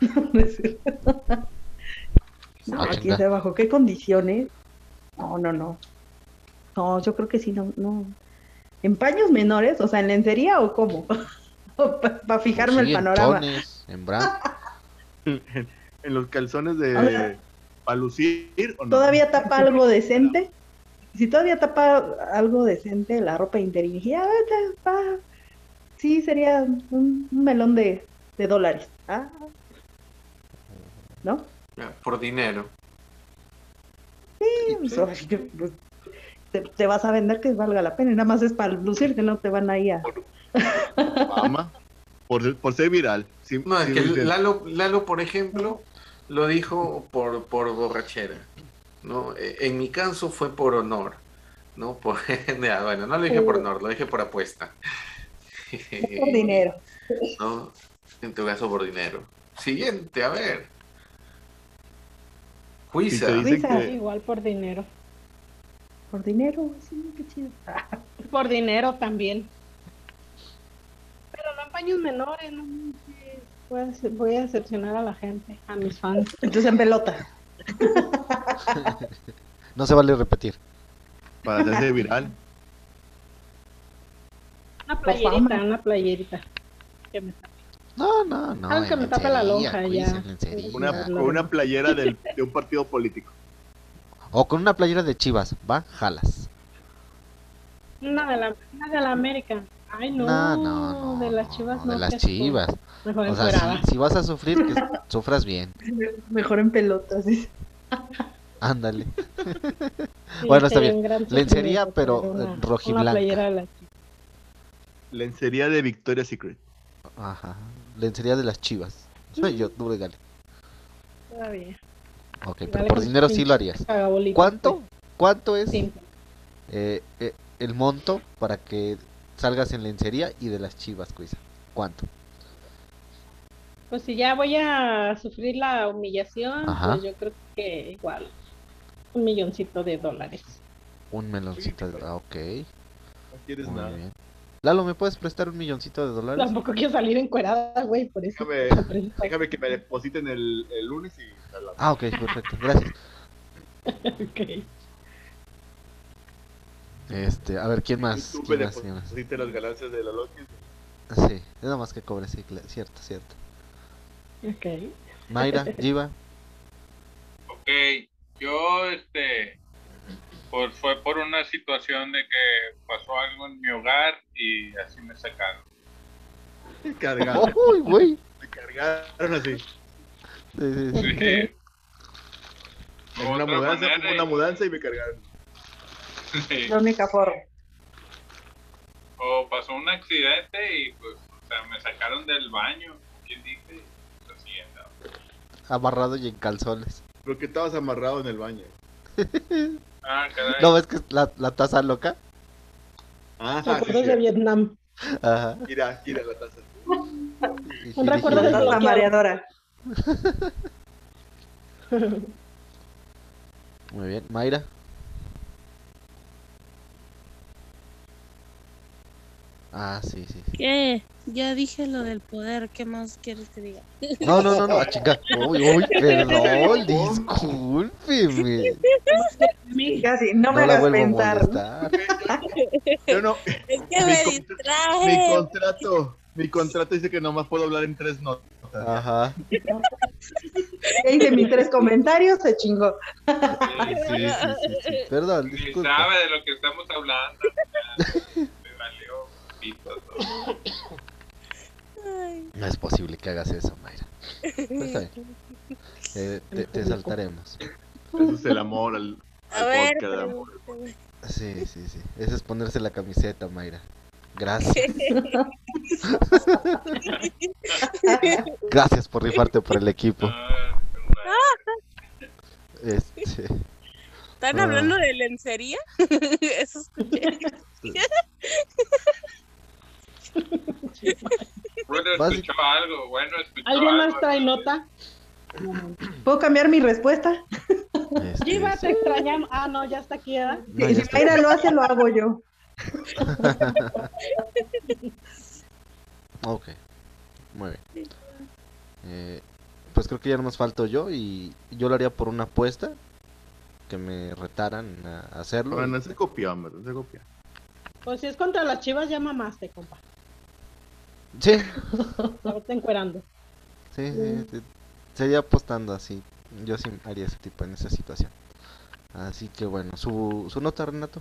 No, aquí chinga. se bajo. ¿Qué condiciones? No. No, yo creo que sí, no. ¿En paños menores? O sea, ¿en lencería o cómo? Para fijarme Sí, el panorama. En tones, en bra. En los calzones O sea, para lucir o no. ¿Todavía tapa algo decente? Si todavía tapa algo decente la ropa interior, ya, sí, sería un melón de dólares. Ah, ¿no? Ya, por dinero. Pues, pues, te vas a vender que valga la pena, y nada más es para lucirte, no te van ahí a... Fama, por ser viral. Sí, No, es sí que lo dicen. Lalo, por ejemplo, lo dijo por borrachera, ¿no? En mi caso fue por honor, ¿no? Ya, bueno, no lo dije por honor, lo dije por apuesta. Es por dinero. ¿No? En tu caso por dinero. Siguiente, a ver. Si Juiza. te dicen Luisa. que Igual por dinero. Por dinero, sí, qué chido. Por dinero también. Pero no en paños menores, no voy a decepcionar a la gente, a mis fans. Entonces en pelota. No se vale repetir. para hacerse viral. Una playerita. Que me tape. No. Algo que me tape la lonja ya. Una playera de un partido político. O con una playera de Chivas, ¿va? Jalas. Una de la América. Ay, no. No. De las Chivas no. De las qué asco. Chivas. Mejor O sea, encuerada. si vas a sufrir, que sufras bien. Mejor en pelotas. ¿Sí? Ándale. Sí, Bueno, está sería bien. un gran Lencería, sufrimiento pero tener una rojiblanca. playera de las Chivas. Lencería de Victoria's Secret. Ajá. Lencería de las Chivas. Soy yo, tú regale. Todavía. Ok, pero Dale por con dinero tus sí lo harías. cagabolitas, ¿Cuánto? ¿Cuánto es pues. Sí. el monto para que salgas en lencería y de las Chivas, Cuisa? ¿Cuánto? Pues si ya voy a sufrir la humillación, Ajá. pues yo creo que igual $1,000,000. Un meloncito de... ok. No quieres Muy nada. bien. Lalo, ¿me puedes prestar $1,000,000? Tampoco quiero salir encuerada, güey, por eso. Déjame que me depositen el lunes y... Ah, ok, perfecto. Gracias. Ok. A ver, ¿quién más? YouTube ¿Quién me más? ¿Quién más? deposite las ganancias de la Loki. Sí, es nada más que cobre, sí, cierto. Ok. Mayra, Jiva. Ok, yo, pues fue por una situación de que pasó algo en mi hogar y así me sacaron. Cargaron. ¡Uy, güey! Me cargaron así. Sí. Sí. En una Otra mudanza, manera, hubo una mudanza y me cargaron. Sí. La única forma. O pasó un accidente y pues, o sea, me sacaron del baño. ¿Quién dice? Así andaba. Amarrado y en calzones. Pero que estabas amarrado en el baño. Ah, caray. ¿No ves que es la taza loca? Ah, Recuerdos de Vietnam. Ajá. Mira la taza. Un recuerdo Dije, de- La mareadora. muy bien, Mayra. Ah, sí. ¿Qué? Ya dije lo del poder, ¿qué más quieres que diga? No, chica. Uy, perdón, discúlpeme. Casi, no me No la hagas vuelvo a pensar. molestar. Yo no. Es que me distraje. Mi contrato dice que nomás puedo hablar en 3 notas. Ajá. Ya hice mis 3 comentarios, se chingó. Sí. Perdón, Ni disculpa. sabe de lo que estamos hablando. Ya, me valió pito todo. Ay, No es posible que hagas eso, Mayra. Pero está bien. Te saltaremos. Eso es el amor al a ver, podcast de amor. pregúntame. Sí. Eso es ponerse la camiseta, Mayra. Gracias. Gracias por rifarte por el equipo. Ah, ¿Están hablando de lencería? Eso escuché. bueno, escuchó algo. Bueno, escuchó ¿Alguien algo. más trae nota? ¿Puedo cambiar mi respuesta? Jiva, te extrañamos. Ah, no, ya está aquí, ¿verdad? No, Si ya está. Mayra lo hace, lo hago yo. Ok, muy bien. Pues creo que ya no más falto yo y yo lo haría por una apuesta que me retaran a hacerlo. Bueno, se copió, hombre, se copió. Pues si es contra las Chivas, ya mamaste, compa. Sí, Ahorita encuerando. sí, sería apostando así. Yo sí haría ese tipo en esa situación. Así que bueno, su nota, Renato.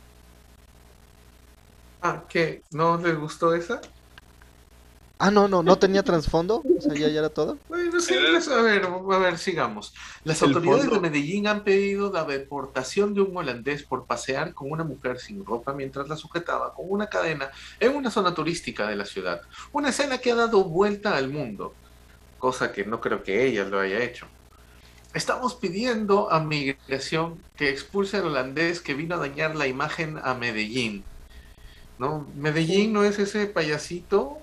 Ah, ¿qué? ¿No les gustó esa? Ah, no tenía trasfondo. O sea, ya era todo. Bueno, sí, a ver, sigamos. Las El autoridades fondo. de Medellín han pedido la deportación de un holandés por pasear con una mujer sin ropa mientras la sujetaba con una cadena en una zona turística de la ciudad. Una escena que ha dado vuelta al mundo, cosa que no creo que ella lo haya hecho. Estamos pidiendo a Migración que expulse al holandés que vino a dañar la imagen a Medellín. ¿No? Medellín no es ese payasito.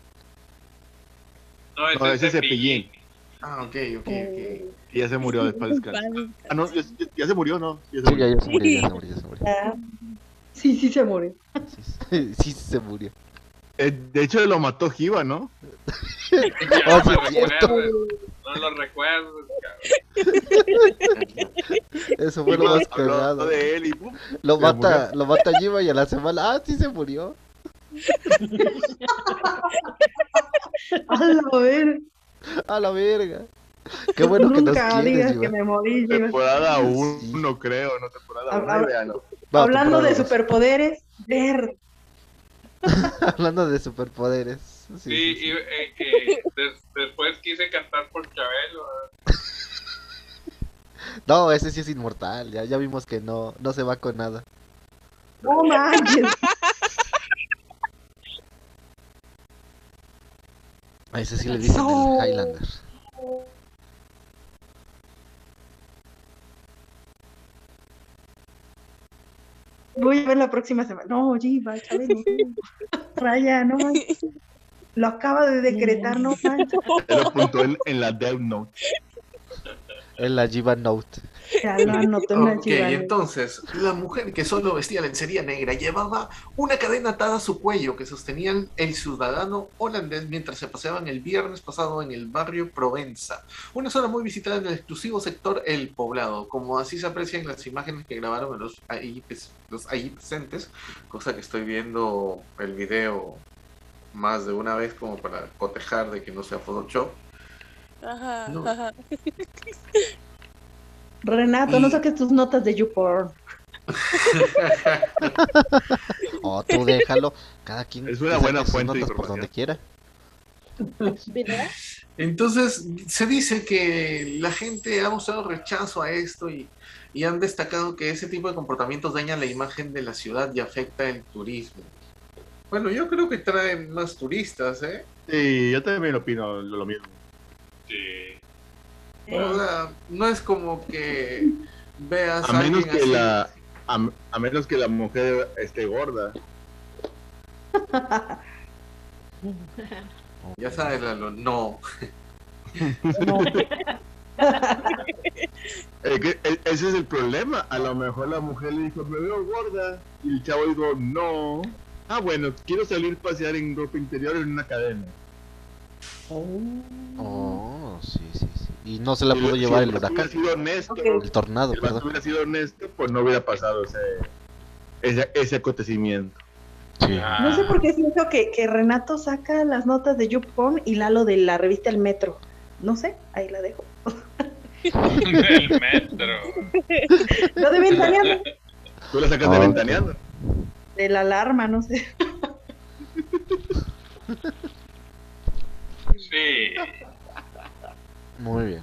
No, No, ese es Cepillín. Ah, ok. Y ya se murió después de descanso. Ah, no, ya se murió, ¿no? Ya se Sí, murió. ya se murió. Ah, sí, se murió. Sí, se murió. De hecho, lo mató Jiva, ¿no? Ya Oh, no sí, me es cierto. recuerdes, no lo recuerdo. Cabrón. Eso fue lo más Habló cagado. de él y ¡pum! Lo se mata Jiva y a la semana, sí se murió. A ver, A la verga. Qué bueno que nos nunca quieres, digas Jiva. que me morí. Jiva. Temporada Sí. 1, creo, no temporada Ah, 1, véanlo. Va, Hablando temporada de dos. superpoderes, ver. Hablando de superpoderes. Sí, Sí. después quise cantar por Chabelo. No, ese sí es inmortal. Ya vimos que no se va con nada. No manches. A ese sí le dicen No. el Highlander. Voy a ver la próxima semana. No, Jiva, Chabelo. Raya, no manches. Lo acaba de decretar, no manches. Él lo apuntó en la Death Note. En la Jiva Note. Ya lo anotó en la Ok, Jiva. entonces, la mujer que solo vestía lencería negra llevaba una cadena atada a su cuello que sostenía el ciudadano holandés mientras se paseaban el viernes pasado en el barrio Provenza, una zona muy visitada en el exclusivo sector El Poblado, como así se aprecian las imágenes que grabaron los ahí presentes, cosa que estoy viendo el video más de una vez como para cotejar de que no sea Photoshop. Ajá, No. ajá. Renato, no saques tus notas de YouPorn. Oh, tú déjalo. Cada quien Es una que buena saque sus fuente de notas por información. donde quiera. Entonces, se dice que la gente ha mostrado rechazo a esto y han destacado que ese tipo de comportamientos dañan la imagen de la ciudad y afecta el turismo. Bueno, yo creo que traen más turistas, ¿eh? Sí, yo también opino lo mismo. Sí. O sea, no es como que veas A menos alguien que así. a menos que la mujer esté gorda. Ya sabes, Lalo, no. Ese es el problema. A lo mejor la mujer le dijo, me veo gorda. Y el chavo dijo, no. Ah, bueno, quiero salir a pasear en ropa interior en una cadena. Oh, sí, sí, sí. Y no se la pudo Si llevar el el vato huracán. hubiera sido honesto, El tornado, si el vato perdón. hubiera sido honesto, pues no hubiera pasado ese acontecimiento. Sí. No sé por qué siento que Renato saca las notas de YouPorn y Lalo de la revista El Metro. No sé, ahí la dejo. Del metro. Lo de Ventaneando, Tú la sacas de Ah, ok. Ventaneando. de la alarma, no sé. Sí. Muy bien.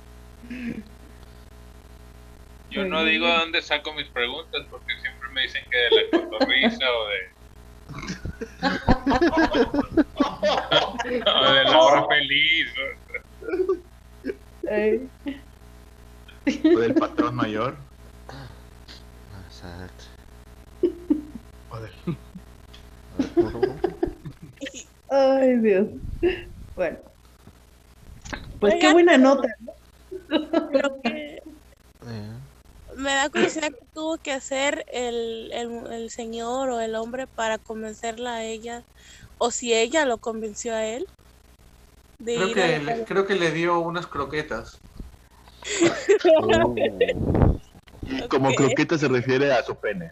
Yo no digo de dónde saco mis preguntas porque siempre me dicen que de la cotorriza o de la hora feliz. O del patrón mayor. Exacto. Ay, Dios. Bueno. Pues qué Oigan, buena pero- nota. Pero que me da curiosidad que tuvo que hacer el señor o el hombre para convencerla a ella, o si ella lo convenció a él de ir a la Creo que le dio unas croquetas. Y como Ok. croqueta se refiere a su pene.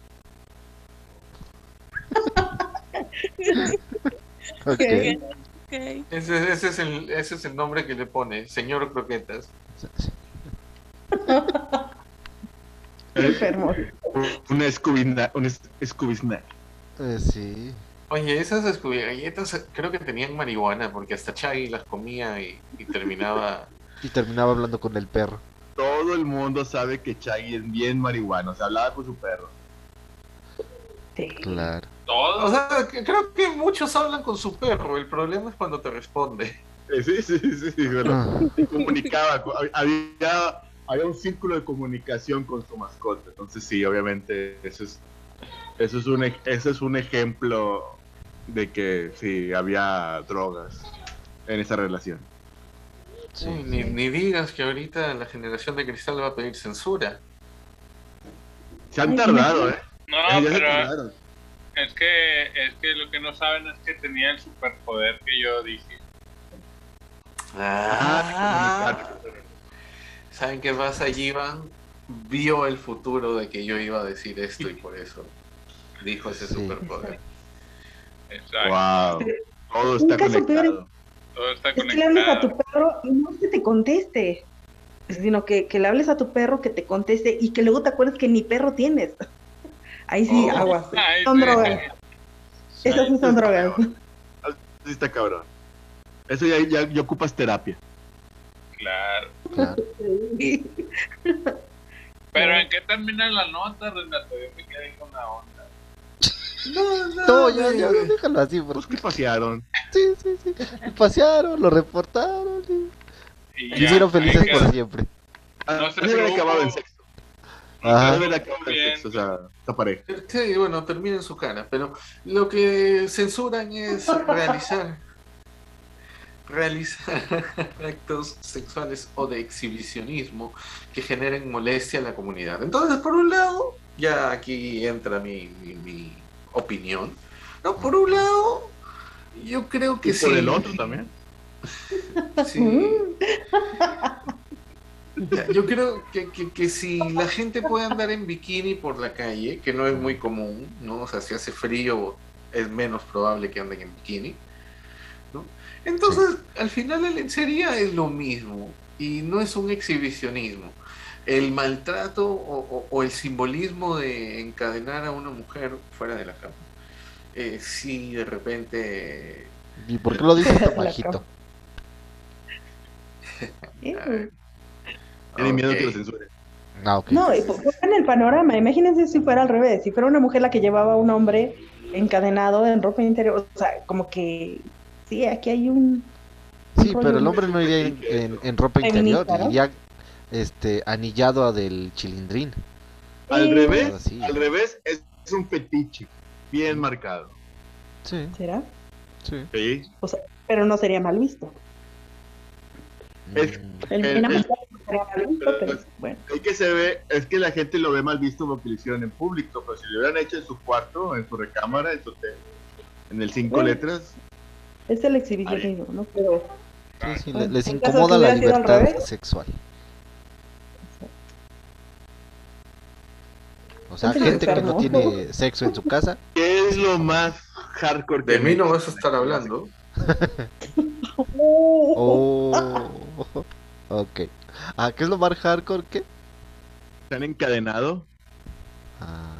Ok. Ok. Ese es el nombre que le pone, señor croquetas. Enfermo. Un Scooby Snack. Sí. Oye, esas galletas creo que tenían marihuana porque hasta Chaggy las comía y terminaba. Y terminaba hablando con el perro. Todo el mundo sabe que Chaggy es bien marihuano. O sea, hablaba con su perro. Sí. Claro. O Todos. sea, creo que muchos hablan con su perro. El problema es cuando te responde. Sí, bueno, Ah, se comunicaba. Había un círculo de comunicación con su mascota. Entonces sí, obviamente eso es un ejemplo de que sí había drogas en esa relación. sí. Uy, ni digas que ahorita la generación de cristal va a pedir censura. Se han tardado, ¿eh? No, Ya se pero tardaron. es que lo que no saben es que tenía el superpoder que yo dije. ¿Saben qué pasa? Iván vio el futuro de que yo iba a decir esto y por eso dijo ese Sí. superpoder. Exacto. Wow. Todo Un está caso conectado. Todo está Es que le hables a tu conectado. perro y no que te conteste, sino que le hables a tu perro que te conteste y que luego te acuerdes que ni perro tienes. Ahí sí, Oh. aguas. Ay, Son sí. drogas. Esas sí son drogas. Sí está cabrón. Eso ya ocupas terapia. Claro. Claro. Pero ¿en qué termina la nota, Renato? Yo me quedé con la onda. No, ya, déjalo así. Pues Porque... que pasearon. Sí. Pasearon, lo reportaron. Y Y hicieron ahí felices quedó. por siempre. No se Debe haber produjo. acabado en sexto. Ajá. Debe haber acabado en Bien. sexto. O sea, esta pareja. Sí, bueno, termina en su cara, pero lo que censuran es realizar actos sexuales o de exhibicionismo que generen molestia a la comunidad. Entonces, por un lado, ya aquí entra mi opinión. No, por un lado, yo creo que Y sí. por el otro también. Sí. Ya, yo creo que si la gente puede andar en bikini por la calle, que no es muy común, ¿no? O sea, si hace frío es menos probable que anden en bikini, ¿no? Entonces, al final la lencería es lo mismo y no es un exhibicionismo. El maltrato o el simbolismo de encadenar a una mujer fuera de la cama, sí de repente ¿Y por qué lo dices tan La bajito? cama. Tiene miedo Ok. que lo censuren. Ah, ok. No, y pongan el panorama. Imagínense si fuera al revés. Si fuera una mujer la que llevaba a un hombre encadenado en ropa interior. O sea, como que sí, aquí hay un Sí, rollo pero el hombre no iría en ropa interior, feminista, ¿no? iría anillado a del chilindrín. Al revés, Así. al revés es un fetiche bien marcado. Sí, ¿Será? sí. Sí. O sea, pero no sería mal visto. Es- El El- enamorado no sería mal visto, pero bueno. Es que se ve, es que la gente lo ve mal visto porque lo hicieron en público, pero si lo hubieran hecho en su cuarto, en su recámara, en su hotel, en el 5 Bueno. letras, Es el exhibicionismo, ¿no? Pero Sí, sí, Bueno, les en caso incomoda que la hubiera sido al libertad revés. sexual. O sea, Gente gente que no enfermo. tiene sexo en su casa. ¿qué es lo más hardcore que De han mí no hecho? vas a estar hablando. Oh, ok. Ah, ¿qué es lo más hardcore? ¿Qué? ¿Se han encadenado? Ah,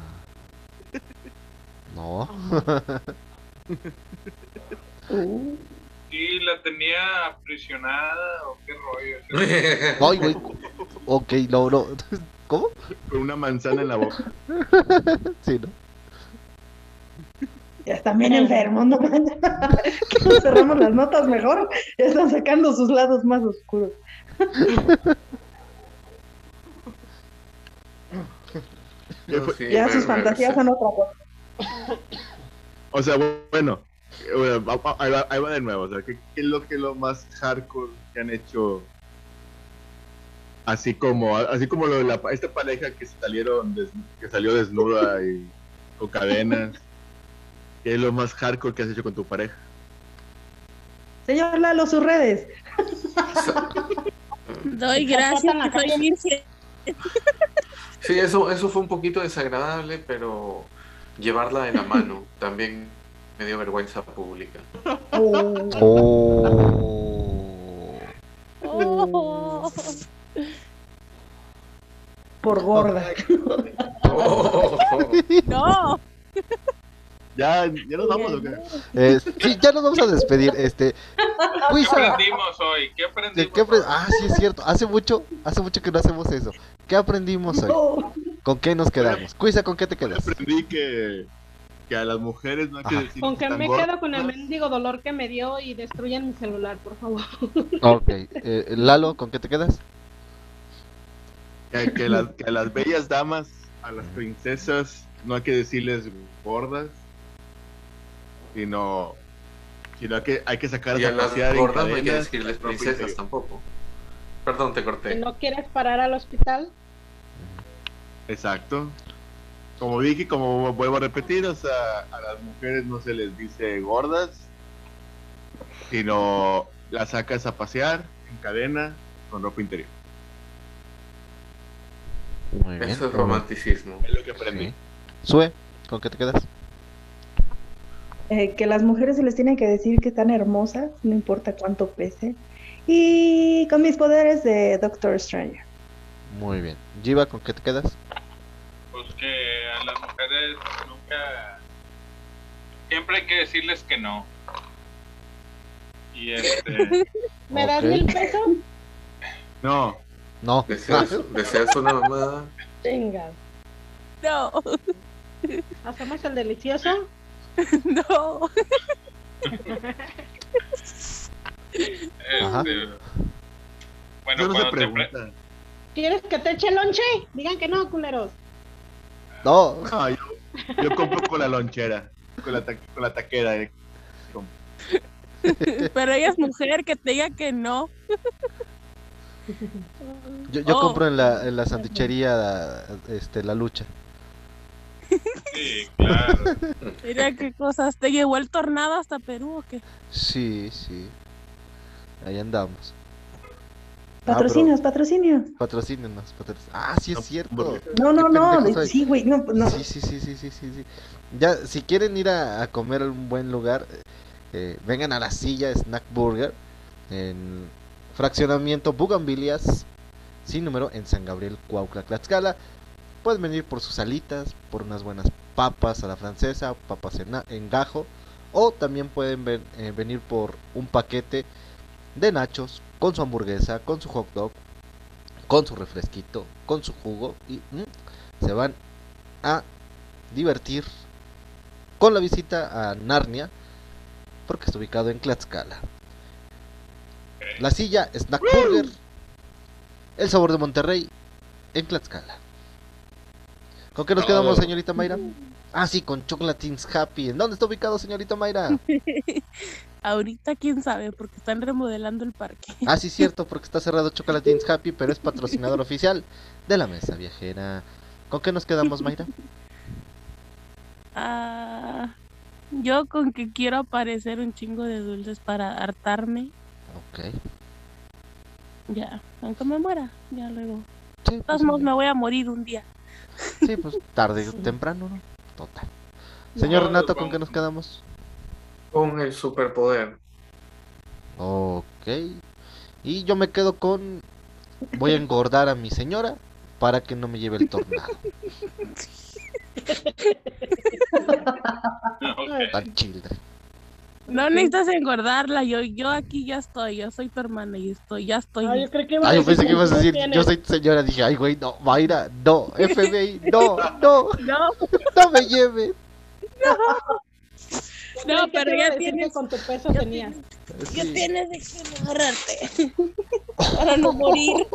no. Sí, la tenía aprisionada o qué rollo. Ay, güey. Ok, no, no. ¿Cómo? Con una manzana en la boca. Sí, ¿no? ya están bien enfermos, no manches. Que nos cerramos las notas mejor. Ya están sacando sus lados más oscuros. No, sí, Ya sus fantasías son otra cosa. O sea, bueno, ahí va de nuevo. O sea, ¿qué es lo más hardcore que han hecho? Así como lo de esta pareja que que salió desnuda y con cadenas. ¿Qué es lo más hardcore que has hecho con tu pareja? Señor Lalo, sus redes. Doy gracias que soy virgen. Sí, eso fue un poquito desagradable, pero llevarla de la mano también me dio vergüenza pública. Oh. Oh. Por gorda. No. Ya nos vamos, ¿o qué? Sí, ya nos vamos a despedir. ¿Qué Cuisa. aprendimos hoy? ¿Qué aprendimos? Ah, sí, es cierto. Hace mucho que no hacemos eso. ¿Qué aprendimos hoy? No. ¿Con qué nos quedamos? Cuisa, ¿con qué te quedas? Aprendí que a las mujeres no hay que Ajá. decir Con que están me gordas. quedo con el mendigo dolor que me dio y destruyan mi celular, por favor. Ok. Lalo, ¿con qué te quedas? Que a las bellas damas, a las princesas, no hay que decirles gordas, sino que hay que Y sacarlas a a las pasear en gordas no hay que cadenas, decirles ropa princesas interior. tampoco. Perdón, te Si corté. no quieres parar al hospital, Exacto. Como dije, como vuelvo a repetir, o sea, a las mujeres no se les dice gordas, sino las sacas a pasear en cadena con ropa interior. Muy bien. Eso es romanticismo. Es lo que aprendí. Sí. Sue, ¿con qué te quedas? Que las mujeres se les tiene que decir que están hermosas, no importa cuánto pese. Y con mis poderes de Doctor Stranger. Muy bien. Jiva, ¿con qué te quedas? Pues que a las mujeres nunca. Siempre hay que decirles que no. Y ¿me das Ok. 1000 pesos? No, No. ¿Deseas una mamada? Venga. No. ¿Hacemos el delicioso? No. Ajá. Bueno, eso no se cuando te pre- pregunta. ¿Quieres que te eche lonche? Digan que no, culeros. No. No, yo compro con la lonchera, con la taquera. Pero ella es mujer, que te diga que no. Yo Oh. compro en la sanduichería la lucha. Sí, claro. Mira qué cosas. ¿Te llevó el tornado hasta Perú o qué? Sí, sí. Ahí andamos. Patrocinios, patrocinios. Patrocínenos. Ah, sí es No, cierto. hombre. No, no, Qué no. pendejo soy. Sí, güey. No, no. Sí. Ya, si quieren ir a comer a un buen lugar, vengan a la silla Snack Burger en fraccionamiento Bugambilias, sin número, en San Gabriel, Cuautla, Tlaxcala. Pueden venir por sus alitas, por unas buenas papas a la francesa, papas en gajo, o también pueden venir por un paquete de nachos con su hamburguesa, con su hot dog, con su refresquito, con su jugo y se van a divertir con la visita a Narnia porque está ubicado en Tlaxcala. La Silla Snack Burger, el sabor de Monterrey en Tlaxcala. ¿Con qué nos quedamos, señorita Mayra? Ah, sí, con Chocolatines Happy. ¿En dónde está ubicado, señorita Mayra? Ahorita quién sabe, porque están remodelando el parque. Ah, sí, cierto, porque está cerrado Chocolatines Happy, pero es patrocinador oficial de la Mesa Viajera. ¿Con qué nos quedamos, Mayra? Yo con que quiero aparecer un chingo de dulces para hartarme. Ok. Ya, aunque me muera, ya luego. Sí, De todos modos me voy a morir un día. Sí, pues tarde o temprano, ¿no? Total. Señor Renato, ¿con qué nos quedamos? Con el superpoder. Ok. Y yo me quedo con... Voy a engordar a mi señora para que no me lleve el tornado. Tan children. No necesitas engordarla, yo aquí ya estoy, yo soy tu hermana y ya estoy. Yo creo que yo pensé que ibas a decir, yo soy tu señora, dije, ay güey, no, Mayra, no, FBI, no me lleve. No, pero ya tienes, con tu peso tenías. Ya tienes de que agarrarte para no morir,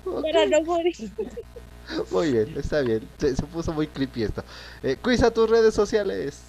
Muy bien, está bien, se puso muy creepy esto. Quiz a tus redes sociales.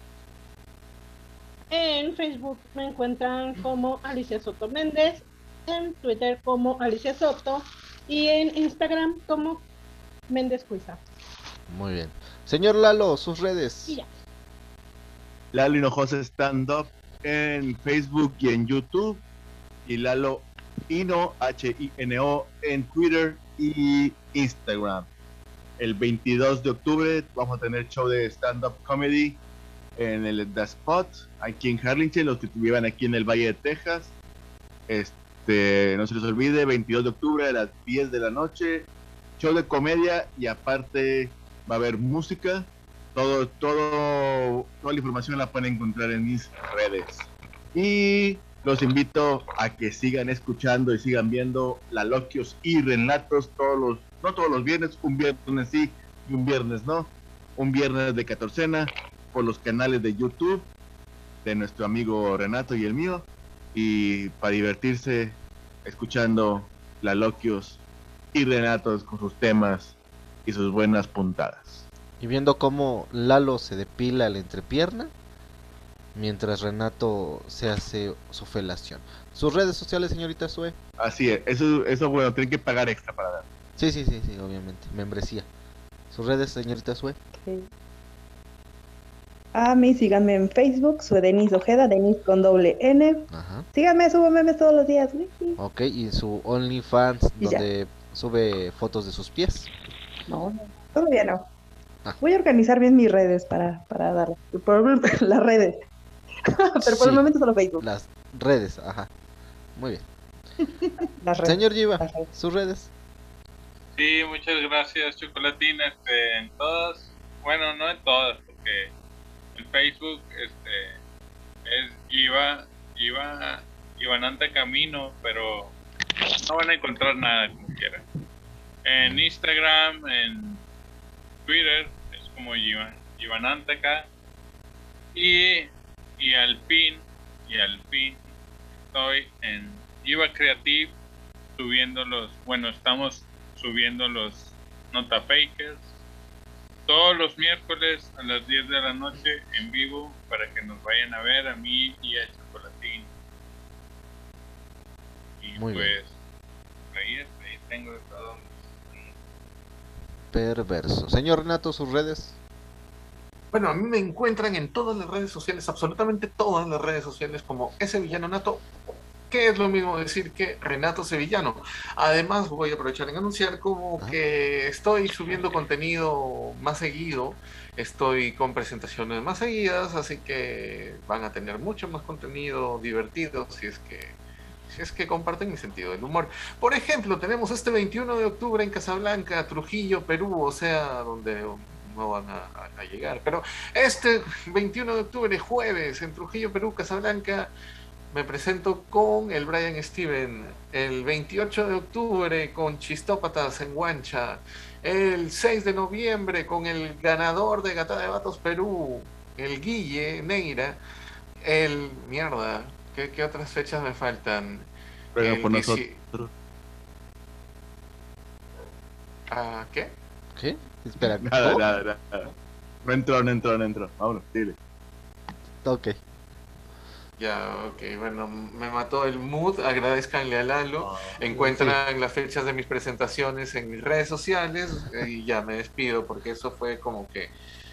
En Facebook me encuentran como Alicia Soto Méndez, en Twitter como Alicia Soto y en Instagram como Méndez Cuiza. Muy bien. Señor Lalo, sus redes. Y ya. Lalo Hinojosa Stand Up en Facebook y en YouTube. Y Lalo Hino, Hino, en Twitter y Instagram. El 22 de octubre vamos a tener show de stand-up comedy en el The Spot, aquí en Harlingen, los que estuvieran aquí en el Valle de Texas. No se les olvide, 22 de octubre a las 10 de la noche, show de comedia y aparte va a haber música. Toda la información la pueden encontrar en mis redes. Y los invito a que sigan escuchando y sigan viendo La Loquios y Relatos no todos los viernes, un viernes sí y un viernes no. Un viernes de catorcena por los canales de YouTube de nuestro amigo Renato y el mío, y para divertirse escuchando La Loquios y Renatos con sus temas y sus buenas puntadas. Y viendo cómo Lalo se depila la entrepierna mientras Renato se hace su felación. Sus redes sociales, señorita Sue. Así es, eso bueno, tienen que pagar extra para dar. Sí, obviamente, membresía. Sus redes, señorita Sue. Okay. A mí síganme en Facebook, Sue Denise Ojeda, Denise con doble N. Ajá. Síganme, subo memes todos los días. Ok, y su OnlyFans, donde sube fotos de sus pies. No, todavía no. Voy a organizar bien mis redes para dar las redes. Pero por el momento solo Facebook. Las redes, ajá. Muy bien. Las redes. Señor Giva, sus redes. Sí, muchas gracias, Chocolatín. En todas, bueno, no en todas, porque en Facebook es Ivanante Camino, pero no van a encontrar nada como quieran. En Instagram, en Twitter es como Ivananteca y al fin estoy en Iva Creative estamos subiendo los Nota Fakers todos los miércoles a las 10 de la noche en vivo para que nos vayan a ver a mí y a Chocolatín. Y muy pues ahí tengo de todo. Perverso. Señor Renato, sus redes. Bueno, a mí me encuentran en todas las redes sociales, absolutamente todas las redes sociales, como ese villano nato, que es lo mismo decir que Renato Sevillano. Además, voy a aprovechar en anunciar como que estoy subiendo contenido más seguido, estoy con presentaciones más seguidas, así que van a tener mucho más contenido divertido si es que comparten mi sentido del humor. Por ejemplo, tenemos este 21 de octubre en Casablanca, Trujillo, Perú, o sea, donde no van a llegar. Pero este 21 de octubre, jueves, en Trujillo, Perú, Casablanca, me presento con el Brian Steven. El 28 de octubre con Chistópatas en Huancha. El 6 de noviembre con el ganador de Gatada de Vatos Perú, el Guille Neira. Mierda, ¿qué otras fechas me faltan? Pero por nosotros. ¿Qué? ¿Qué? Espera. Nada. No entró. Vámonos, dile. Ok. Ya, ok, bueno, me mató el mood, agradezcanle a Lalo, encuentran las fechas de mis presentaciones en mis redes sociales y ya me despido porque eso fue como que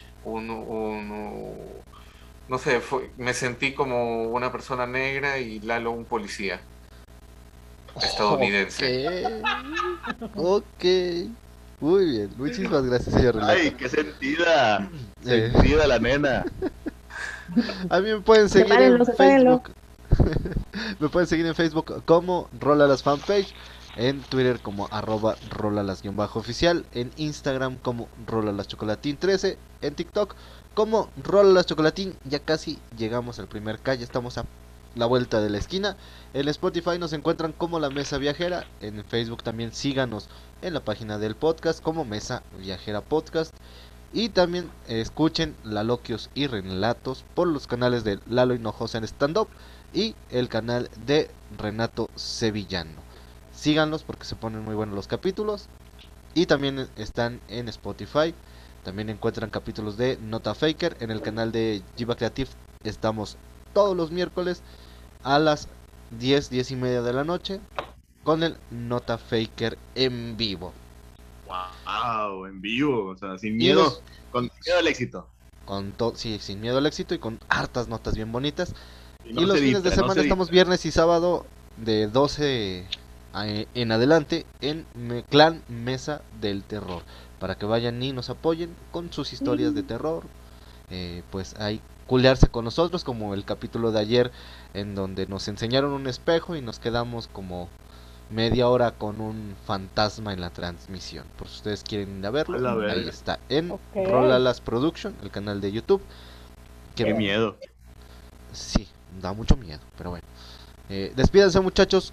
no sé, me sentí como una persona negra y Lalo un policía estadounidense. Ok. Muy bien, muchísimas gracias, señor Relato. Ay, qué sentida la nena. A mí me pueden seguir en Facebook. Me pueden seguir en Facebook como Rolalas Fanpage, en Twitter como @rolalas_oficial, en Instagram como rolalaschocolatín13, en TikTok como rolalaschocolatín. Ya casi llegamos al primer K, ya estamos a la vuelta de la esquina. En Spotify nos encuentran como La Mesa Viajera, en Facebook también síganos en la página del podcast como Mesa Viajera Podcast. Y también escuchen Laloquios y Relatos por los canales de Lalo Hinojosa en Stand Up y el canal de Renato Sevillano. Síganlos porque se ponen muy buenos los capítulos. Y también están en Spotify. También encuentran capítulos de Nota Faker en el canal de Jiva Creative. Estamos todos los miércoles a las 10:30 de la noche con el Nota Faker en vivo. Wow, en vivo, o sea, sin miedo, con miedo al éxito. Sí, sin miedo al éxito y con hartas notas bien bonitas. Y no los se fines edita, de semana estamos viernes y sábado de 12 en adelante en Clan Mesa del Terror. Para que vayan y nos apoyen con sus historias de terror. Pues ahí culearse con nosotros, como el capítulo de ayer en donde nos enseñaron un espejo y nos quedamos como media hora con un fantasma en la transmisión. Por si ustedes quieren ir a verlo, ahí está en Rolalas Production, el canal de YouTube. Qué miedo. Sí, da mucho miedo, pero bueno. Despídanse, muchachos.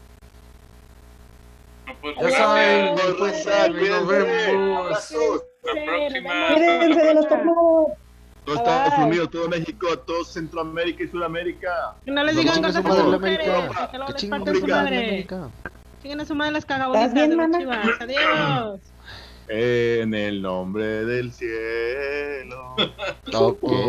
Ya saben, nos vemos. La próxima. Cuídense de los tornados. Todo Estados Unidos, todo México, todo Centroamérica y Sudamérica. Que no les digan cosas a sus mujeres, que luego les parten su madre. Siguen a su madre las cagabonitas de los Chivas. Adiós. En el nombre del cielo. Ok.